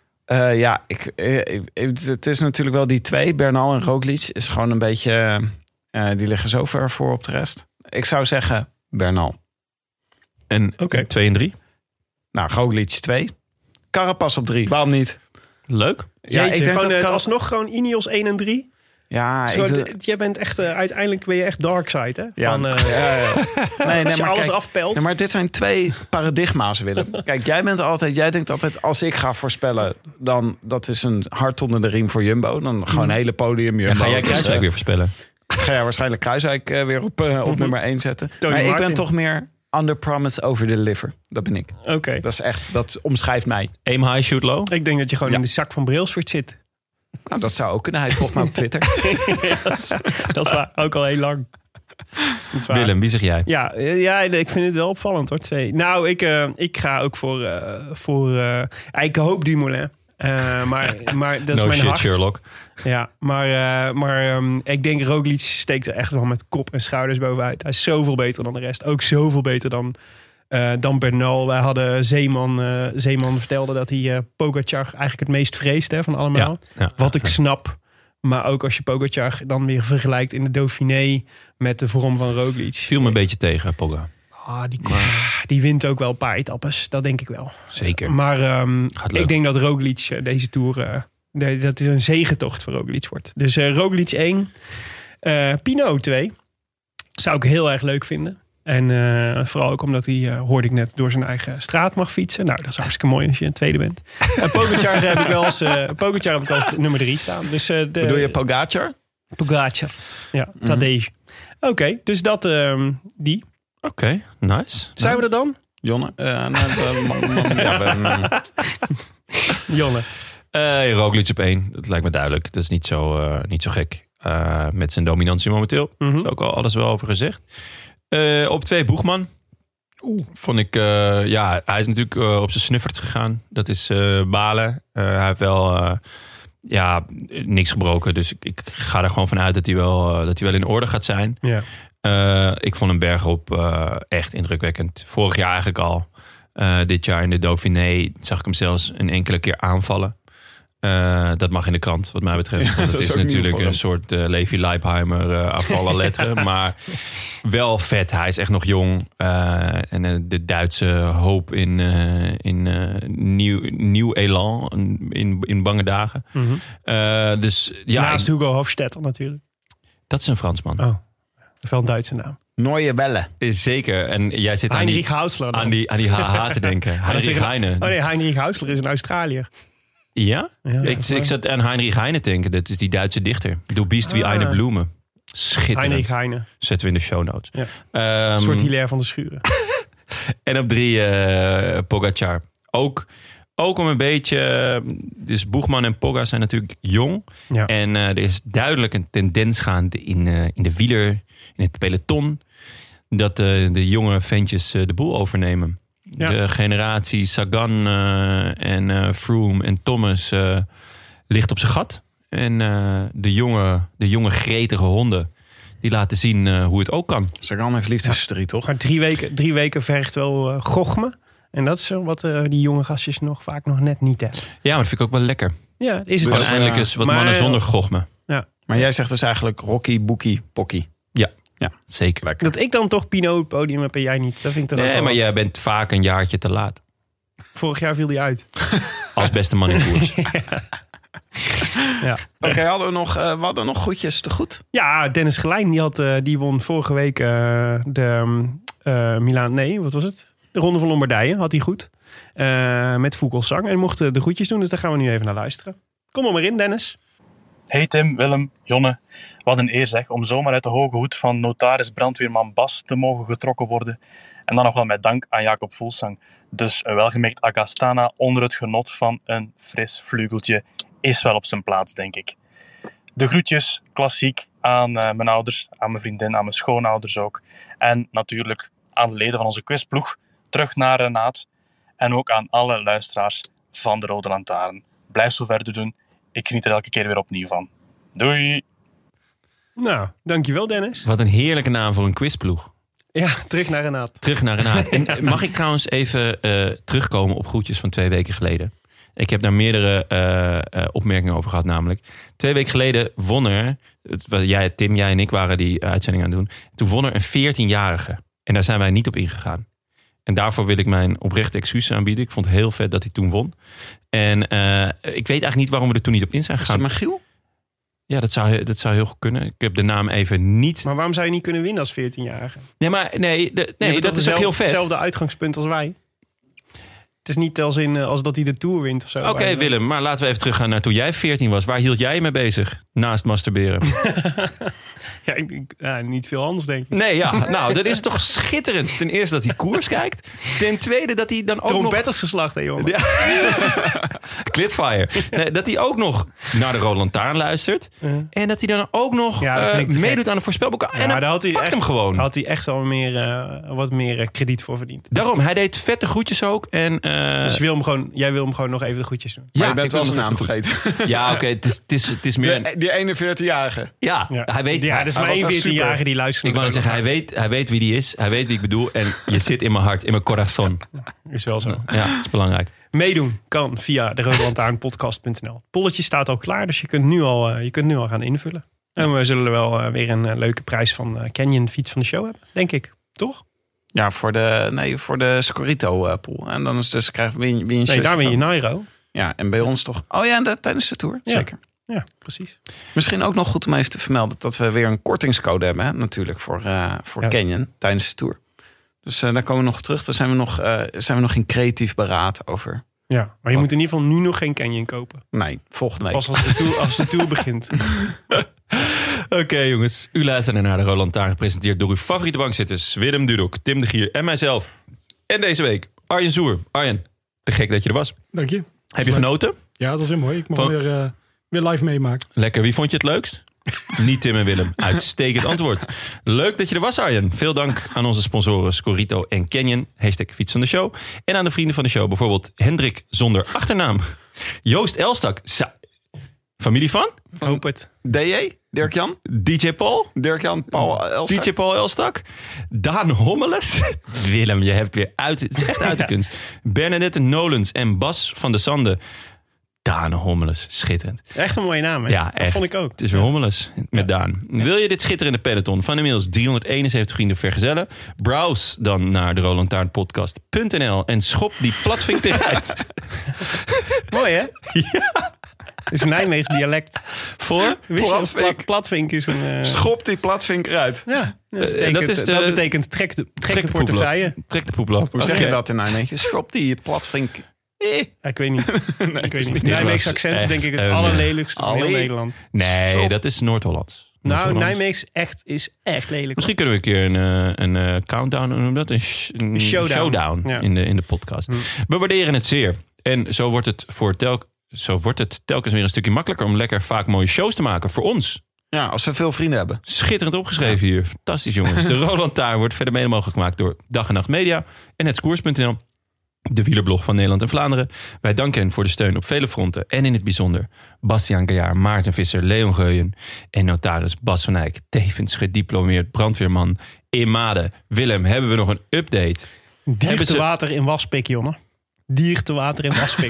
Het is natuurlijk wel die 2. Bernal en Roglic is gewoon een beetje... die liggen zo ver voor op de rest. Ik zou zeggen Bernal. En 2 en 3? Nou, Roglic 2. Carapaz op 3. Waarom niet? Leuk. Ja, ik denk dat alsnog gewoon Ineos 1 en 3. Ja, jij bent echt uiteindelijk ben je echt dark side, hè? Ja. Als je alles afpelt. Nee, maar dit zijn 2 paradigma's, Willem. Kijk, jij denkt altijd, als ik ga voorspellen, dan dat is een hart onder de riem voor Jumbo. Dan gewoon een hele podium Jumbo. Ga jij Kruiswijk weer voorspellen? Ga jij waarschijnlijk Kruiswijk weer op nummer 1 zetten. Tony maar Martin. Ik ben toch meer under promise, over deliver. Dat ben ik. Oké. Dat is echt, dat omschrijft mij. Aim high, shoot low? Ik denk dat je gewoon in de zak van Brailsford zit. Nou, dat zou ook kunnen. Hij volgt mij op Twitter. dat is waar. Ook al heel lang. Willem, wie zeg jij? Ja, ik vind het wel opvallend hoor. 2. Nou, ik ga ook voor ik hoop Dumoulin. Maar dat is mijn hart. Sherlock. Ja, maar ik denk Roglic steekt er echt wel met kop en schouders bovenuit. Hij is zoveel beter dan de rest. Ook zoveel beter dan Bernal. Wij hadden Zeeman vertelde dat hij Pogacar eigenlijk het meest vreest van allemaal. Ja, wat ik snap. Maar ook als je Pogacar dan weer vergelijkt in de Dauphiné met de vorm van Roglic. Viel me een beetje tegen, Poga. Die wint ook wel een paar etappes. Dat denk ik wel. Zeker. Maar ik denk dat Roglic deze Tour dat is een zegentocht voor Roglic wordt. Dus Roglic 1, Pinot 2. Zou ik heel erg leuk vinden. En vooral ook omdat hij, hoorde ik net, door zijn eigen straat mag fietsen. Nou, dat is hartstikke mooi als je een tweede bent. Pogacar heb ik wel eens nummer 3 staan. Dus, Bedoel je Pogacar? Pogacar, ja, Tadej. Oké, dus dat die. Oké, nice. Zijn we er dan? Jonne? Jonne. Roglic op 1, dat lijkt me duidelijk. Dat is niet zo gek. Met zijn dominantie momenteel. Daar is ook al alles wel over gezegd. Op 2 Boegman. Vond ik, hij is natuurlijk op zijn snuffert gegaan. Dat is balen. Hij heeft wel niks gebroken. Dus ik ga er gewoon vanuit dat hij wel in orde gaat zijn. Ja. Ik vond hem bergop echt indrukwekkend. Vorig jaar eigenlijk al. Dit jaar in de Dauphiné zag ik hem zelfs een enkele keer aanvallen. Dat mag in de krant, wat mij betreft. Want het is natuurlijk een soort Levi Leipheimer afvallen letteren. Maar wel vet. Hij is echt nog jong. En de Duitse hoop in nieuw elan in bange dagen. Dus ja. Naast Hugo Hofstetter natuurlijk. Dat is een Fransman. Oh, wel een Duitse naam. Nooie Welle. Zeker. En jij zit Heinrich Hausler. aan die HH te denken. Heinrich Heine. Oh nee, Heinrich Hausler is een Australiër. Ja? Ik zat aan Heinrich Heine te denken. Dat is die Duitse dichter. Du bist wie eine Blume. Schitterend. Heinrich Heine. Zetten we in de show notes. Ja. Een soort Hilaire van de Schuren. En op 3 Pogacar. Ook om een beetje... Dus Boegman en Pogga zijn natuurlijk jong. Ja. En er is duidelijk een tendens gaande in de wieler, in het peloton, dat de jonge ventjes de boel overnemen. Ja. De generatie Sagan en Froome en Thomas ligt op zijn gat. En de jonge gretige honden, die laten zien hoe het ook kan. Sagan heeft liefdesverdriet, toch? Maar 3 weken vergt wel gochme. En dat is wat die jonge gastjes vaak nog net niet hebben. Ja, maar dat vind ik ook wel lekker. Ja, is het dus eindelijk eens wat mannen zonder gochme. Ja. Maar jij zegt dus eigenlijk Rocky, Boekie, Pokkie. Ja, zeker. Lekker. Dat ik dan toch Pinot op het podium heb en jij niet. Dat vind ik toch ook maar wel jij bent vaak een jaartje te laat. Vorig jaar viel die uit. Als beste man in koers. Ja. Oké, we hadden nog goedjes te goed. Ja, Dennis Gelijn die won vorige week de Milaan. Nee, wat was het? De Ronde van Lombardije had hij goed. Met Vogelsang. En mocht de groetjes doen, dus daar gaan we nu even naar luisteren. Kom er maar in, Dennis. Hey Tim, Willem, Jonne. Wat een eer zeg, om zomaar uit de hoge hoed van notaris brandweerman Bas te mogen getrokken worden. En dan nog wel met dank aan Jacob Fuglsang. Dus een welgemerkt Agastana onder het genot van een fris vleugeltje is wel op zijn plaats, denk ik. De groetjes, klassiek, aan mijn ouders, aan mijn vriendin, aan mijn schoonouders ook. En natuurlijk aan de leden van onze quizploeg, terug naar Renaat. En ook aan alle luisteraars van de Rode Lantaarn. Blijf zo verder doen. Ik geniet er elke keer weer opnieuw van. Doei! Nou, dankjewel Dennis. Wat een heerlijke naam voor een quizploeg. Ja, terug naar Renaat. Terug naar Renaat. En mag ik trouwens even terugkomen op groetjes van 2 weken geleden? Ik heb daar meerdere opmerkingen over gehad namelijk. 2 weken geleden won er... Tim, jij en ik waren die uitzending aan het doen. Toen won er een 14-jarige. En daar zijn wij niet op ingegaan. En daarvoor wil ik mijn oprechte excuses aanbieden. Ik vond het heel vet dat hij toen won. En ik weet eigenlijk niet waarom we er toen niet op in zijn gegaan. Is het Michiel? Ja, dat zou heel goed kunnen. Ik heb de naam even niet... Maar waarom zou je niet kunnen winnen als 14-jarige? Nee, dat is ook heel vet. Hetzelfde uitgangspunt als wij. Het is niet als dat hij de Tour wint of zo. Oké, Willem, maar laten we even teruggaan naar toen jij 14 was. Waar hield jij je mee bezig? Naast masturberen. Niet veel anders, denk ik. Nee, ja. Nou, dat is toch schitterend. Ten eerste dat hij koers kijkt. Ten tweede dat hij dan ook Trompettersgeslacht, hè, jongen. Ja. Clitfire. Nee, dat hij ook nog naar de Rode Lantaarn luistert. En dat hij dan ook nog meedoet aan de voorspelboeken. Ja, en dan had hij hem gewoon. Had hij echt wel wat meer krediet voor verdiend. Daarom, hij deed vette groetjes ook. En, dus jij wil hem gewoon nog even de groetjes doen. Ja, je bent wel zijn naam vergeten. Ja, oké. Het is meer... Die 41-jarige. Ja, hij weet... Ja, dat is mijn 14-jarige die luistert. Ik wou net zeggen, hij weet wie die is. Hij weet wie ik bedoel. En je zit in mijn hart, in mijn corazon. Is wel zo. Ja, dat is belangrijk. Meedoen kan via de rodelantaarnpodcast.nl. Polletje staat al klaar, dus je kunt nu al gaan invullen. En we zullen wel weer een leuke prijs van Canyon Fiets van de Show hebben, denk ik. Toch? Ja, voor de Scorito pool. En dan is dus win je daar win je Nairo. Ja, en bij ons toch... Oh ja, tijdens de Tour, Ja. zeker. Ja, precies. Misschien ook nog goed om even te vermelden... dat we weer een kortingscode hebben, hè, natuurlijk, voor Canyon tijdens de Tour. Dus daar komen we nog op terug. Daar zijn we nog in creatief beraad over. Ja, maar je moet in ieder geval nu nog geen Canyon kopen. Nee, volgende week. Pas als de tour begint. Oké, jongens. U luistert naar de Roland Taarn, gepresenteerd door uw favoriete bankzitters. Willem Dudok, Tim de Gier en mijzelf. En deze week Arjen Zoer. Arjen, te gek dat je er was. Dank je. Heb je genoten? Ja, dat was heel mooi. Ik mag weer live meemaken. Lekker. Wie vond je het leukst? Niet Tim en Willem. Uitstekend antwoord. Leuk dat je er was, Arjen. Veel dank aan onze sponsoren Scorito en Canyon. #fiets van de show. En aan de vrienden van de show. Bijvoorbeeld Hendrik zonder achternaam. Joost Elstak. Familie van? Hoop het. DJ, Dirk-Jan. DJ Paul. Dirk-Jan, Paul Elstak. DJ Paul Elstak. Daan Hommeles. Willem, je hebt weer uit. Het is echt uit de kunst. Bernadette Nolens en Bas van de Sande. Daan Hommeles, schitterend. Echt een mooie naam, hè? Ja, Dat echt. vond ik ook. Het is weer Hommeles met Daan. Wil je dit schitterende peloton van inmiddels 371 vrienden vergezellen? Browse dan naar de rolandtaarnpodcast.nl en schop die platvink eruit. Mooi, hè? Ja. Het is een Nijmeegs dialect. Voor? Platvink. Platvink is een... Schop die platvink eruit. Ja, dat betekent trek de portefeuille. Trek de poeploop. Hoe zeg je dat in Nijmegen? Schop die platvink. Ja, ik weet niet. Ik weet niet. Dit Nijmeegs was accent is denk ik het echt allerlelijkste van heel Allee. Nederland. Nee, dat is Noord-Hollands. Nou, Nijmeegs is echt lelijk. Misschien kunnen we een keer een countdown, hoe noem je dat? Een showdown Ja. in de podcast. We waarderen het zeer. En zo wordt het telkens weer een stukje makkelijker om lekker vaak mooie shows te maken voor ons. Ja, als we veel vrienden hebben. Schitterend opgeschreven hier. Fantastisch, jongens. De Roland Taarn wordt verder mede mogelijk gemaakt door Dag en Nacht Media en hetskoers.nl. De wielerblog van Nederland en Vlaanderen. Wij danken hen voor de steun op vele fronten. En in het bijzonder Bastiaan Gaillard, Maarten Visser, Leon Geuyen en notaris Bas van Eyck. Tevens gediplomeerd brandweerman in Maden. Willem, hebben we nog een update? Dier te water in Waspik, jongen. Dier te water in Waspik.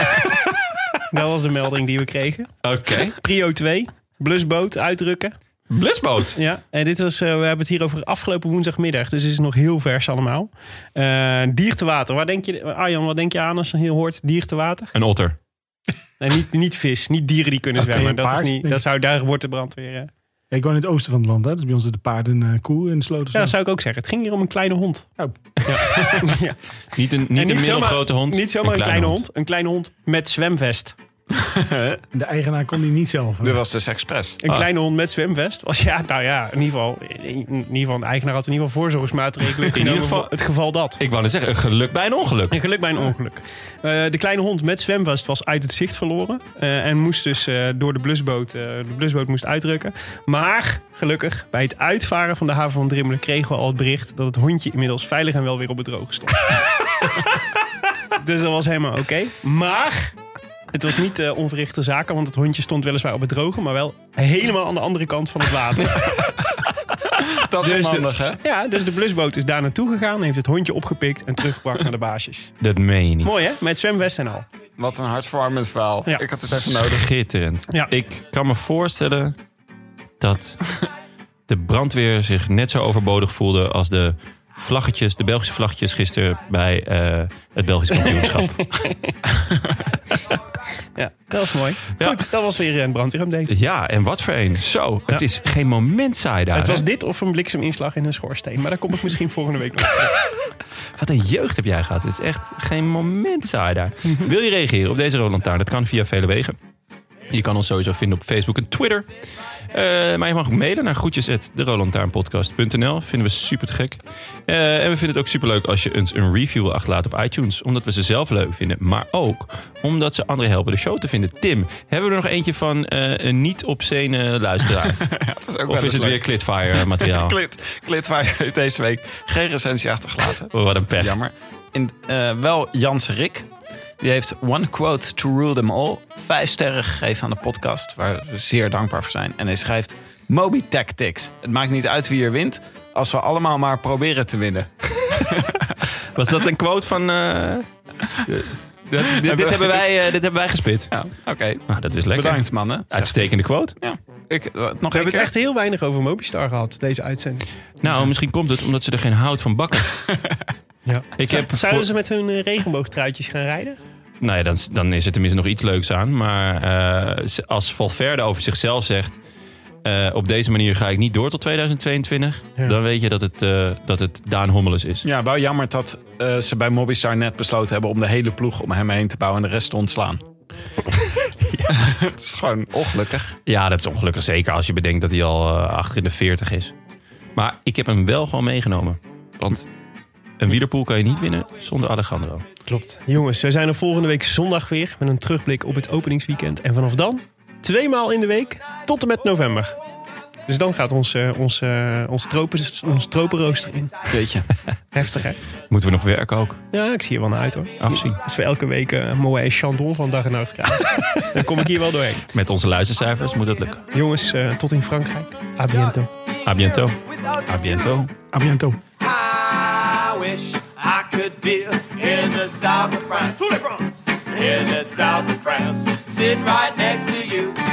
Dat was de melding die we kregen. Oké. Prio 2. Blusboot uitdrukken. Blusboot. Ja, en dit was, we hebben het hier over afgelopen woensdagmiddag. Dus het is nog heel vers allemaal. Dier te water. Arjan, wat denk je aan als je hoort dier te water? Een otter. En niet vis, niet dieren die kunnen zwemmen. Daar wordt de brandweer. Ja, ik woon in het oosten van het land. Hè? Dus bij ons zitten paarden en koeien in de sloten. Ja, dat zou ik ook zeggen. Het ging hier om een kleine hond. Oh. Ja. Niet een middelgrote hond. Niet zomaar een kleine hond. Een kleine hond met zwemvest. De eigenaar kon die niet zelf. Dit was dus expres. Een kleine hond met zwemvest. Was in ieder geval een eigenaar had in ieder geval voorzorgsmaatregelen genomen voor het geval dat. Ik wou net zeggen, een geluk bij een ongeluk. Een geluk bij een ongeluk. De kleine hond met zwemvest was uit het zicht verloren. En moest dus door de blusboot. De blusboot moest uitrukken. Maar gelukkig, bij het uitvaren van de haven van Drimmelen kregen we al het bericht dat het hondje inmiddels veilig en wel weer op het droge stond. Dus dat was helemaal oké. Maar het was niet onverrichte zaken, want het hondje stond weliswaar op het droge, maar wel helemaal aan de andere kant van het water. Dat is onhandig, hè? Ja, dus de blusboot is daar naartoe gegaan, heeft het hondje opgepikt en teruggebracht naar de baasjes. Dat meen je niet. Mooi, hè? Met zwemvest en al. Wat een hartverwarmend verhaal. Ja. Ik had het even nodig. Schitterend. Ja. Ik kan me voorstellen dat de brandweer zich net zo overbodig voelde als de Belgische vlaggetjes gisteren bij het Belgisch kampioenschap. Ja, dat was mooi. Ja. Goed, dat was weer een brandweerupdate. Ja, en wat voor een. Zo, het is geen moment saai daar. Het was hè? dit of een blikseminslag in een schoorsteen. Maar daar kom ik misschien volgende week nog op terug. Wat een jeugd heb jij gehad. Het is echt geen moment saai daar. Wil je reageren op deze Roland Taarn? Dat kan via vele wegen. Je kan ons sowieso vinden op Facebook en Twitter. Maar je mag ook mailen naar groetjes@derolandtaarnpodcast.nl. Vinden we super te gek. En we vinden het ook super leuk als je ons een review wil achterlaten op iTunes. Omdat we ze zelf leuk vinden. Maar ook omdat ze anderen helpen de show te vinden. Tim, hebben we er nog eentje van een niet-obscene luisteraar? Of is het weer Clitfire materiaal? Clitfire heeft deze week geen recensie achtergelaten. Oh, wat een pech. Jammer. Wel Jans Rik. Die heeft one quote to rule them all. 5 sterren gegeven aan de podcast, waar we zeer dankbaar voor zijn. En hij schrijft: Moby Tactics. Het maakt niet uit wie er wint, als we allemaal maar proberen te winnen. Was dat een quote van... Dit hebben wij gespit. Ja, oké. Nou, dat is lekker. Bedankt, mannen. Uitstekende quote. Ja. Nog We hebben het echt heel weinig over Mobistar gehad, deze uitzending. Nou, misschien komt het omdat ze er geen hout van bakken. Ja. Ik heb Zouden ze met hun regenboogtruitjes gaan rijden? Nou ja, dan is er tenminste nog iets leuks aan. Maar als Valverde over zichzelf zegt... op deze manier ga ik niet door tot 2022... Ja. Dan weet je dat het Daan Hommeles is. Ja, wel jammer dat ze bij Movistar net besloten hebben... om de hele ploeg om hem heen te bouwen en de rest te ontslaan. Het is gewoon ongelukkig. Ja, dat is ongelukkig. Zeker als je bedenkt dat hij al achter in de 40 is. Maar ik heb hem wel gewoon meegenomen. Want een wielerpool kan je niet winnen zonder Alejandro. Klopt. Jongens, we zijn er volgende week zondag weer... met een terugblik op het openingsweekend. En vanaf dan 2 maal in de week tot en met november. Dus dan gaat ons tropenrooster in. Weet je. Heftig, hè? Moeten we nog werken ook? Ja, ik zie er wel naar uit, hoor. Afzien. Als we elke week een mooie chandon van dag en nacht krijgen... dan kom ik hier wel doorheen. Met onze luistercijfers moet dat lukken. Jongens, tot in Frankrijk. A bientôt. A bientôt. A bientôt. A bientôt. I wish I could be in the south of France. In the south of France, sitting right next to you.